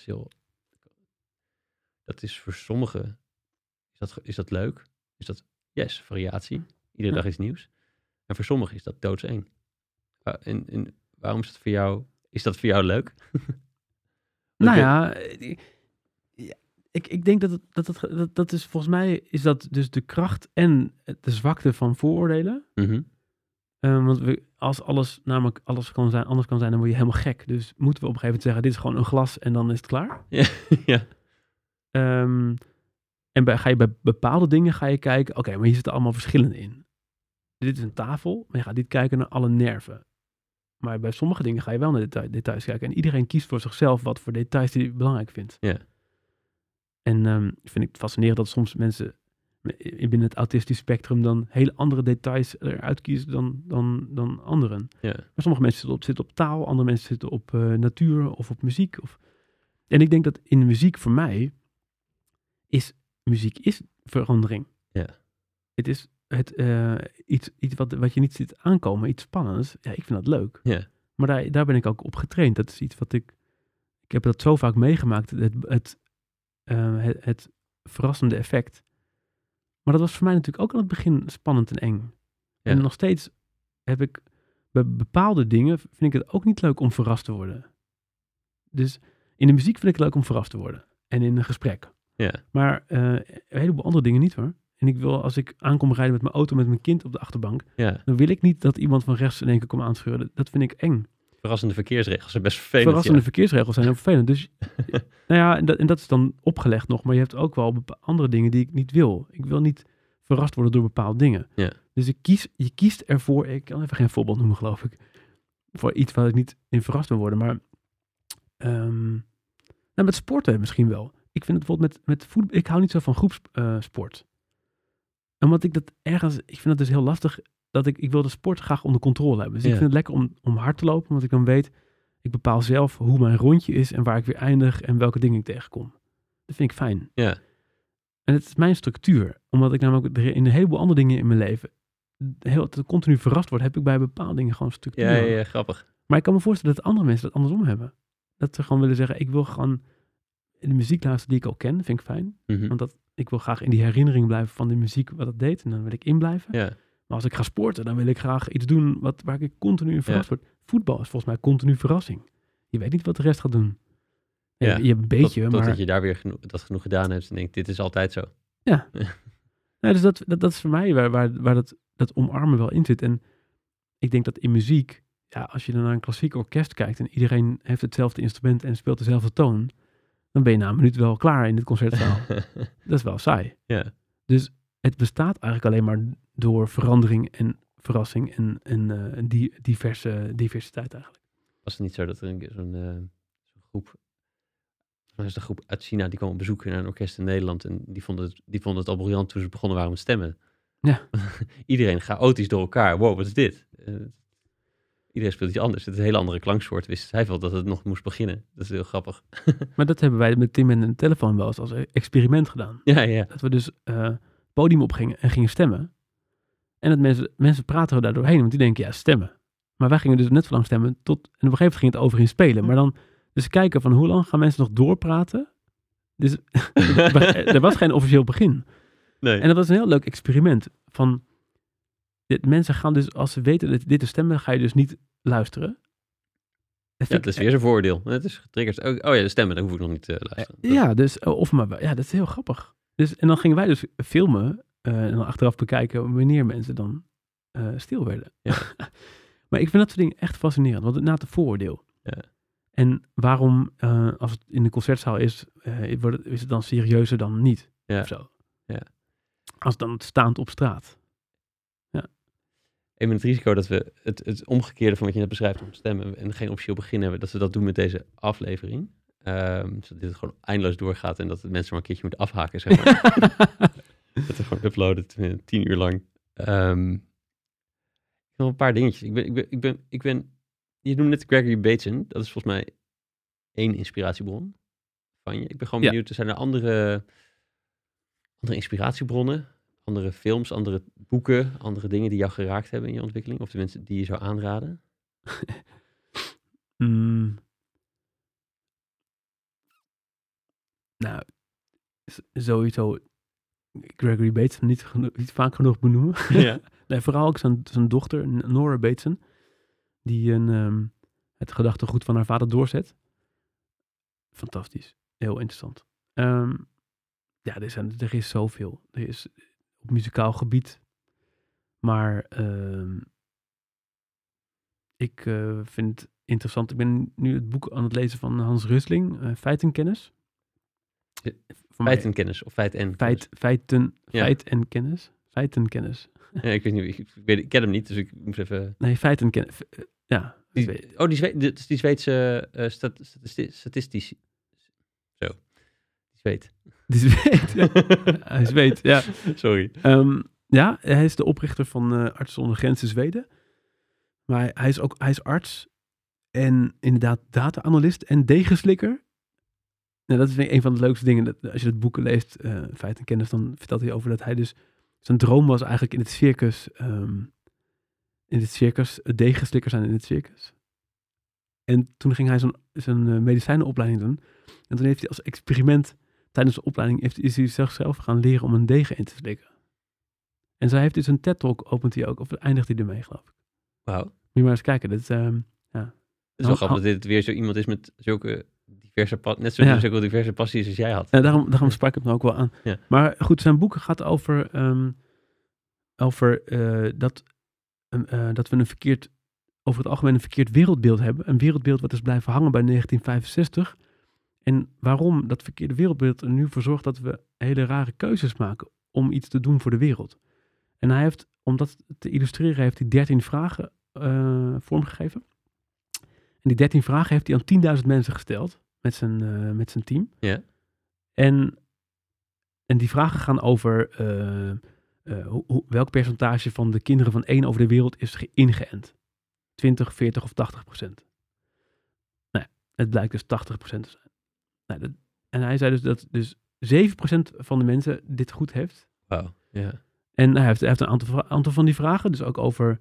Dat is voor sommigen... Is dat leuk? Is dat... Yes, variatie. Iedere dag iets nieuws. En voor sommigen is dat doodseng. En waarom is dat voor jou... Is dat voor jou leuk? Ik denk dat is volgens mij is dat dus de kracht en de zwakte van vooroordelen. Mm-hmm. Want als alles namelijk anders kan zijn, dan word je helemaal gek. Dus moeten we op een gegeven moment zeggen, dit is gewoon een glas en dan is het klaar. Ja. En ga je bij bepaalde dingen kijken, oké, maar hier zitten allemaal verschillen in. Dit is een tafel, maar je gaat niet kijken naar alle nerven. Maar bij sommige dingen ga je wel naar details kijken. En iedereen kiest voor zichzelf wat voor details die hij belangrijk vindt. Ja. En vind ik het fascinerend dat soms mensen binnen het autistisch spectrum dan hele andere details eruit kiezen dan anderen. Ja. Maar sommige mensen zitten op taal, andere mensen zitten op natuur of op muziek. En ik denk dat in de muziek voor mij muziek is verandering. Ja. Het is iets wat je niet ziet aankomen, iets spannends. Ja, ik vind dat leuk. Ja. Maar daar ben ik ook op getraind. Dat is iets wat ik heb dat zo vaak meegemaakt. Het verrassende effect. Maar dat was voor mij natuurlijk ook aan het begin spannend en eng. Ja. En nog steeds heb ik bij bepaalde dingen vind ik het ook niet leuk om verrast te worden. Dus in de muziek vind ik het leuk om verrast te worden. En in een gesprek. Ja. Maar een heleboel andere dingen niet hoor. En ik wil, als ik aankom rijden met mijn auto met mijn kind op de achterbank, dan wil ik niet dat iemand van rechts in één keer komt aanscheuren. Dat vind ik eng. Verrassende verkeersregels zijn best vervelend. Verrassende verkeersregels zijn heel vervelend. Dus nou ja, en dat is dan opgelegd nog. Maar je hebt ook wel andere dingen die ik niet wil. Ik wil niet verrast worden door bepaalde dingen. Ja. Dus je kiest ervoor, ik kan even geen voorbeeld noemen geloof ik, voor iets waar ik niet in verrast wil worden. Maar met sporten misschien wel. Ik vind het bijvoorbeeld met voetbal, ik hou niet zo van groepsport. Omdat ik vind het dus heel lastig, dat ik wil de sport graag onder controle hebben. Dus ik vind het lekker om hard te lopen, want ik dan weet, ik bepaal zelf hoe mijn rondje is en waar ik weer eindig en welke dingen ik tegenkom. Dat vind ik fijn. Ja. En het is mijn structuur, omdat ik namelijk in een heleboel andere dingen in mijn leven continu verrast word, heb ik bij bepaalde dingen gewoon structuur. Ja, grappig. Maar ik kan me voorstellen dat andere mensen dat andersom hebben. Dat ze gewoon willen zeggen, ik wil gewoon de muziek luisteren die ik al ken, vind ik fijn. Mm-hmm. Want ik wil graag in die herinnering blijven van de muziek wat het deed. En dan wil ik inblijven. Ja. Maar als ik ga sporten, dan wil ik graag iets doen waar ik continu in verrast word. Voetbal is volgens mij continu verrassing. Je weet niet wat de rest gaat doen. Ja. Je hebt een beetje, maar... Totdat je daar weer genoeg gedaan hebt en denkt, dit is altijd zo. Ja. Dus dat is voor mij waar dat omarmen wel in zit. En ik denk dat in muziek, als je dan naar een klassiek orkest kijkt en iedereen heeft hetzelfde instrument en speelt dezelfde toon, dan ben je na een minuut wel klaar in dit concertzaal. Dat is wel saai. Ja. Dus het bestaat eigenlijk alleen maar door verandering en verrassing en diversiteit eigenlijk. Was het niet zo dat er zo'n groep, dat is de groep uit China, die kwam op bezoek naar een orkest in Nederland en die vonden het al briljant toen ze begonnen waren met stemmen. Ja. Iedereen chaotisch door elkaar. Wow, wat is dit? Iedereen speelt iets anders. Het is een hele andere klanksoort. Wist hij wel dat het nog moest beginnen. Dat is heel grappig. Maar dat hebben wij met Tim en een telefoon wel eens als experiment gedaan. Ja. Dat we dus podium opgingen en gingen stemmen. En dat mensen praten er daar doorheen, want die denken, stemmen. Maar wij gingen dus net zo lang stemmen en op een gegeven moment ging het over in spelen. Maar dan dus kijken van hoe lang gaan mensen nog doorpraten. Dus er was geen officieel begin. Nee. En dat was een heel leuk experiment. Mensen gaan dus, als ze weten dat dit is stemmen, ga je dus niet luisteren. Dat is weer zijn voordeel. Het is getriggerd. Oh ja, de stemmen, dan hoef ik nog niet te luisteren. Ja, dus, dat is heel grappig. Dus, en dan gingen wij dus filmen en dan achteraf bekijken wanneer mensen dan stil werden. Ja. Maar ik vind dat soort dingen echt fascinerend, want het na het vooroordeel. Ja. En waarom, als het in de concertzaal is, is het dan serieuzer dan niet? Ja. Of zo. Ja. Als dan staand op straat. Ja. En met het risico dat we het omgekeerde van wat je net beschrijft om te stemmen en geen officieel begin hebben, dat we dat doen met deze aflevering. Zodat dit gewoon eindeloos doorgaat en dat de mensen maar een keertje moeten afhaken, zeg maar. Dat we gewoon uploaden 10 uur lang. Nog een paar dingetjes. Ik ben je noemde net Gregory Bateson. Dat is volgens mij 1 inspiratiebron van je. Ik ben gewoon benieuwd, zijn er andere inspiratiebronnen? Andere films, andere boeken, andere dingen die jou geraakt hebben in je ontwikkeling? Of de mensen die je zou aanraden? Nou, sowieso Gregory Bateson niet vaak genoeg benoemen. Ja. Nee, vooral ook zijn dochter, Nora Bateson, die het gedachtegoed van haar vader doorzet. Fantastisch. Heel interessant. Er is zoveel. Er is op muzikaal gebied. Maar ik vind het interessant. Ik ben nu het boek aan het lezen van Hans Rosling, Feitenkennis. Feitenkennis of feit en kennis? Feit en kennis. Feitenkennis. Ja, ik weet niet, ik ken hem niet, dus ik moet even... Nee, feitenkennis. Ja. Die Zweedse statistici. Zo. Die Zweed. Die Zweed, ja. Hij is Zweed, ja. Sorry. Ja, hij is de oprichter van Artsen zonder Grenzen Zweden. Maar hij is arts en inderdaad data-analyst en degenslikker. Nou, dat is een van de leukste dingen. Als je het boeken leest, Feit en Kennis, dan vertelt hij over dat hij dus... Zijn droom was eigenlijk in het circus, het degenslikker zijn in het circus. En toen ging hij zijn medicijnenopleiding doen. En toen heeft hij als experiment tijdens de opleiding is hij zichzelf gaan leren om een degen in te slikken. En zij heeft dus een TED-talk, opent hij ook, of eindigt hij ermee, geloof ik. Wauw. Moet je maar eens kijken. Dat is, ja. Het is wel grappig dat dit weer zo iemand is met zulke diverse passies als jij had. Ja, daarom sprak ik het me ook wel aan. Ja. Maar goed, zijn boek gaat over dat we over het algemeen een verkeerd wereldbeeld hebben. Een wereldbeeld wat is blijven hangen bij 1965. En waarom dat verkeerde wereldbeeld er nu voor zorgt dat we hele rare keuzes maken om iets te doen voor de wereld. En hij heeft, om dat te illustreren, heeft hij 13 vragen vormgegeven. En die 13 vragen heeft hij aan 10.000 mensen gesteld met zijn team. Ja. En die vragen gaan over welk percentage van de kinderen van 1 over de wereld is ingeënt. 20, 40 of 80%. Nou, het blijkt dus 80% te zijn. Nou, en hij zei dus dat dus 7% van de mensen dit goed heeft. Wauw, ja. En hij heeft een aantal van die vragen, dus ook over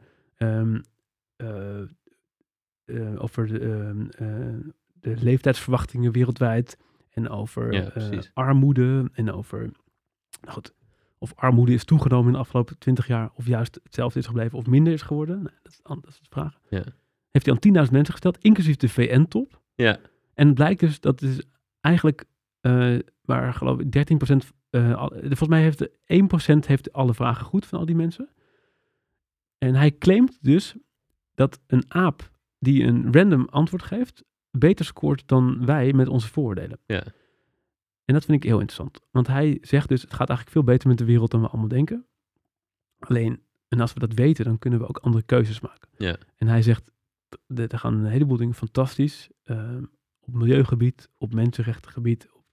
de leeftijdsverwachtingen wereldwijd en over armoede en over, of armoede is toegenomen in de afgelopen 20 jaar of juist hetzelfde is gebleven of minder is geworden. Nou, dat is de vraag. Ja. Heeft hij aan 10.000 mensen gesteld, inclusief de VN-top. Ja. En het blijkt dus dat is eigenlijk maar geloof ik 13%, volgens mij heeft 1% heeft alle vragen goed van al die mensen. En hij claimt dus dat een aap die een random antwoord geeft, beter scoort dan wij met onze vooroordelen. Ja. En dat vind ik heel interessant. Want hij zegt dus, het gaat eigenlijk veel beter met de wereld dan we allemaal denken. Alleen, en als we dat weten, dan kunnen we ook andere keuzes maken. Ja. En hij zegt, er gaan een heleboel dingen fantastisch. Op milieugebied, op mensenrechtengebied, op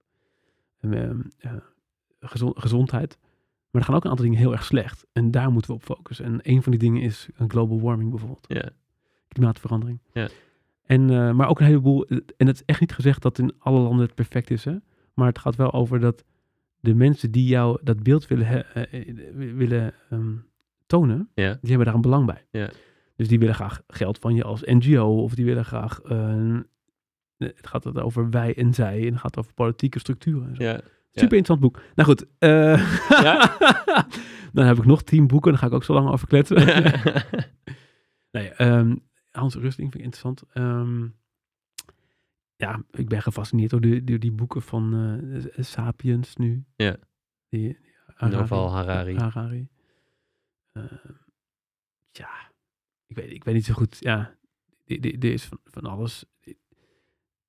gezondheid. Maar er gaan ook een aantal dingen heel erg slecht. En daar moeten we op focussen. En een van die dingen is global warming bijvoorbeeld. Ja. Klimaatverandering. Ja. En, maar ook een heleboel, en het is echt niet gezegd dat in alle landen het perfect is, hè? Maar het gaat wel over dat de mensen die jou dat beeld willen tonen, die hebben daar een belang bij. Ja. Dus die willen graag geld van je als NGO, of die willen graag, het gaat over wij en zij, en het gaat over politieke structuren en zo. Ja. Super interessant boek. Nou goed, Ja? dan heb ik nog 10 boeken, daar ga ik ook zo lang over kletsen. Nee, Hans Rosling vind ik interessant. Ja, ik ben gefascineerd door die boeken van Sapiens nu. Ja. Die Harari. Ja, ik weet niet zo goed. Ja, er is van alles.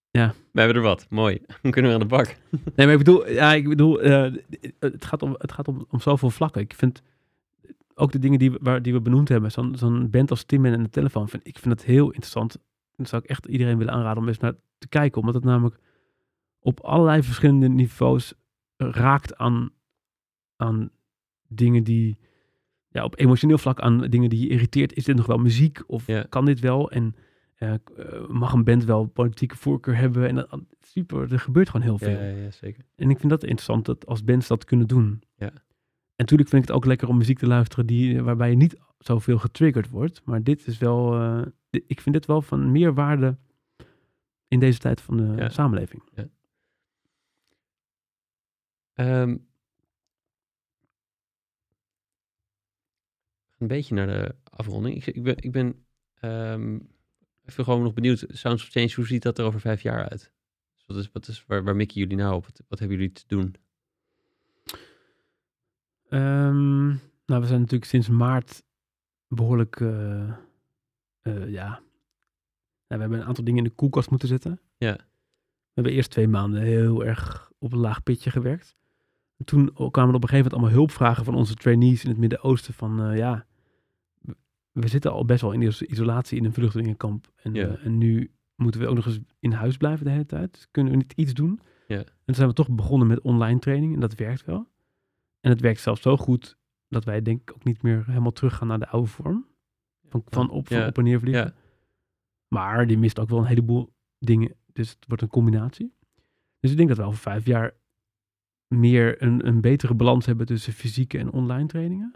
Ja. We hebben er wat. Mooi. Dan kunnen we aan de bak. Nee, maar ik bedoel, het gaat om zoveel vlakken. Ik vind ook de dingen die we benoemd hebben, zo'n band als Tin Man en de Telefoon, ik vind het heel interessant. Dat zou ik echt iedereen willen aanraden om eens naar te kijken, omdat het namelijk op allerlei verschillende niveaus raakt aan dingen die, op emotioneel vlak aan dingen die je irriteert. Is dit nog wel muziek of kan dit wel? En mag een band wel politieke voorkeur hebben? En super, er gebeurt gewoon heel veel. Ja, zeker. En ik vind dat interessant dat als bands dat kunnen doen. Ja. En natuurlijk vind ik het ook lekker om muziek te luisteren waarbij je niet zoveel getriggerd wordt. Maar dit is wel, ik vind dit wel van meer waarde in deze tijd van de samenleving. Ja. Een beetje naar de afronding. Ik ben even gewoon nog benieuwd. Sounds of Change, hoe ziet dat er over 5 jaar uit? Dus waar mikken jullie nou op? Wat hebben jullie te doen? We zijn natuurlijk sinds maart behoorlijk, we hebben een aantal dingen in de koelkast moeten zetten. Ja. We hebben eerst 2 maanden heel erg op een laag pitje gewerkt. En toen kwamen er op een gegeven moment allemaal hulpvragen van onze trainees in het Midden-Oosten van, we zitten al best wel in de isolatie in een vluchtelingenkamp. En nu moeten we ook nog eens in huis blijven de hele tijd. Dus kunnen we niet iets doen? Ja. En toen zijn we toch begonnen met online training en dat werkt wel. En het werkt zelfs zo goed dat wij denk ik ook niet meer helemaal teruggaan naar de oude vorm. Van op en neer vliegen. Ja. Maar die mist ook wel een heleboel dingen. Dus het wordt een combinatie. Dus ik denk dat we over 5 jaar meer een betere balans hebben tussen fysieke en online trainingen.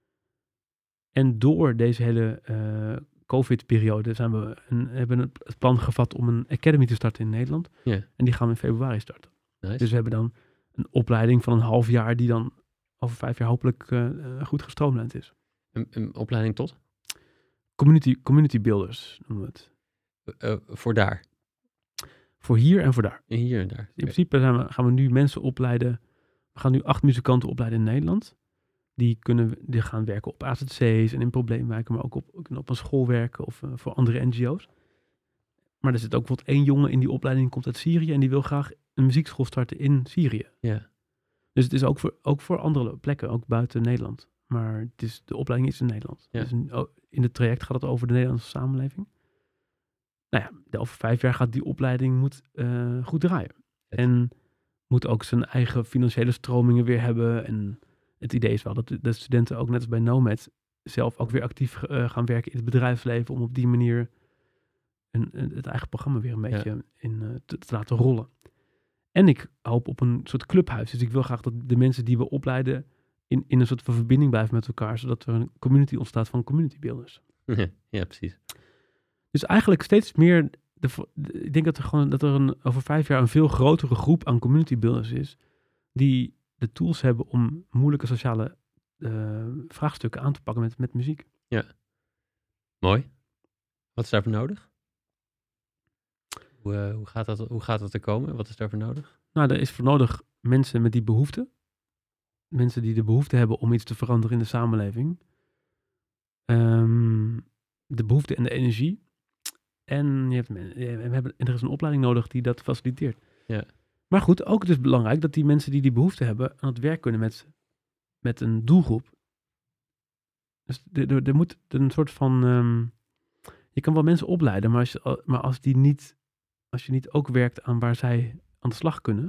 En door deze hele COVID-periode hebben we het plan gevat om een academy te starten in Nederland. Yeah. En die gaan we in februari starten. Nice. Dus we hebben dan een opleiding van een half jaar die dan over 5 jaar hopelijk goed gestroomlijnd is. Een opleiding tot? Community builders noemen we het. Voor daar? Voor hier en voor daar. Hier en daar. In principe gaan we nu mensen opleiden. We gaan nu 8 muzikanten opleiden in Nederland. Die gaan werken op AZC's en in probleemwijken, maar ook op een school werken of voor andere NGO's. Maar er zit ook bijvoorbeeld 1 jongen in die opleiding, die komt uit Syrië en die wil graag een muziekschool starten in Syrië. Ja. Dus het is ook voor andere plekken, ook buiten Nederland. Maar de opleiding is in Nederland. Ja. Dus in het traject gaat het over de Nederlandse samenleving. Nou ja, over 5 jaar gaat die opleiding goed draaien. En moet ook zijn eigen financiële stromingen weer hebben. En het idee is wel dat de studenten ook net als bij Nomad zelf ook weer actief gaan werken in het bedrijfsleven om op die manier het eigen programma weer een beetje te laten rollen. En ik hoop op een soort clubhuis. Dus ik wil graag dat de mensen die we opleiden in een soort van verbinding blijven met elkaar, zodat er een community ontstaat van community builders. Ja, precies. Dus eigenlijk steeds meer, ik denk dat er over 5 jaar een veel grotere groep aan community builders is, die de tools hebben om moeilijke sociale vraagstukken aan te pakken met muziek. Ja. Mooi. Wat is daarvoor nodig? Hoe gaat dat er komen? Wat is daarvoor nodig? Nou, er is voor nodig mensen met die behoefte. Mensen die de behoefte hebben om iets te veranderen in de samenleving. De behoefte en de energie. En er is een opleiding nodig die dat faciliteert. Ja. Maar goed, ook dus belangrijk dat die mensen die behoefte hebben aan het werk kunnen met een doelgroep. Dus er moet een soort van... je kan wel mensen opleiden, maar als je niet ook werkt aan waar zij aan de slag kunnen,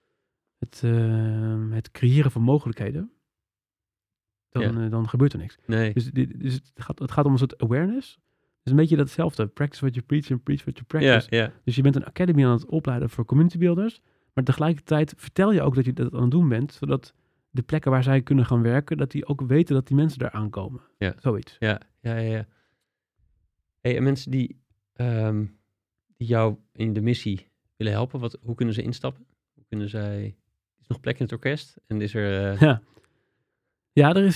het creëren van mogelijkheden, dan gebeurt er niks. Nee. Dus het gaat om een soort awareness. Dus een beetje datzelfde. Practice what you preach and preach what you practice. Ja. Dus je bent een academy aan het opleiden voor community builders, maar tegelijkertijd vertel je ook dat je dat aan het doen bent, zodat de plekken waar zij kunnen gaan werken, dat die ook weten dat die mensen daar aankomen. Ja. Zoiets. Ja. Hey, en mensen die jou in de missie willen helpen, hoe kunnen ze instappen? Hoe kunnen zij... Is er nog plek in het orkest? En is er... Ja, er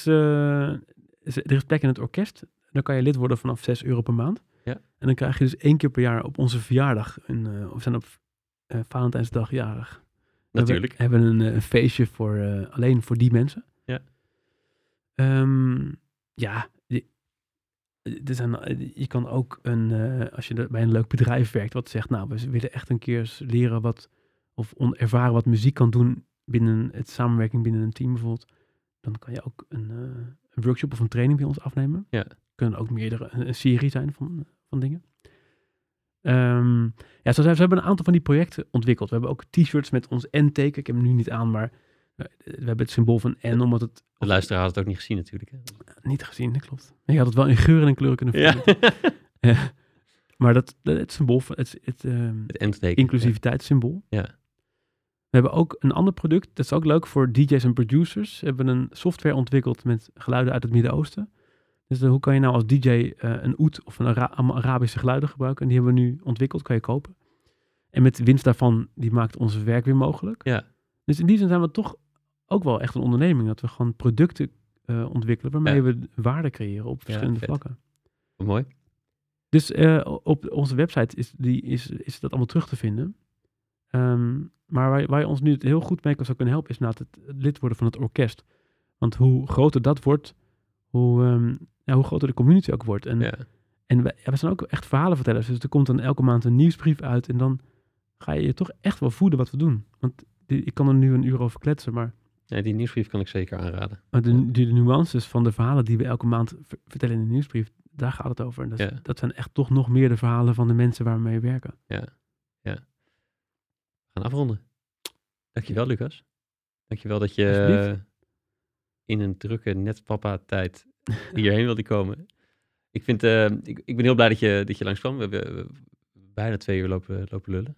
is plek in het orkest. Dan kan je lid worden vanaf €6 per maand. Ja. En dan krijg je dus 1 keer per jaar op onze verjaardag. We zijn op Valentijnsdag jarig. Natuurlijk. We hebben een feestje alleen voor die mensen. Ja. je kan ook als je bij een leuk bedrijf werkt, wat zegt, nou, we willen echt een keer eens leren ervaren wat muziek kan doen binnen het samenwerking binnen een team bijvoorbeeld. Dan kan je ook een workshop of een training bij ons afnemen. Ja. Kunnen ook een serie zijn van dingen. Zo hebben een aantal van die projecten ontwikkeld. We hebben ook t-shirts met ons N-teken. Ik heb hem nu niet aan, maar we hebben het symbool van N, omdat het... De luisteraar had het ook niet gezien natuurlijk. Hè? Niet gezien, dat klopt. Je had het wel in geuren en kleuren kunnen vinden. Ja. Maar het symbool, het N-teken, inclusiviteitssymbool. Ja. We hebben ook een ander product, dat is ook leuk voor DJ's en producers. We hebben een software ontwikkeld met geluiden uit het Midden-Oosten. Dus hoe kan je nou als DJ een oud of een Arabische geluiden gebruiken? En die hebben we nu ontwikkeld, kan je kopen. En met de winst daarvan, die maakt ons werk weer mogelijk. Ja. Dus in die zin zijn we toch ook wel echt een onderneming. Dat we gewoon producten ontwikkelen waarmee we waarde creëren op verschillende vlakken. Mooi. Dus op onze website is dat allemaal terug te vinden. Maar waar je ons nu heel goed mee zou kunnen helpen, is het lid worden van het orkest. Want hoe groter dat wordt, hoe groter de community ook wordt. En we zijn ook echt verhalenvertellers. Dus er komt dan elke maand een nieuwsbrief uit. En dan ga je toch echt wel voeden wat we doen. Want ik kan er nu een uur over kletsen, maar... Ja, die nieuwsbrief kan ik zeker aanraden. Maar de nuances van de verhalen die we elke maand vertellen in de nieuwsbrief, daar gaat het over. En dat zijn echt toch nog meer de verhalen van de mensen waar we mee werken. Ja. We gaan afronden. Dankjewel, Lucas. Dankjewel dat je in een drukke net-papa-tijd hierheen wilde komen. Ik ben heel blij dat je langskwam. We hebben bijna 2 uur lopen lullen.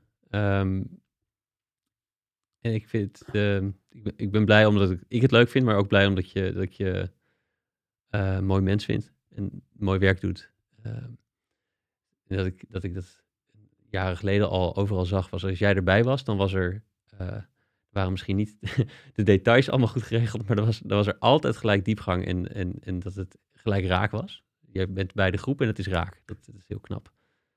En ik ben blij omdat ik het leuk vind, maar ook blij omdat je een mooi mens vindt en mooi werk doet. En dat ik dat jaren geleden al overal zag, was als jij erbij was, dan waren misschien niet de details allemaal goed geregeld, maar dan was er altijd gelijk diepgang en dat het gelijk raak was. Je bent bij de groep en het is raak. Dat is heel knap.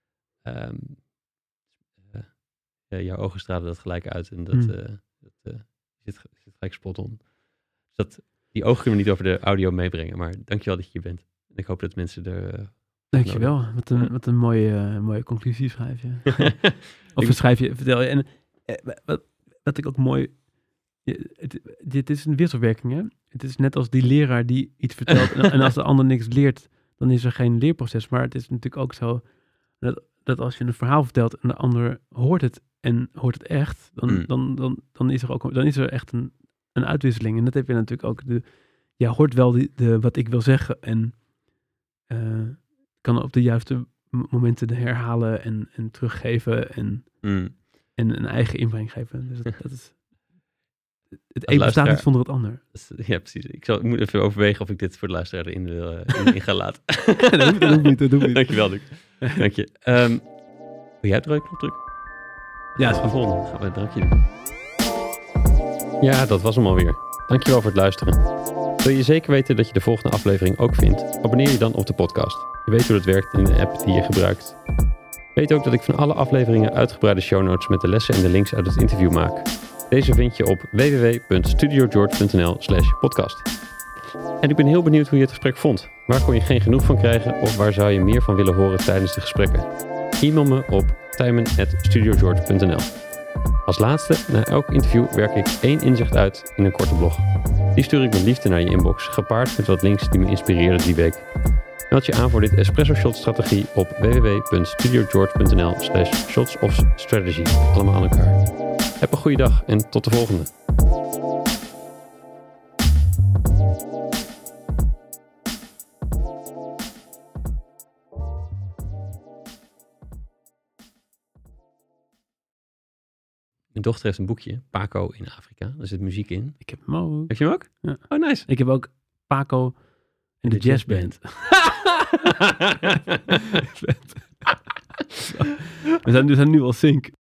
Jouw ogen stralen dat gelijk uit en dat zit gelijk spot on. Dus die ogen kunnen we niet over de audio meebrengen, maar dankjewel dat je hier bent. En ik hoop dat mensen er... Dankjewel. Wat een mooie conclusie schrijf je. Of vertel je. En wat ik ook mooi... Dit is een wisselwerking, hè? Het is net als die leraar die iets vertelt en als de ander niks leert, dan is er geen leerproces. Maar het is natuurlijk ook zo dat als je een verhaal vertelt en de ander hoort het echt, dan is er echt een uitwisseling. En dat heb je natuurlijk ook. Je hoort wel wat ik wil zeggen en kan op de juiste momenten herhalen en teruggeven en een eigen inbreng geven. Dus dat is... Het een bestaat niet zonder het ander. Ja, precies. Ik moet even overwegen of ik dit voor de luisteraar erin ga laten. Dat hoeft niet. Dankjewel, Luc. Dank je. Wil jij de knop drukken? Ja, is goed. Volgende. Gaan we een drankje doen. Ja, dat was hem alweer. Dankjewel voor het luisteren. Wil je zeker weten dat je de volgende aflevering ook vindt? Abonneer je dan op de podcast. Je weet hoe dat werkt in de app die je gebruikt. Weet ook dat ik van alle afleveringen uitgebreide show notes met de lessen en de links uit het interview maak. Deze vind je op www.studiogeorge.nl/podcast. En ik ben heel benieuwd hoe je het gesprek vond. Waar kon je geen genoeg van krijgen of waar zou je meer van willen horen tijdens de gesprekken? E-mail me op tijmen@studiogeorge.nl. Als laatste, na elk interview werk ik 1 inzicht uit in een korte blog. Die stuur ik met liefde naar je inbox, gepaard met wat links die me inspireerden die week. Meld je aan voor dit Espresso Shot strategie op www.studiogeorge.nl/shotsofstrategy. Allemaal aan elkaar. Heb een goede dag en tot de volgende. Mijn dochter heeft een boekje, Paco in Afrika. Daar zit muziek in. Ik heb hem ook. Heb je hem ook? Ja. Oh, nice. Ik heb ook Paco en de jazzband. We zijn nu al sync.